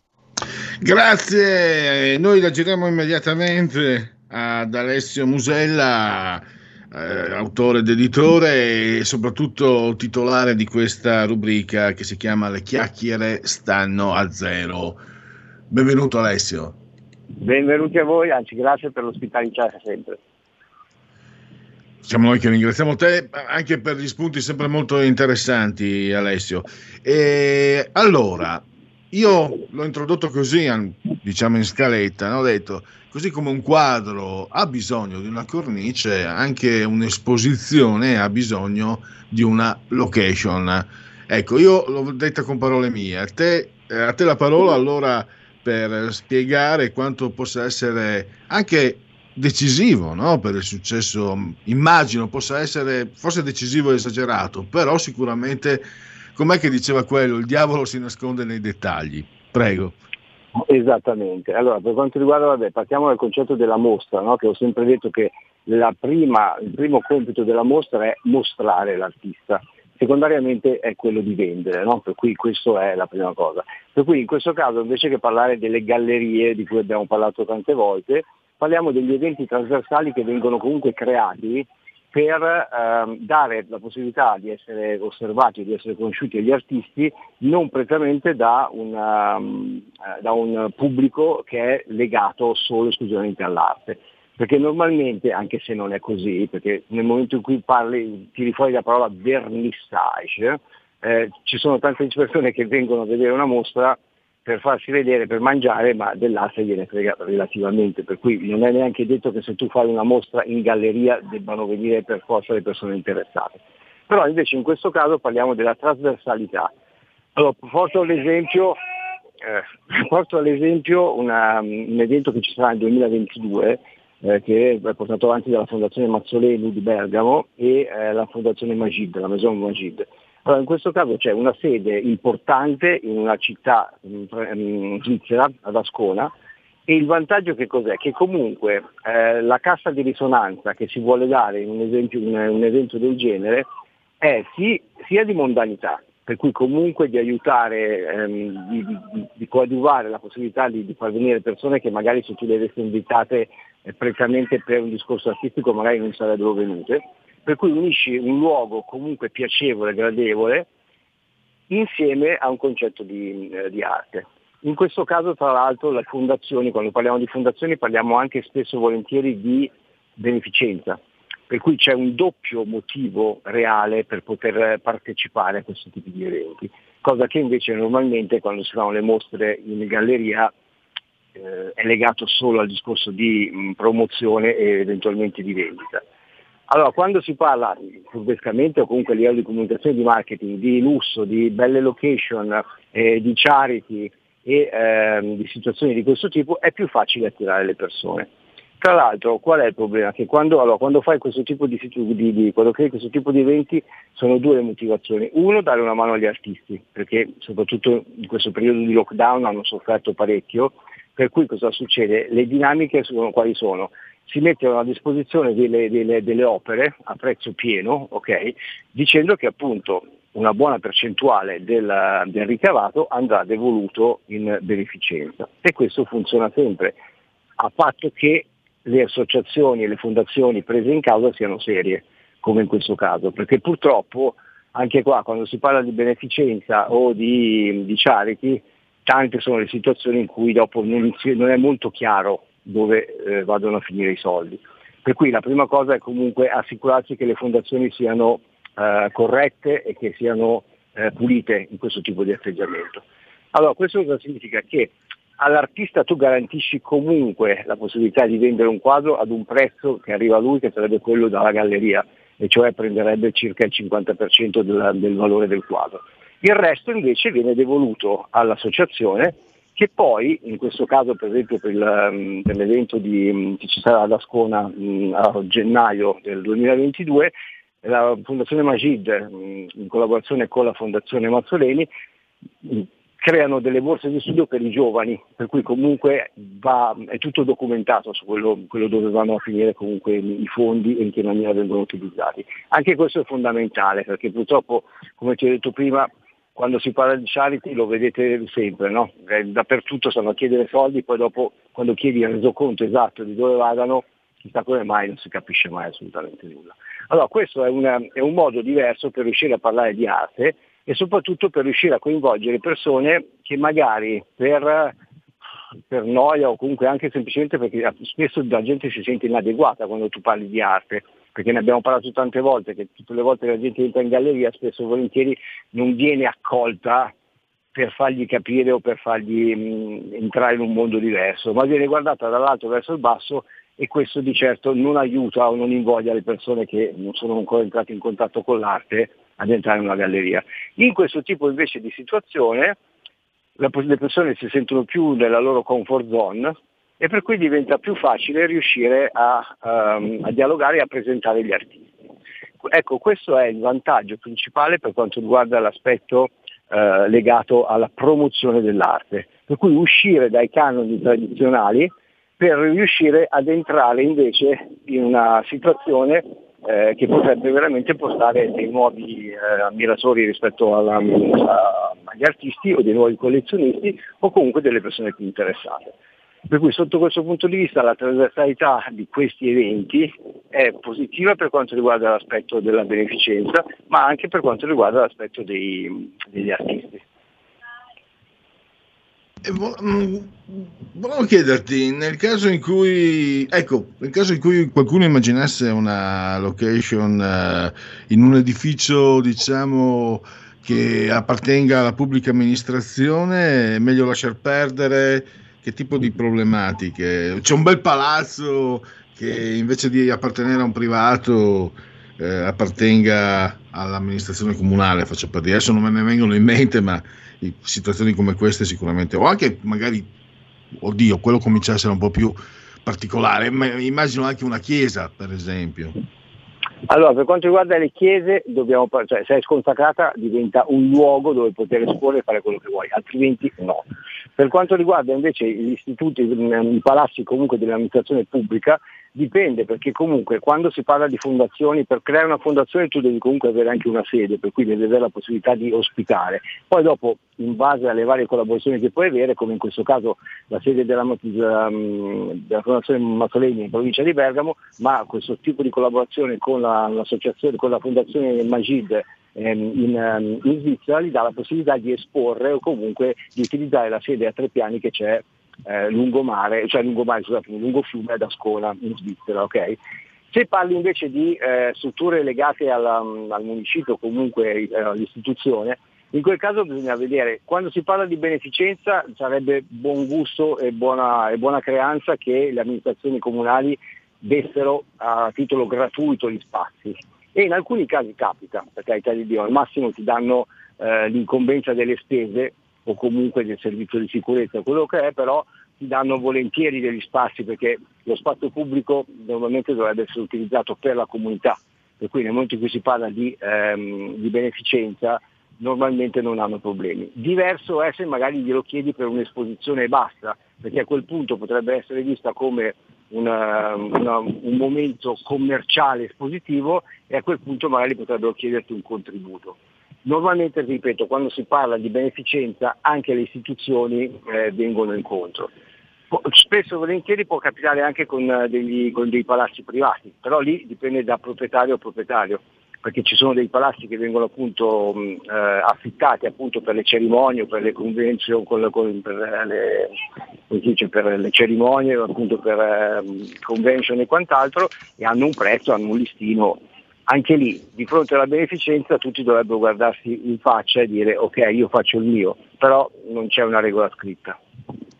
Grazie, noi la giriamo immediatamente ad Alessio Musella, autore ed editore e soprattutto titolare di questa rubrica che si chiama Le chiacchiere stanno a zero. Benvenuto Alessio. Benvenuti a voi, anzi grazie per l'ospitalità sempre. Siamo noi che ringraziamo te anche per gli spunti sempre molto interessanti, Alessio. E allora, io l'ho introdotto così, diciamo in scaletta, no? Ho detto, così come un quadro ha bisogno di una cornice, anche un'esposizione ha bisogno di una location. Ecco, io l'ho detta con parole mie, a te la parola allora per spiegare quanto possa essere anche decisivo, no? Per il successo, immagino possa essere forse decisivo e esagerato, però sicuramente, com'è che diceva quello, il diavolo si nasconde nei dettagli. Prego. Esattamente. Allora, per quanto riguarda, partiamo dal concetto della mostra, no? Che ho sempre detto che il primo compito della mostra è mostrare l'artista, secondariamente è quello di vendere, no? Per cui questa è la prima cosa. Per cui in questo caso, invece che parlare delle gallerie di cui abbiamo parlato tante volte, parliamo degli eventi trasversali che vengono comunque creati per dare la possibilità di essere osservati, di essere conosciuti agli artisti, non prettamente da un pubblico che è legato solo e esclusivamente all'arte. Perché normalmente, anche se non è così, perché nel momento in cui tiri fuori la parola vernissage, ci sono tante persone che vengono a vedere una mostra per farsi vedere, per mangiare, ma dell'arte gliene frega relativamente, per cui non è neanche detto che se tu fai una mostra in galleria debbano venire per forza le persone interessate. Però invece in questo caso parliamo della trasversalità. Allora, porto all'esempio un evento che ci sarà nel 2022, che è portato avanti dalla Fondazione Mazzoleni di Bergamo e la Fondazione Magid, la Maison Magid. Allora, in questo caso c'è una sede importante in una città in Svizzera, ad Ascona, e il vantaggio che cos'è? Che comunque la cassa di risonanza che si vuole dare in un evento del genere è sia di mondanità, per cui comunque di aiutare, di coadiuvare la possibilità di far venire persone che magari se tu le avessi invitate prettamente per un discorso artistico magari non sarebbero venute, per cui unisci un luogo comunque piacevole, gradevole, insieme a un concetto di arte. In questo caso, tra l'altro, le fondazioni, quando parliamo di fondazioni parliamo anche spesso e volentieri di beneficenza, per cui c'è un doppio motivo reale per poter partecipare a questo tipo di eventi, cosa che invece normalmente quando si fanno le mostre in galleria è legato solo al discorso di promozione e eventualmente di vendita. Allora, quando si parla furbescamente o comunque a livello di comunicazione, di marketing, di lusso, di belle location, di charity e di situazioni di questo tipo, è più facile attirare le persone. Tra l'altro, qual è il problema? Che quando fai questo tipo quando crei questo tipo di eventi, sono due le motivazioni. Uno, dare una mano agli artisti, perché soprattutto in questo periodo di lockdown hanno sofferto parecchio, per cui cosa succede? Le dinamiche quali sono? Si mettono a disposizione delle opere a prezzo pieno, ok? Dicendo che appunto una buona percentuale del ricavato andrà devoluto in beneficenza, e questo funziona sempre, a patto che le associazioni e le fondazioni prese in causa siano serie, come in questo caso, perché purtroppo anche qua quando si parla di beneficenza o di charity, tante sono le situazioni in cui dopo non è molto chiaro dove vadano a finire i soldi. Per cui la prima cosa è comunque assicurarsi che le fondazioni siano corrette e che siano pulite in questo tipo di atteggiamento. Allora, questo cosa significa? Che all'artista tu garantisci comunque la possibilità di vendere un quadro ad un prezzo che arriva a lui, che sarebbe quello dalla galleria, e cioè prenderebbe circa il 50% del valore del quadro. Il resto invece viene devoluto all'associazione, che poi, in questo caso per esempio per l'evento che ci sarà ad Ascona a gennaio del 2022, la Fondazione Magid, in collaborazione con la Fondazione Mazzoleni, creano delle borse di studio per i giovani, per cui comunque è tutto documentato su quello dove vanno a finire comunque i fondi e in che maniera vengono utilizzati. Anche questo è fondamentale, perché purtroppo, come ti ho detto prima, quando si parla di charity lo vedete sempre, no? Dappertutto stanno a chiedere soldi, poi dopo quando chiedi il resoconto esatto di dove vadano, chissà come mai non si capisce mai assolutamente nulla. Allora questo è un modo diverso per riuscire a parlare di arte e soprattutto per riuscire a coinvolgere persone che magari per noia o comunque anche semplicemente perché spesso la gente si sente inadeguata quando tu parli di arte, perché ne abbiamo parlato tante volte, che tutte le volte che la gente entra in galleria spesso e volentieri non viene accolta per fargli capire o per fargli entrare in un mondo diverso, ma viene guardata dall'alto verso il basso, e questo di certo non aiuta o non invoglia le persone che non sono ancora entrate in contatto con l'arte ad entrare in una galleria. In questo tipo invece di situazione le persone si sentono più nella loro comfort zone e per cui diventa più facile riuscire a dialogare e a presentare gli artisti. Ecco, questo è il vantaggio principale per quanto riguarda l'aspetto legato alla promozione dell'arte, per cui uscire dai canoni tradizionali per riuscire ad entrare invece in una situazione che potrebbe veramente portare dei nuovi ammiratori rispetto agli artisti o dei nuovi collezionisti o comunque delle persone più interessate. Per cui sotto questo punto di vista la trasversalità di questi eventi è positiva per quanto riguarda l'aspetto della beneficenza, ma anche per quanto riguarda l'aspetto degli artisti. Volevo chiederti, nel caso in cui qualcuno immaginasse una location in un edificio, diciamo, che appartenga alla pubblica amministrazione, è meglio lasciar perdere? Che tipo di problematiche? C'è un bel palazzo che invece di appartenere a un privato appartenga all'amministrazione comunale, faccio per dire, adesso non me ne vengono in mente, ma situazioni come queste sicuramente, o anche magari, quello comincia a essere un po' più particolare, immagino anche una chiesa per esempio. Allora, per quanto riguarda le chiese, se è sconsacrata diventa un luogo dove poter esporre e fare quello che vuoi, altrimenti no. Per quanto riguarda invece gli istituti, i palazzi comunque dell'amministrazione pubblica, dipende, perché comunque quando si parla di fondazioni, per creare una fondazione tu devi comunque avere anche una sede, per cui devi avere la possibilità di ospitare. Poi dopo, in base alle varie collaborazioni che puoi avere, come in questo caso la sede della Fondazione Mazzoleni in provincia di Bergamo, ma questo tipo di collaborazione con l'associazione, con la Fondazione Magid in Svizzera, gli dà la possibilità di esporre o comunque di utilizzare la sede a 3 piani che c'è lungo fiume ad Ascona in Svizzera, ok? Se parli invece di strutture legate al municipio o comunque all'istituzione, in quel caso bisogna vedere, quando si parla di beneficenza sarebbe buon gusto e buona creanza che le amministrazioni comunali dessero a titolo gratuito gli spazi, e in alcuni casi capita, per carità di Dio, al massimo ti danno l'incombenza delle spese o comunque del servizio di sicurezza, quello che è, però ti danno volentieri degli spazi, perché lo spazio pubblico normalmente dovrebbe essere utilizzato per la comunità, per cui nel momento in cui si parla di beneficenza normalmente non hanno problemi. Diverso è se magari glielo chiedi per un'esposizione e basta, perché a quel punto potrebbe essere vista come un momento commerciale espositivo, e a quel punto magari potrebbero chiederti un contributo. Normalmente, ripeto, quando si parla di beneficenza anche le istituzioni vengono incontro. Spesso e volentieri può capitare anche con dei palazzi privati, però lì dipende da proprietario a proprietario, perché ci sono dei palazzi che vengono appunto affittati appunto per le cerimonie o per le convenzioni, per le cerimonie o appunto per convention e quant'altro, e hanno un prezzo, hanno un listino. Anche lì, di fronte alla beneficenza, tutti dovrebbero guardarsi in faccia e dire ok, io faccio il mio, però non c'è una regola scritta.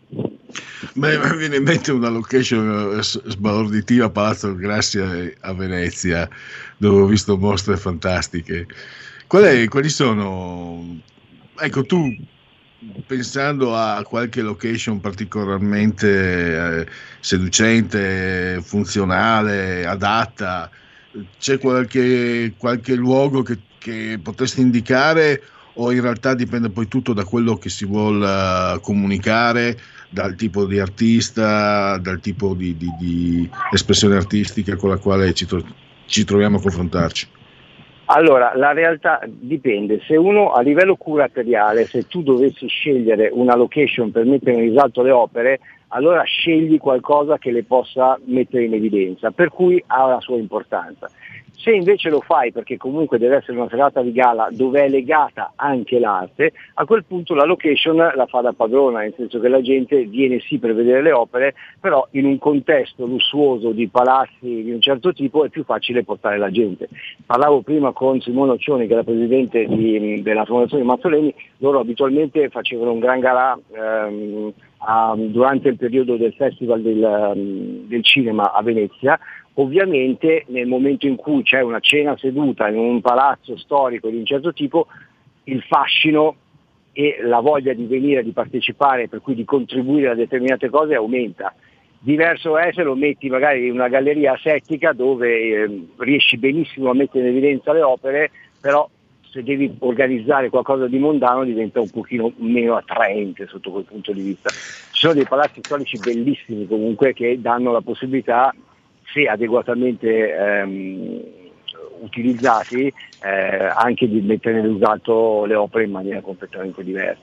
Beh, mi viene in mente una location sbalorditiva, Palazzo Grassi a Venezia, dove ho visto mostre fantastiche. Quali sono? Ecco, tu pensando a qualche location particolarmente seducente, funzionale, adatta, c'è qualche luogo che potresti indicare, o in realtà dipende poi tutto da quello che si vuol comunicare, dal tipo di artista, dal tipo di espressione artistica con la quale ci troviamo a confrontarci? Allora, la realtà dipende. Se uno a livello curatoriale, se tu dovessi scegliere una location per mettere in risalto le opere, allora scegli qualcosa che le possa mettere in evidenza, per cui ha la sua importanza. Se invece lo fai perché comunque deve essere una serata di gala dove è legata anche l'arte, a quel punto la location la fa da padrona, nel senso che la gente viene sì per vedere le opere, però in un contesto lussuoso di palazzi di un certo tipo è più facile portare la gente. Parlavo prima con Simone Occioni, che è la presidente della Fondazione Mazzoleni. Loro abitualmente facevano un gran galà durante il periodo del Festival del Cinema a Venezia. Ovviamente nel momento in cui c'è una cena seduta in un palazzo storico di un certo tipo, il fascino e la voglia di venire, di partecipare, per cui di contribuire a determinate cose aumenta. Diverso è se lo metti magari in una galleria asettica dove riesci benissimo a mettere in evidenza le opere, però se devi organizzare qualcosa di mondano diventa un pochino meno attraente sotto quel punto di vista. Ci sono dei palazzi storici bellissimi comunque che danno la possibilità, se adeguatamente utilizzati, anche di mettere in risalto le opere in maniera completamente diversa.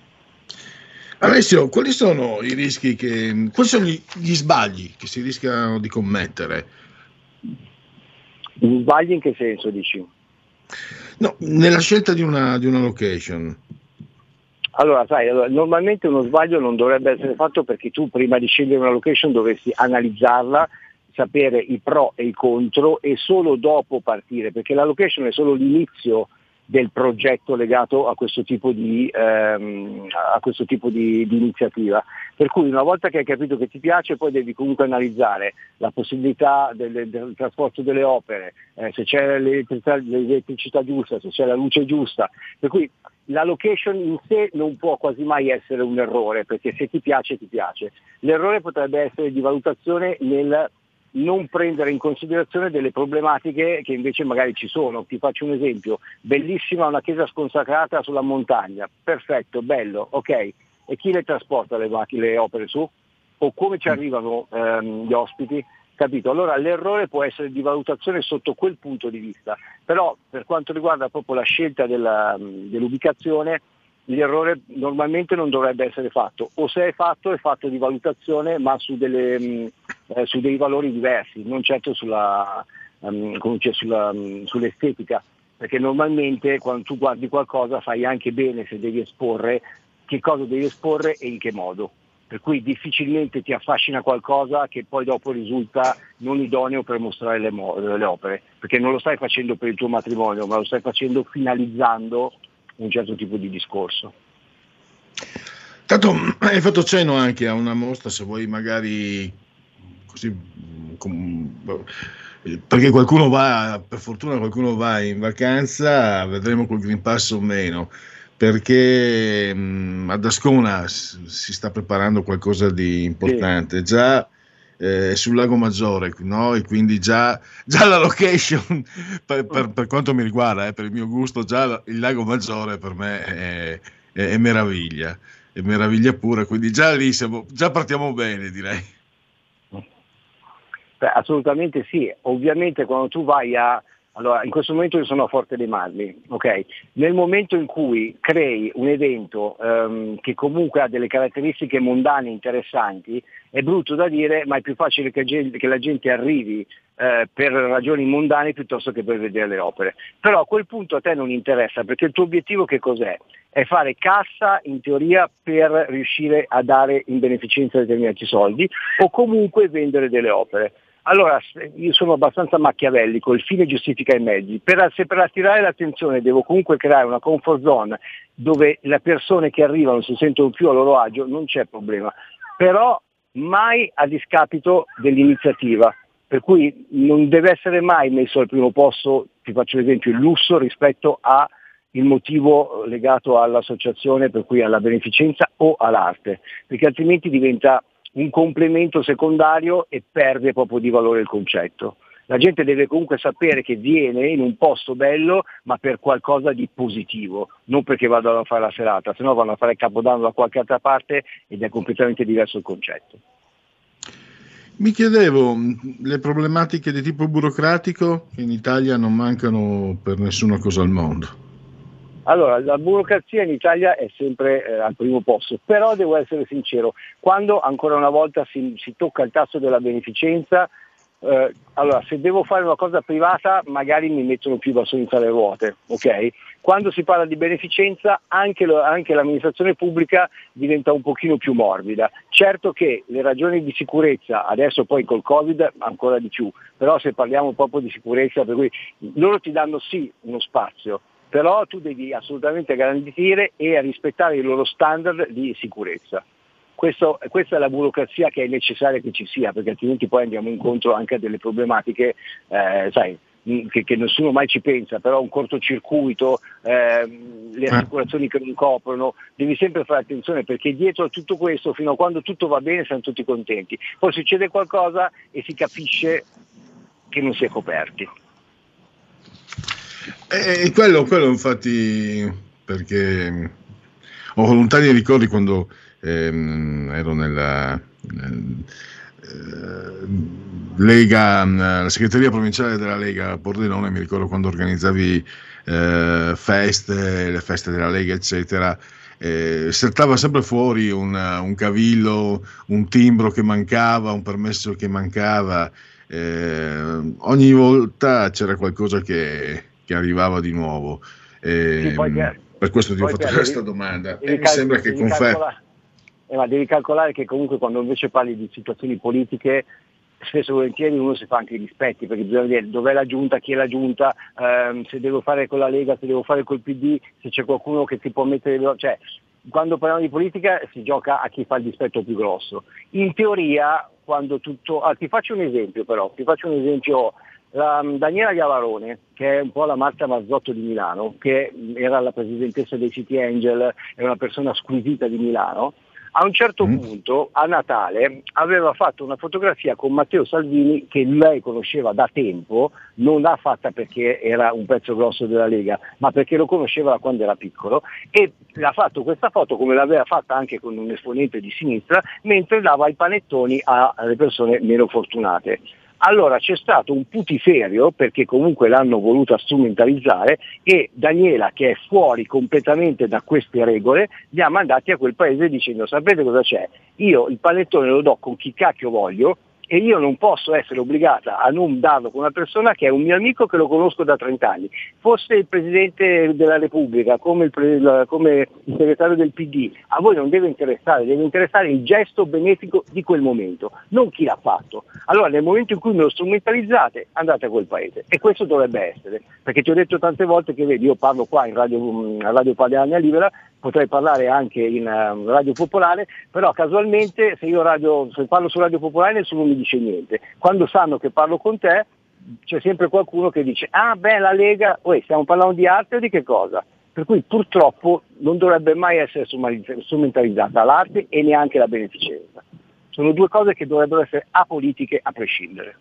Alessio, quali sono i rischi quali sono gli sbagli che si rischiano di commettere? Gli sbagli in che senso dici? No, nella scelta di una location. Allora, sai, normalmente uno sbaglio non dovrebbe essere fatto, perché tu prima di scegliere una location dovresti analizzarla, sapere i pro e i contro e solo dopo partire, perché la location è solo l'inizio del progetto legato a questo tipo di iniziativa. Per cui una volta che hai capito che ti piace, poi devi comunque analizzare la possibilità del trasporto delle opere, se c'è l'elettricità giusta, se c'è la luce giusta. Per cui la location in sé non può quasi mai essere un errore, perché se ti piace, ti piace. L'errore potrebbe essere di valutazione nel non prendere in considerazione delle problematiche che invece magari ci sono. Ti faccio un esempio: bellissima una chiesa sconsacrata sulla montagna, perfetto, bello, ok, e chi le trasporta le opere su? O come ci arrivano gli ospiti? Capito? Allora l'errore può essere di valutazione sotto quel punto di vista, però per quanto riguarda proprio la scelta dell'ubicazione, l'errore normalmente non dovrebbe essere fatto, o se è fatto di valutazione, ma su dei valori diversi, non certo sull'estetica, perché normalmente quando tu guardi qualcosa fai anche bene, se devi esporre, che cosa devi esporre e in che modo, per cui difficilmente ti affascina qualcosa che poi dopo risulta non idoneo per mostrare le opere, perché non lo stai facendo per il tuo matrimonio, ma lo stai facendo finalizzando un certo tipo di discorso. Tanto hai fatto cenno anche a una mostra, se vuoi magari così, perché qualcuno va, per fortuna qualcuno va in vacanza, vedremo col Green Pass o meno, perché ad Ascona si sta preparando qualcosa di importante, sì. Già sul Lago Maggiore, no? E quindi già la location per quanto mi riguarda, per il mio gusto, già il Lago Maggiore per me è meraviglia, è meraviglia pura, quindi già lì già partiamo bene, direi. Beh, assolutamente sì. Ovviamente quando tu vai allora, in questo momento io sono a Forte dei Marmi, ok? Nel momento in cui crei un evento che comunque ha delle caratteristiche mondane interessanti, è brutto da dire, ma è più facile che la gente arrivi per ragioni mondane piuttosto che per vedere le opere. Però a quel punto a te non interessa, perché il tuo obiettivo che cos'è? È fare cassa in teoria per riuscire a dare in beneficenza determinati soldi o comunque vendere delle opere. Allora, io sono abbastanza machiavellico, il fine giustifica i mezzi. Se per attirare l'attenzione devo comunque creare una comfort zone dove le persone che arrivano si sentono più a loro agio, non c'è problema. però mai a discapito dell'iniziativa, per cui non deve essere mai messo al primo posto, ti faccio l'esempio, il lusso rispetto a il motivo legato all'associazione, per cui alla beneficenza o all'arte, perché altrimenti diventa un complemento secondario e perde proprio di valore il concetto. La gente deve comunque sapere che viene in un posto bello, ma per qualcosa di positivo, non perché vadano a fare la serata, se no vanno a fare il Capodanno da qualche altra parte ed è completamente diverso il concetto. Mi chiedevo, le problematiche di tipo burocratico in Italia non mancano per nessuna cosa al mondo. Allora, la burocrazia in Italia è sempre al primo posto, però devo essere sincero, quando ancora una volta si tocca il tasto della beneficenza, allora se devo fare una cosa privata magari mi mettono più bastoni tra le ruote, ok? Quando si parla di beneficenza anche l'amministrazione pubblica diventa un pochino più morbida. Certo che le ragioni di sicurezza, adesso poi col Covid ancora di più, però se parliamo proprio di sicurezza, per cui loro ti danno sì uno spazio, però tu devi assolutamente garantire e rispettare i loro standard di sicurezza. Questa è la burocrazia che è necessaria che ci sia, perché altrimenti poi andiamo incontro anche a delle problematiche, che nessuno mai ci pensa, però un cortocircuito, le assicurazioni che non coprono, devi sempre fare attenzione, perché dietro a tutto questo, fino a quando tutto va bene, siamo tutti contenti. Poi succede qualcosa e si capisce che non si è coperti. Quello infatti, perché ho lontani ricordi quando ero nella Lega, la segreteria provinciale della Lega a Pordenone, mi ricordo quando organizzavi le feste della Lega eccetera, saltava sempre fuori un cavillo, un timbro che mancava, un permesso che mancava, ogni volta c'era qualcosa che arrivava di nuovo, per questo ti ho fatto questa domanda e mi sembra che conferma. Ma devi calcolare che comunque quando invece parli di situazioni politiche spesso e volentieri uno si fa anche i dispetti, perché bisogna vedere dov'è la giunta, chi è la giunta, se devo fare con la Lega, se devo fare col PD, se c'è qualcuno che si può mettere, cioè quando parliamo di politica si gioca a chi fa il dispetto più grosso. In teoria quando tutto, ti faccio un esempio, Daniela Iavarone, che è un po' la Marta Mazzotto di Milano, che era la presidentessa dei City Angel, è una persona squisita di Milano. A un certo punto, a Natale, aveva fatto una fotografia con Matteo Salvini che lei conosceva da tempo, non l'ha fatta perché era un pezzo grosso della Lega, ma perché lo conosceva da quando era piccolo, e l'ha fatto questa foto come l'aveva fatta anche con un esponente di sinistra, mentre dava i panettoni alle persone meno fortunate. Allora c'è stato un putiferio perché comunque l'hanno voluta strumentalizzare e Daniela, che è fuori completamente da queste regole, li ha mandati a quel paese dicendo: sapete cosa c'è? Io il panettone lo do con chi cacchio voglio e io non posso essere obbligata a non darlo con una persona che è un mio amico che lo conosco da 30 anni. Fosse il Presidente della Repubblica, come il segretario del PD, a voi non deve interessare il gesto benefico di quel momento, non chi l'ha fatto. Allora nel momento in cui me lo strumentalizzate, andate a quel paese. E questo dovrebbe essere, perché ti ho detto tante volte che vedi, io parlo qua in Radio Padania Libera, potrei parlare anche in Radio Popolare, però casualmente se parlo su Radio Popolare nessuno mi dice niente. Quando sanno che parlo con te c'è sempre qualcuno che dice: ah beh, la Lega, stiamo parlando di arte o di che cosa? Per cui purtroppo non dovrebbe mai essere strumentalizzata l'arte e neanche la beneficenza. Sono due cose che dovrebbero essere apolitiche a prescindere.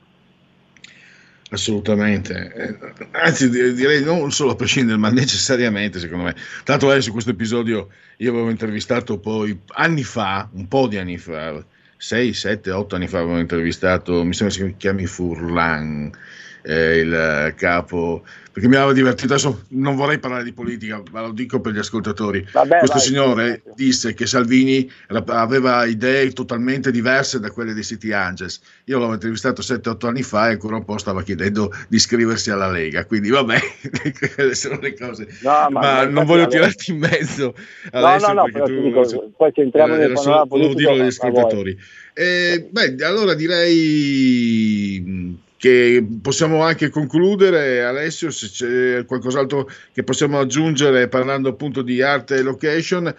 Assolutamente, anzi direi non solo a prescindere, ma necessariamente, secondo me. Tanto su questo episodio io avevo intervistato poi un po' di anni fa, 6, 7, 8 anni fa avevo intervistato, mi sembra si chiami Furlan, il capo, perché mi aveva divertito. Adesso non vorrei parlare di politica, ma lo dico per gli ascoltatori. Questo signore disse che Salvini aveva idee totalmente diverse da quelle dei City Angels. Io l'avevo intervistato 7-8 anni fa e ancora un po' stava chiedendo di iscriversi alla Lega, quindi vabbè, quelle sono le cose. Ma non voglio tirarti in mezzo adesso, perché poi se entriamo nel panorama politico, lo dirò agli ascoltatori. Allora direi che possiamo anche concludere. Alessio, se c'è qualcos'altro che possiamo aggiungere parlando appunto di arte e location,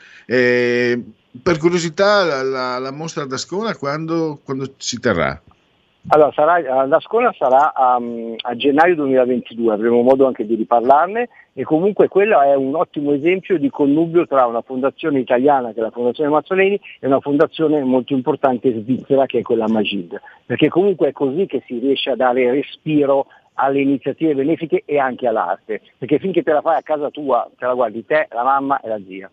per curiosità la mostra d'Ascona quando si terrà? Allora, l'Ascona sarà a gennaio 2022, avremo modo anche di riparlarne, e comunque quello è un ottimo esempio di connubio tra una fondazione italiana, che è la Fondazione Mazzoleni, e una fondazione molto importante svizzera, che è quella Magid, perché comunque è così che si riesce a dare respiro alle iniziative benefiche e anche all'arte, perché finché te la fai a casa tua, te la guardi te, la mamma e la zia.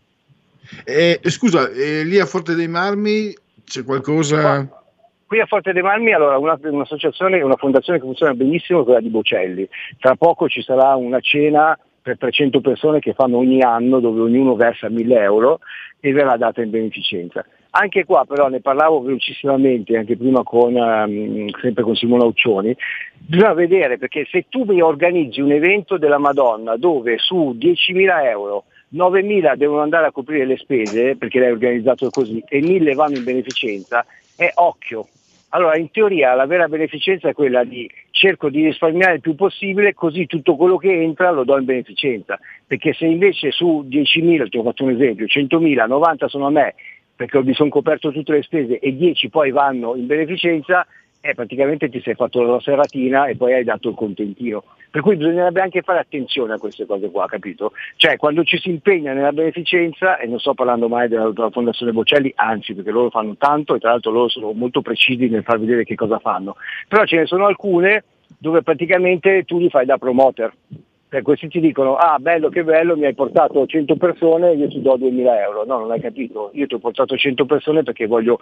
Scusa, lì a Forte dei Marmi c'è qualcosa? Qui a Forte dei Marmi, allora, un'associazione, una fondazione che funziona benissimo è quella di Bocelli. Tra poco ci sarà una cena per 300 persone che fanno ogni anno, dove ognuno versa 1.000 euro e verrà data in beneficenza. Anche qua però ne parlavo velocissimamente anche prima sempre con Simona Uccioni, bisogna vedere, perché se tu mi organizzi un evento della Madonna dove su 10.000 euro 9.000 devono andare a coprire le spese, perché l'hai organizzato così, e 1.000 vanno in beneficenza, è occhio. Allora, in teoria la vera beneficenza è quella di cerco di risparmiare il più possibile, così tutto quello che entra lo do in beneficenza, perché se invece su 10.000, ti ho fatto un esempio, 100.000, 90 sono a me, perché mi sono coperto tutte le spese, e 10 poi vanno in beneficenza, praticamente ti sei fatto la seratina e poi hai dato il contentino. Per cui bisognerebbe anche fare attenzione a queste cose qua, capito? Cioè, quando ci si impegna nella beneficenza, e non sto parlando mai della Fondazione Bocelli, anzi, perché loro fanno tanto e tra l'altro loro sono molto precisi nel far vedere che cosa fanno, però ce ne sono alcune dove praticamente tu li fai da promoter. Questi ti dicono, bello, che bello, mi hai portato 100 persone, io ti do 2.000 euro. No, non hai capito, io ti ho portato 100 persone perché voglio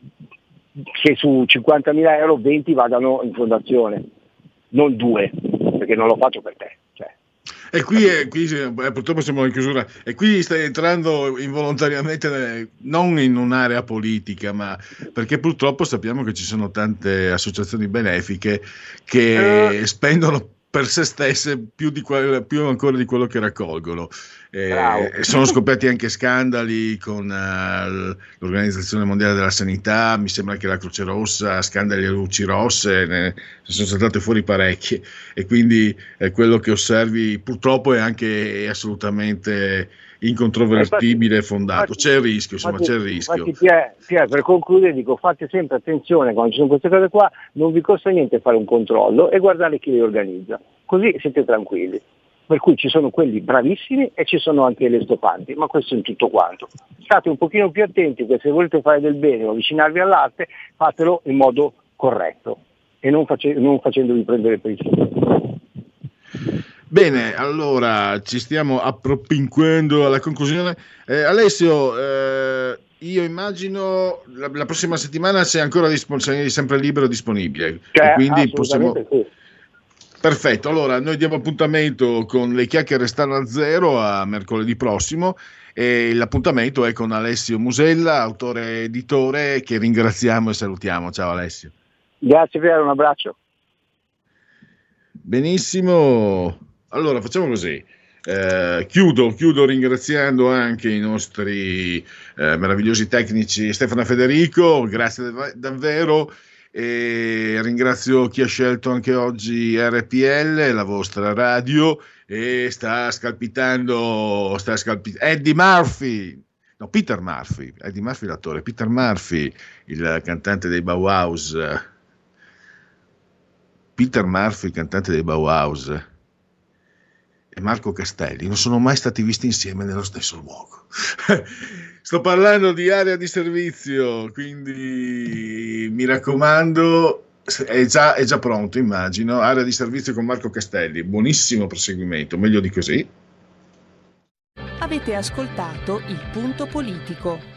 che su 50.000 euro 20 vadano in fondazione, non 2, perché non lo faccio per te. E qui purtroppo siamo in chiusura, e qui stai entrando involontariamente non in un'area politica, ma perché purtroppo sappiamo che ci sono tante associazioni benefiche che spendono per se stesse più ancora di quello che raccolgono. Sono scoppiati anche scandali con l'Organizzazione Mondiale della Sanità, mi sembra che la Croce Rossa, scandali alle luci rosse, ne sono saltate fuori parecchie, e quindi quello che osservi purtroppo è anche assolutamente incontrovertibile e fondato. C'è il rischio, c'è il rischio. Infatti, Pier, per concludere dico, fate sempre attenzione quando ci sono queste cose qua, non vi costa niente fare un controllo e guardare chi li organizza, così siete tranquilli. Per cui ci sono quelli bravissimi e ci sono anche le stopanti, ma questo è in tutto quanto. State un pochino più attenti, che se volete fare del bene o avvicinarvi all'arte, fatelo in modo corretto e non facendovi prendere per il sito. Bene, allora ci stiamo appropinquando alla conclusione. Alessio, io immagino la prossima settimana sei ancora sei sempre libero e disponibile, e quindi possiamo... Sì. Perfetto, allora noi diamo appuntamento con Le Chiacchiere stanno a zero a mercoledì prossimo, e l'appuntamento è con Alessio Musella, autore e editore, che ringraziamo e salutiamo. Ciao Alessio. Grazie Piero, un abbraccio. Benissimo, allora facciamo così. Chiudo ringraziando anche i nostri meravigliosi tecnici Stefano e Federico, grazie davvero, e ringrazio chi ha scelto anche oggi RPL, la vostra radio, e sta scalpitando Eddie Murphy, no, Peter Murphy, Eddie Murphy l'attore, Peter Murphy il cantante dei Bauhaus, Peter Murphy il cantante dei Bauhaus e Marco Castelli non sono mai stati visti insieme nello stesso luogo. Sto parlando di Area di Servizio, quindi mi raccomando, è già pronto, immagino. Area di Servizio con Marco Castelli, buonissimo proseguimento, meglio di così. Avete ascoltato Il Punto Politico.